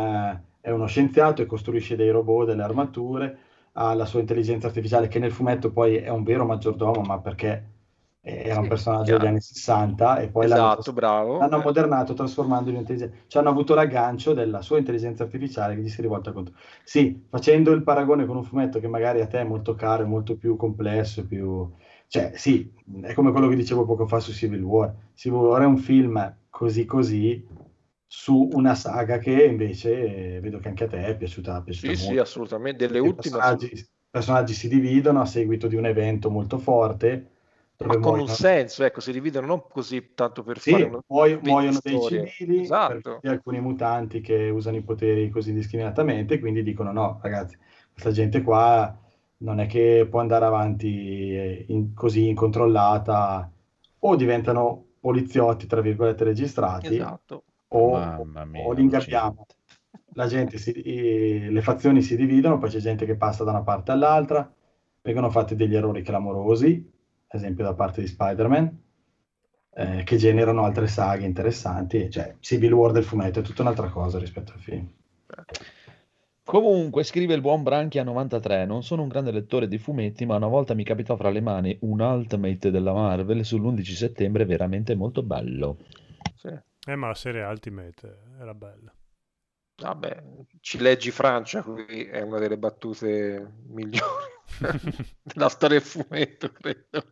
è uno scienziato e costruisce dei robot, delle armature, ha la sua intelligenza artificiale che nel fumetto poi è un vero maggiordomo, ma perché era un personaggio degli anni 60 e poi l'hanno ammodernato trasformando in intelligenza. Ci hanno avuto l'aggancio della sua intelligenza artificiale che gli si rivolta contro. Sì, facendo il paragone con un fumetto che magari a te è molto caro, è molto più complesso, cioè sì, è come quello che dicevo poco fa su Civil War. Civil War è un film così su una saga che invece vedo che anche a te è piaciuta molto. Sì, assolutamente. Delle ultime personaggi si dividono a seguito di un evento molto forte, ma con un senso, ecco, si dividono non così tanto per fare una muoiono dei civili, perché alcuni mutanti che usano i poteri così indiscriminatamente, quindi dicono no, ragazzi, questa gente qua non è che può andare avanti così incontrollata, o diventano poliziotti, tra virgolette, registrati, o li ingabbiamo. La gente le fazioni si dividono, poi c'è gente che passa da una parte all'altra, vengono fatti degli errori clamorosi, ad esempio da parte di Spider-Man, che generano altre saghe interessanti. Cioè, Civil War del fumetto è tutta un'altra cosa rispetto al film. Comunque, scrive il buon Branchia 93, non sono un grande lettore di fumetti, ma una volta mi capitò fra le mani un Ultimate della Marvel sull'11 settembre, veramente molto bello. Sì. Ma la serie Ultimate era bella. Vabbè, ci leggi Francia, qui è una delle battute migliori della storia del fumetto, credo.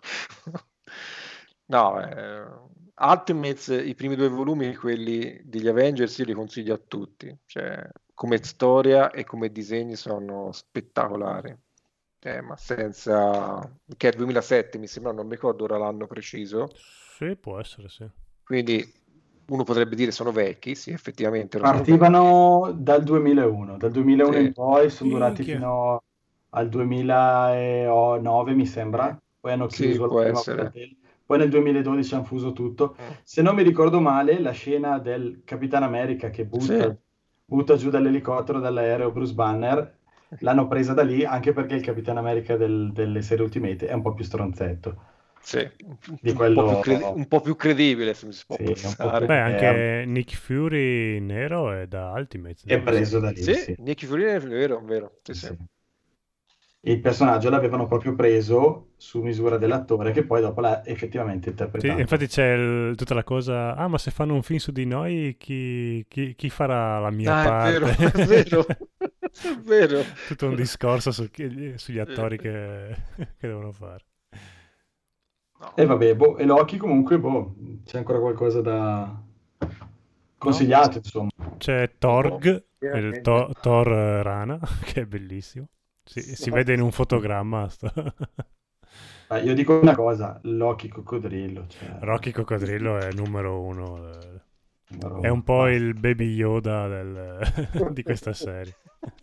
No, Ultimates, i primi 2 volumi, quelli degli Avengers, io li consiglio a tutti. Cioè, come storia e come disegni sono spettacolari. Ma senza... che è il 2007, mi sembra, non mi ricordo ora l'anno preciso. Sì, può essere, sì. Quindi... uno potrebbe dire sono vecchi, sì, effettivamente. Partivano dal 2001, in poi sono durati fino al 2009, mi sembra. Poi hanno chiuso la prima fratelli. Poi nel 2012 hanno fuso tutto. Se non mi ricordo male, la scena del Capitan America che butta giù dall'elicottero, dall'aereo Bruce Banner, l'hanno presa da lì, anche perché il Capitan America delle serie Ultimate è un po' più stronzetto. Sì, di quello... un po' più credibile, se mi si può pensare. Beh, anche Nick Fury nero è da Ultimate. È preso da lì, sì. Nick Fury è vero. Sì. E il personaggio l'avevano proprio preso su misura dell'attore che poi dopo l'ha effettivamente Sì, interpretato. infatti c'è tutta la cosa, ma se fanno un film su di noi, chi farà la mia Ah, è vero, parte? è vero, è vero. Tutto un discorso sugli attori che devono fare. No. E vabbè, e Loki comunque, c'è ancora qualcosa da consigliato, insomma. C'è Torg, veramente. Thor rana, che è bellissimo. Si vede in un fotogramma. Io dico una cosa, Loki coccodrillo. Cioè, Rocky Coccodrillo è numero uno. numero È un uno, po' basta. il baby Yoda di questa serie.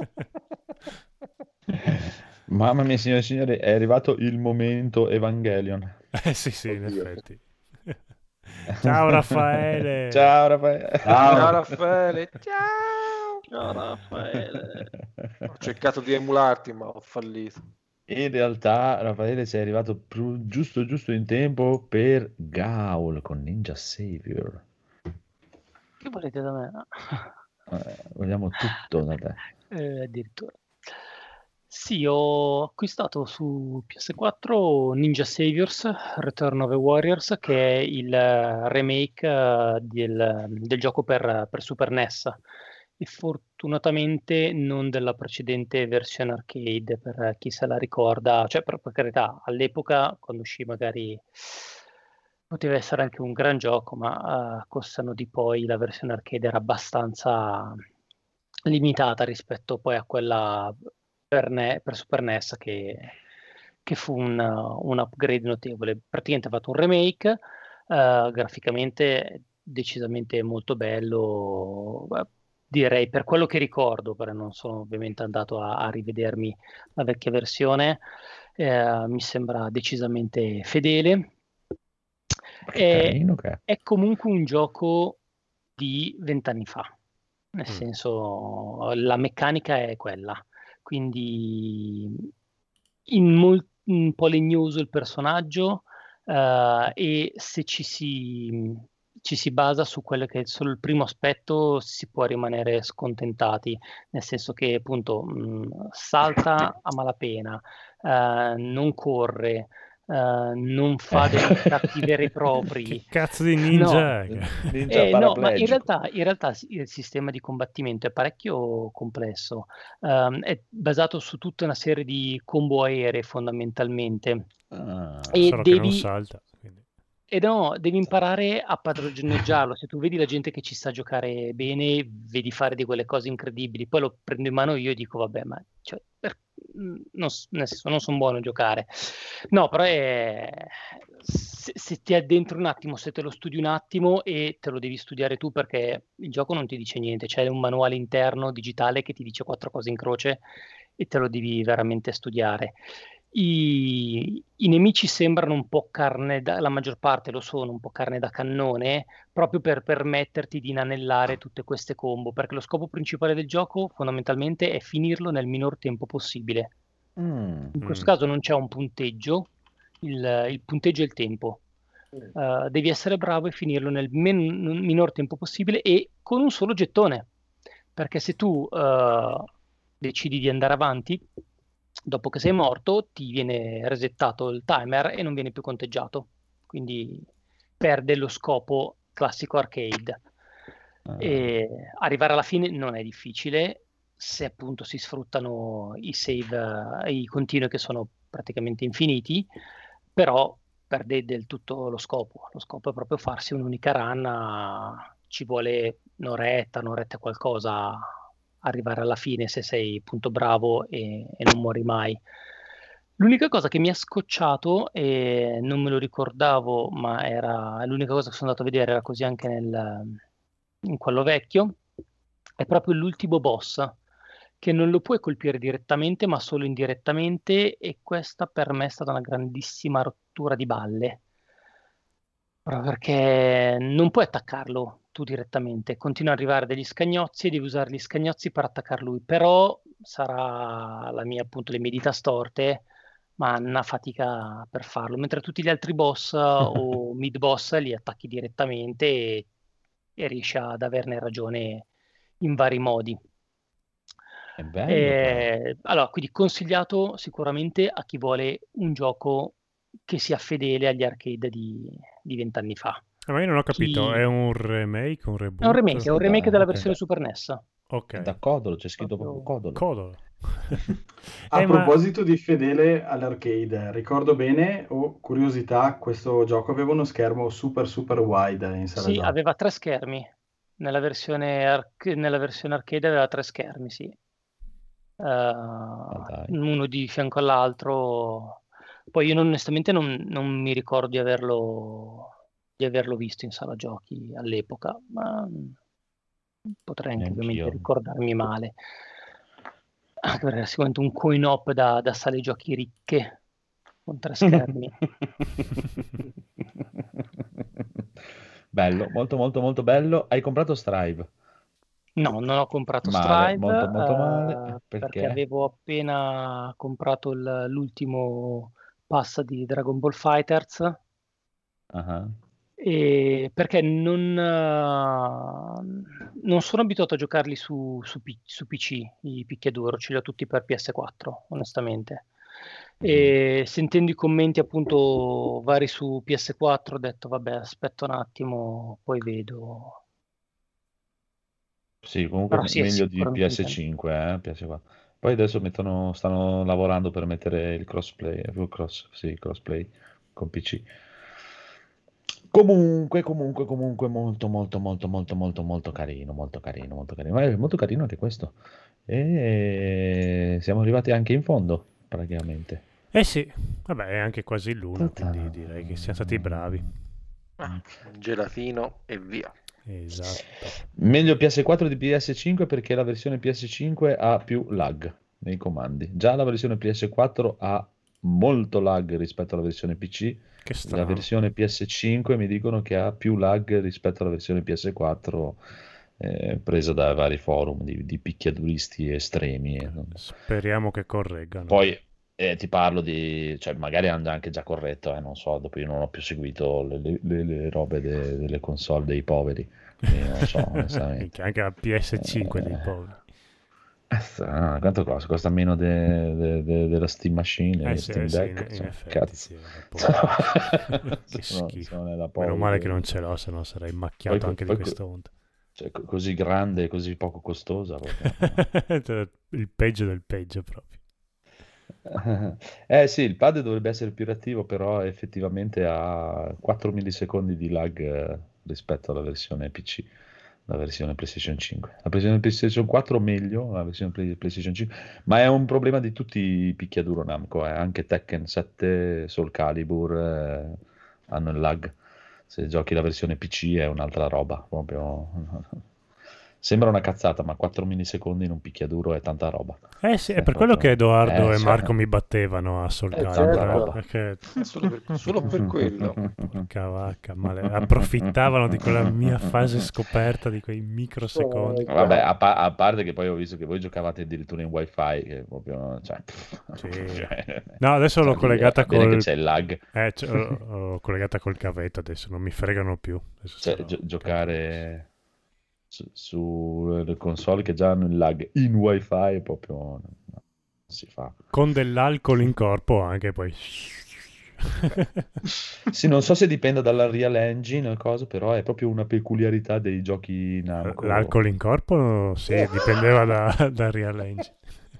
Mamma mia, signore e signori, è arrivato il momento Evangelion. Sì, in Oddio. effetti. Ciao Raffaele! Ciao Raffaele. Ciao Raffaele, ciao Raffaele. Ho cercato di emularti, ma ho fallito. In realtà Raffaele sei arrivato giusto in tempo per Gaul con Ninja Savior. Che volete da me? Vogliamo tutto da te. Addirittura. Sì, ho acquistato su PS4 Ninja Saviors Return of the Warriors, che è il remake del gioco per Super NES, e fortunatamente non della precedente versione arcade, per chi se la ricorda. Cioè, per carità, all'epoca, quando uscì, magari poteva essere anche un gran gioco, ma costano di poi la versione arcade era abbastanza limitata rispetto poi a quella per Super NES, che fu un upgrade notevole. Praticamente ha fatto un remake, graficamente decisamente molto bello. Direi, per quello che ricordo, perché non sono ovviamente andato a rivedermi la vecchia versione, mi sembra decisamente fedele. Ma che carino che è. È comunque un gioco di 20 anni fa, nel senso, la meccanica è quella, quindi un po' legnoso il personaggio, e se ci si basa su quello che è solo il primo aspetto, si può rimanere scontentati, nel senso che appunto salta a malapena, non corre, non fa degli attacchi veri e propri. Che cazzo di No, ninja è? Ninja no, ma paraplegico. in realtà il sistema di combattimento è parecchio complesso. È basato su tutta una serie di combo aeree fondamentalmente, e Solo che non salta. Quindi. no, devi imparare a padroneggiarlo. Se tu vedi la gente che ci sa giocare bene, vedi fare di quelle cose incredibili. Poi lo prendo in mano io e dico, vabbè, ma cioè, nel senso, non sono buono a giocare. No, però se ti addentri un attimo, se te lo studi un attimo, e te lo devi studiare tu, perché il gioco non ti dice niente. C'è un manuale interno digitale che ti dice 4 cose in croce e te lo devi veramente studiare. I nemici sembrano un po' la maggior parte lo sono, un po' carne da cannone, proprio per permetterti di inanellare tutte queste combo, perché lo scopo principale del gioco fondamentalmente è finirlo nel minor tempo possibile. In questo caso non c'è un punteggio, il punteggio è il tempo. Devi essere bravo e finirlo nel minor tempo possibile e con un solo gettone, perché se tu decidi di andare avanti, dopo che sei morto ti viene resettato il timer e non viene più conteggiato, quindi perde lo scopo classico arcade. E arrivare alla fine non è difficile, se appunto si sfruttano i save, i continui, che sono praticamente infiniti, però perde del tutto lo scopo. Lo scopo è proprio farsi un'unica run, ci vuole un'oretta e qualcosa a arrivare alla fine, se sei appunto bravo e non muori mai. L'unica cosa che mi ha scocciato, e non me lo ricordavo, ma era l'unica cosa che sono andato a vedere, era così anche in quello vecchio, è proprio l'ultimo boss, che non lo puoi colpire direttamente, ma solo indirettamente, e questa per me è stata una grandissima rottura di balle. Proprio perché non puoi attaccarlo tu direttamente, continua ad arrivare degli scagnozzi e devi usare gli scagnozzi per attaccare lui, però sarà appunto le mie dita storte, ma una fatica per farlo, mentre tutti gli altri boss o mid boss li attacchi direttamente e riesci ad averne ragione in vari modi. È bello, Allora, quindi consigliato sicuramente a chi vuole un gioco che sia fedele agli arcade di 20 anni fa. Ma io non ho capito, Chi- è un remake, un È un remake, reboot? è un remake della ok. versione Super NES. Ok. Da Codolo, c'è scritto proprio Proprio- Codolo. Codolo. A Ma proposito di fedele all'arcade, ricordo bene, o curiosità, questo gioco aveva uno schermo super super wide in sala Sì, giochi. aveva 3 schermi. Nella versione arcade aveva 3 schermi, sì. dai. Uno di fianco all'altro. Poi io onestamente non mi ricordo di averlo visto in sala giochi all'epoca, ma potrei anche ovviamente Neanch'io. ricordarmi male. Anche perché era sicuramente un coin-op da sale giochi ricche con 3 schermi. Bello, molto molto molto bello. Hai comprato Strive? No, non ho comprato Male, Strive molto molto male. perché Perché? avevo appena comprato l'ultimo pass di Dragon Ball FighterZ Ah, e perché non sono abituato a giocarli su PC, i picchiaduro, ce li ho tutti per PS4, onestamente. E sentendo i commenti appunto vari su PS4 ho detto vabbè, aspetta un attimo, poi vedo. Sì, comunque Però sì, è meglio di sicuramente PS5, PS4. Poi adesso stanno lavorando per mettere il crossplay, il crossplay con PC. Comunque, molto, molto, molto, molto, molto, molto carino, molto carino, molto carino. Ma è molto carino anche questo. E siamo arrivati anche in fondo, praticamente. Eh sì, vabbè, è anche quasi l'una, Ta-ta. quindi direi che siamo stati bravi. Un gelatino e via. Esatto. Meglio PS4 di PS5 perché la versione PS5 ha più lag nei comandi. Già la versione PS4 ha molto lag rispetto alla versione PC. Che La strano. versione PS5 mi dicono che ha più lag rispetto alla versione PS4 presa da vari forum di picchiaduristi estremi. Speriamo che correggano. Poi ti parlo di, cioè magari hanno anche già corretto, non so, dopo io non ho più seguito le robe delle console dei poveri, quindi non lo so, onestamente. Anche la PS5 dei poveri. Quanto costa? Costa meno della Steam Machine, Sì, Steam sì, Deck, in effetti cazzo. Che schifo. Sono da Meno poveri. male che non ce l'ho, se no sarei macchiato Poi- anche poi- di quest'onda. Cioè, così grande e così poco costosa. Proprio. Cioè, il peggio del peggio proprio. Sì, il pad dovrebbe essere più reattivo, però effettivamente ha 4 millisecondi di lag rispetto alla versione PC, la versione PlayStation 5. La versione PlayStation 4 meglio, la versione PlayStation 5, ma è un problema di tutti i picchiaduro Namco, anche Tekken 7, Soul Calibur hanno il lag. Se giochi la versione PC è un'altra roba, proprio. Sembra una cazzata, ma 4 millisecondi in un picchiaduro è tanta roba. Sì, è per quello che Edoardo e sì. Marco mi battevano a Soul Tanta Calibur, roba. perché Solo per quello. cavacca, male. Approfittavano di quella mia fase scoperta di quei microsecondi. Vabbè, a parte che poi ho visto che voi giocavate addirittura in wifi, che proprio, cioè, Sì. No, adesso l'ho collegata va bene col che c'è il lag. l'ho collegata col cavetto, adesso non mi fregano più. Adesso Cioè, sarò giocare sulle console che già hanno il lag in wifi è proprio non si fa. con dell'alcol in corpo anche poi. Sì, non so se dipenda dalla Real Engine o cosa, però è proprio una peculiarità dei giochi Namco. L'alcol in corpo sì, dipendeva da Real Engine.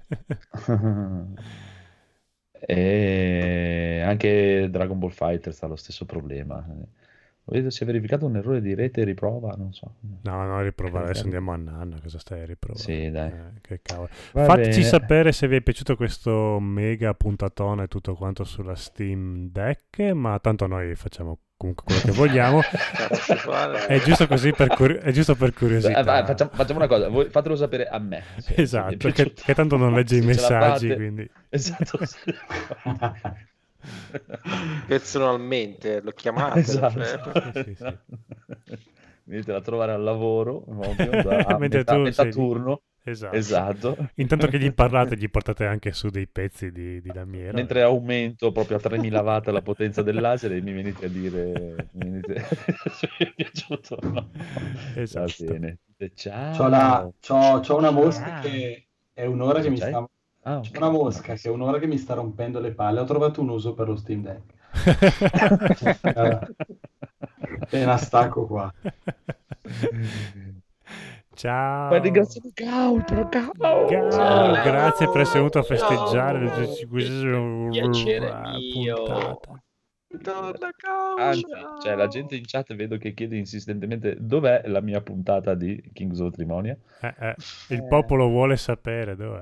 E anche Dragon Ball Fighter sta lo stesso problema. Vedo si è verificato un errore di rete, riprova, non so. No, riprovare, adesso andiamo a nanna, cosa stai a riprovare? Sì, dai. Che cavolo. Va Fateci bene. sapere se vi è piaciuto questo mega puntatone e tutto quanto sulla Steam Deck, ma tanto noi facciamo comunque quello che vogliamo. È giusto così è giusto per curiosità. Facciamo una cosa, voi fatelo sapere a me. Esatto, che tanto non legge i Se ce la messaggi, fate. quindi. Esatto. Personalmente lo chiamate. Esatto. Sì. Venite a trovare al lavoro proprio, a Mentre metà, tu metà sei lì. turno. Esatto. Intanto che gli parlate, gli portate anche su dei pezzi di lamiera. Mentre aumento proprio a 3000 watt la potenza del laser e mi venite a dire se mi è piaciuto o no. Esatto. Va bene. Ciao. C'ho una mosca che è un'ora che mi C'hai? sta... Ah, C'è ok. una mosca che è un'ora che mi sta rompendo le palle. Ho trovato un uso per lo Steam Deck. Appena stacco qua. Ciao. Ringraziamo Gau. Ciao, grazie per essere venuto a festeggiare le Piacere mio. puntata. Anzi, cioè, la gente in chat vedo che chiede insistentemente dov'è la mia puntata di Kings of Trimonia. Il popolo vuole sapere dov'è.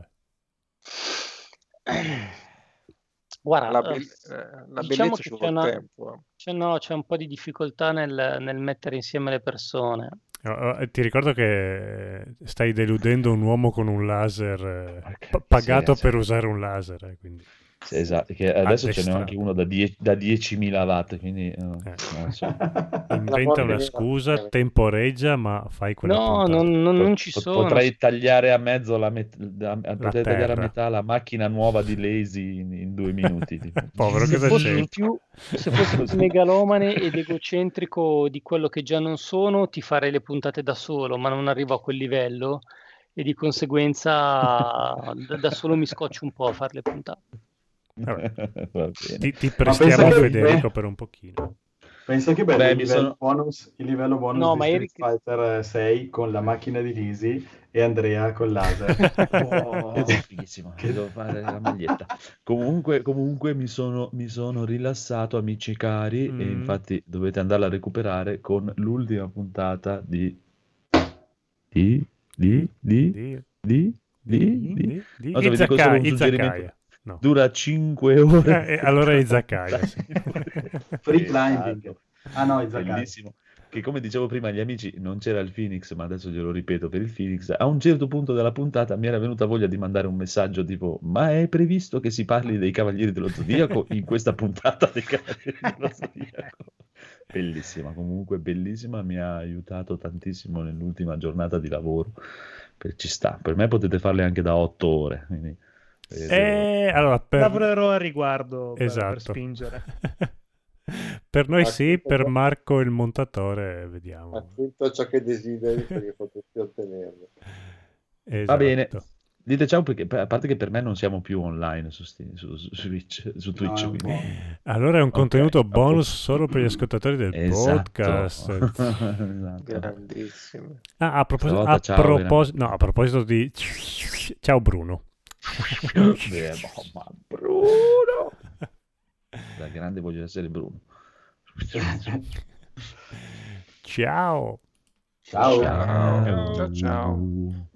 Guarda, La diciamo bellezza che ci vuole tempo. c'è un po' di difficoltà nel mettere insieme le persone. Ti ricordo che stai deludendo un uomo con un laser Ok, pagato sì, per usare un laser, quindi Sì, esatto, che adesso ce n'è addestrato. anche uno da 10.000 watt, quindi non so. Inventa una scusa, temporeggia, ma fai quella No, puntata. non ci sono. Potrei tagliare a mezzo potrei tagliare a terra. metà la macchina nuova di Lazy in 2 minuti. Tipo. Povero, Se cosa fossi c'entra? se fossi più megalomane ed egocentrico di quello che già non sono, ti farei le puntate da solo, ma non arrivo a quel livello e di conseguenza da solo mi scoccio un po' a fare le puntate. Vabbè. Va bene. Ti prestiamo pensa che- Federico per un pochino. Pensa che bello Beh, il livello bonus No, di ma Street Eric- Fighter 6 con la macchina di Lisi e Andrea con laser. Oh, fighissimo, devo fare la maglietta. Comunque mi sono rilassato, amici cari, e infatti dovete andarla a recuperare con l'ultima puntata di Non so, vi dico solo un suggerimento. No. Dura 5 ore. Allora è Izakaya, sì. Free Esatto. climbing. Ah no, Izakaya. Bellissimo. Che come dicevo prima agli amici, non c'era il Phoenix, ma adesso glielo ripeto per il Phoenix. A un certo punto della puntata mi era venuta voglia di mandare un messaggio tipo: ma è previsto che si parli dei Cavalieri dello Zodiaco in questa puntata dei Cavalieri dello Zodiaco? Bellissima, comunque bellissima, mi ha aiutato tantissimo nell'ultima giornata di lavoro. Ci sta, per me potete farle anche da 8 ore. Quindi, Allora, Lavorerò a riguardo per Esatto. spingere. Per noi sì, per Marco il montatore vediamo. Ha tutto ciò che desideri perché potresti ottenerlo. Esatto. Va bene. Dite ciao, perché a parte che per me non siamo più online su Twitch, No, quindi. Allora è un Ok, contenuto a bonus posto. solo per gli ascoltatori del Esatto. podcast. Esatto. Grandissimo. A proposito, Stavolta ciao, a proposito di ciao Bruno. Ma Bruno, da grande voglio essere Bruno. Ciao. Ciao. Ciao. Ciao.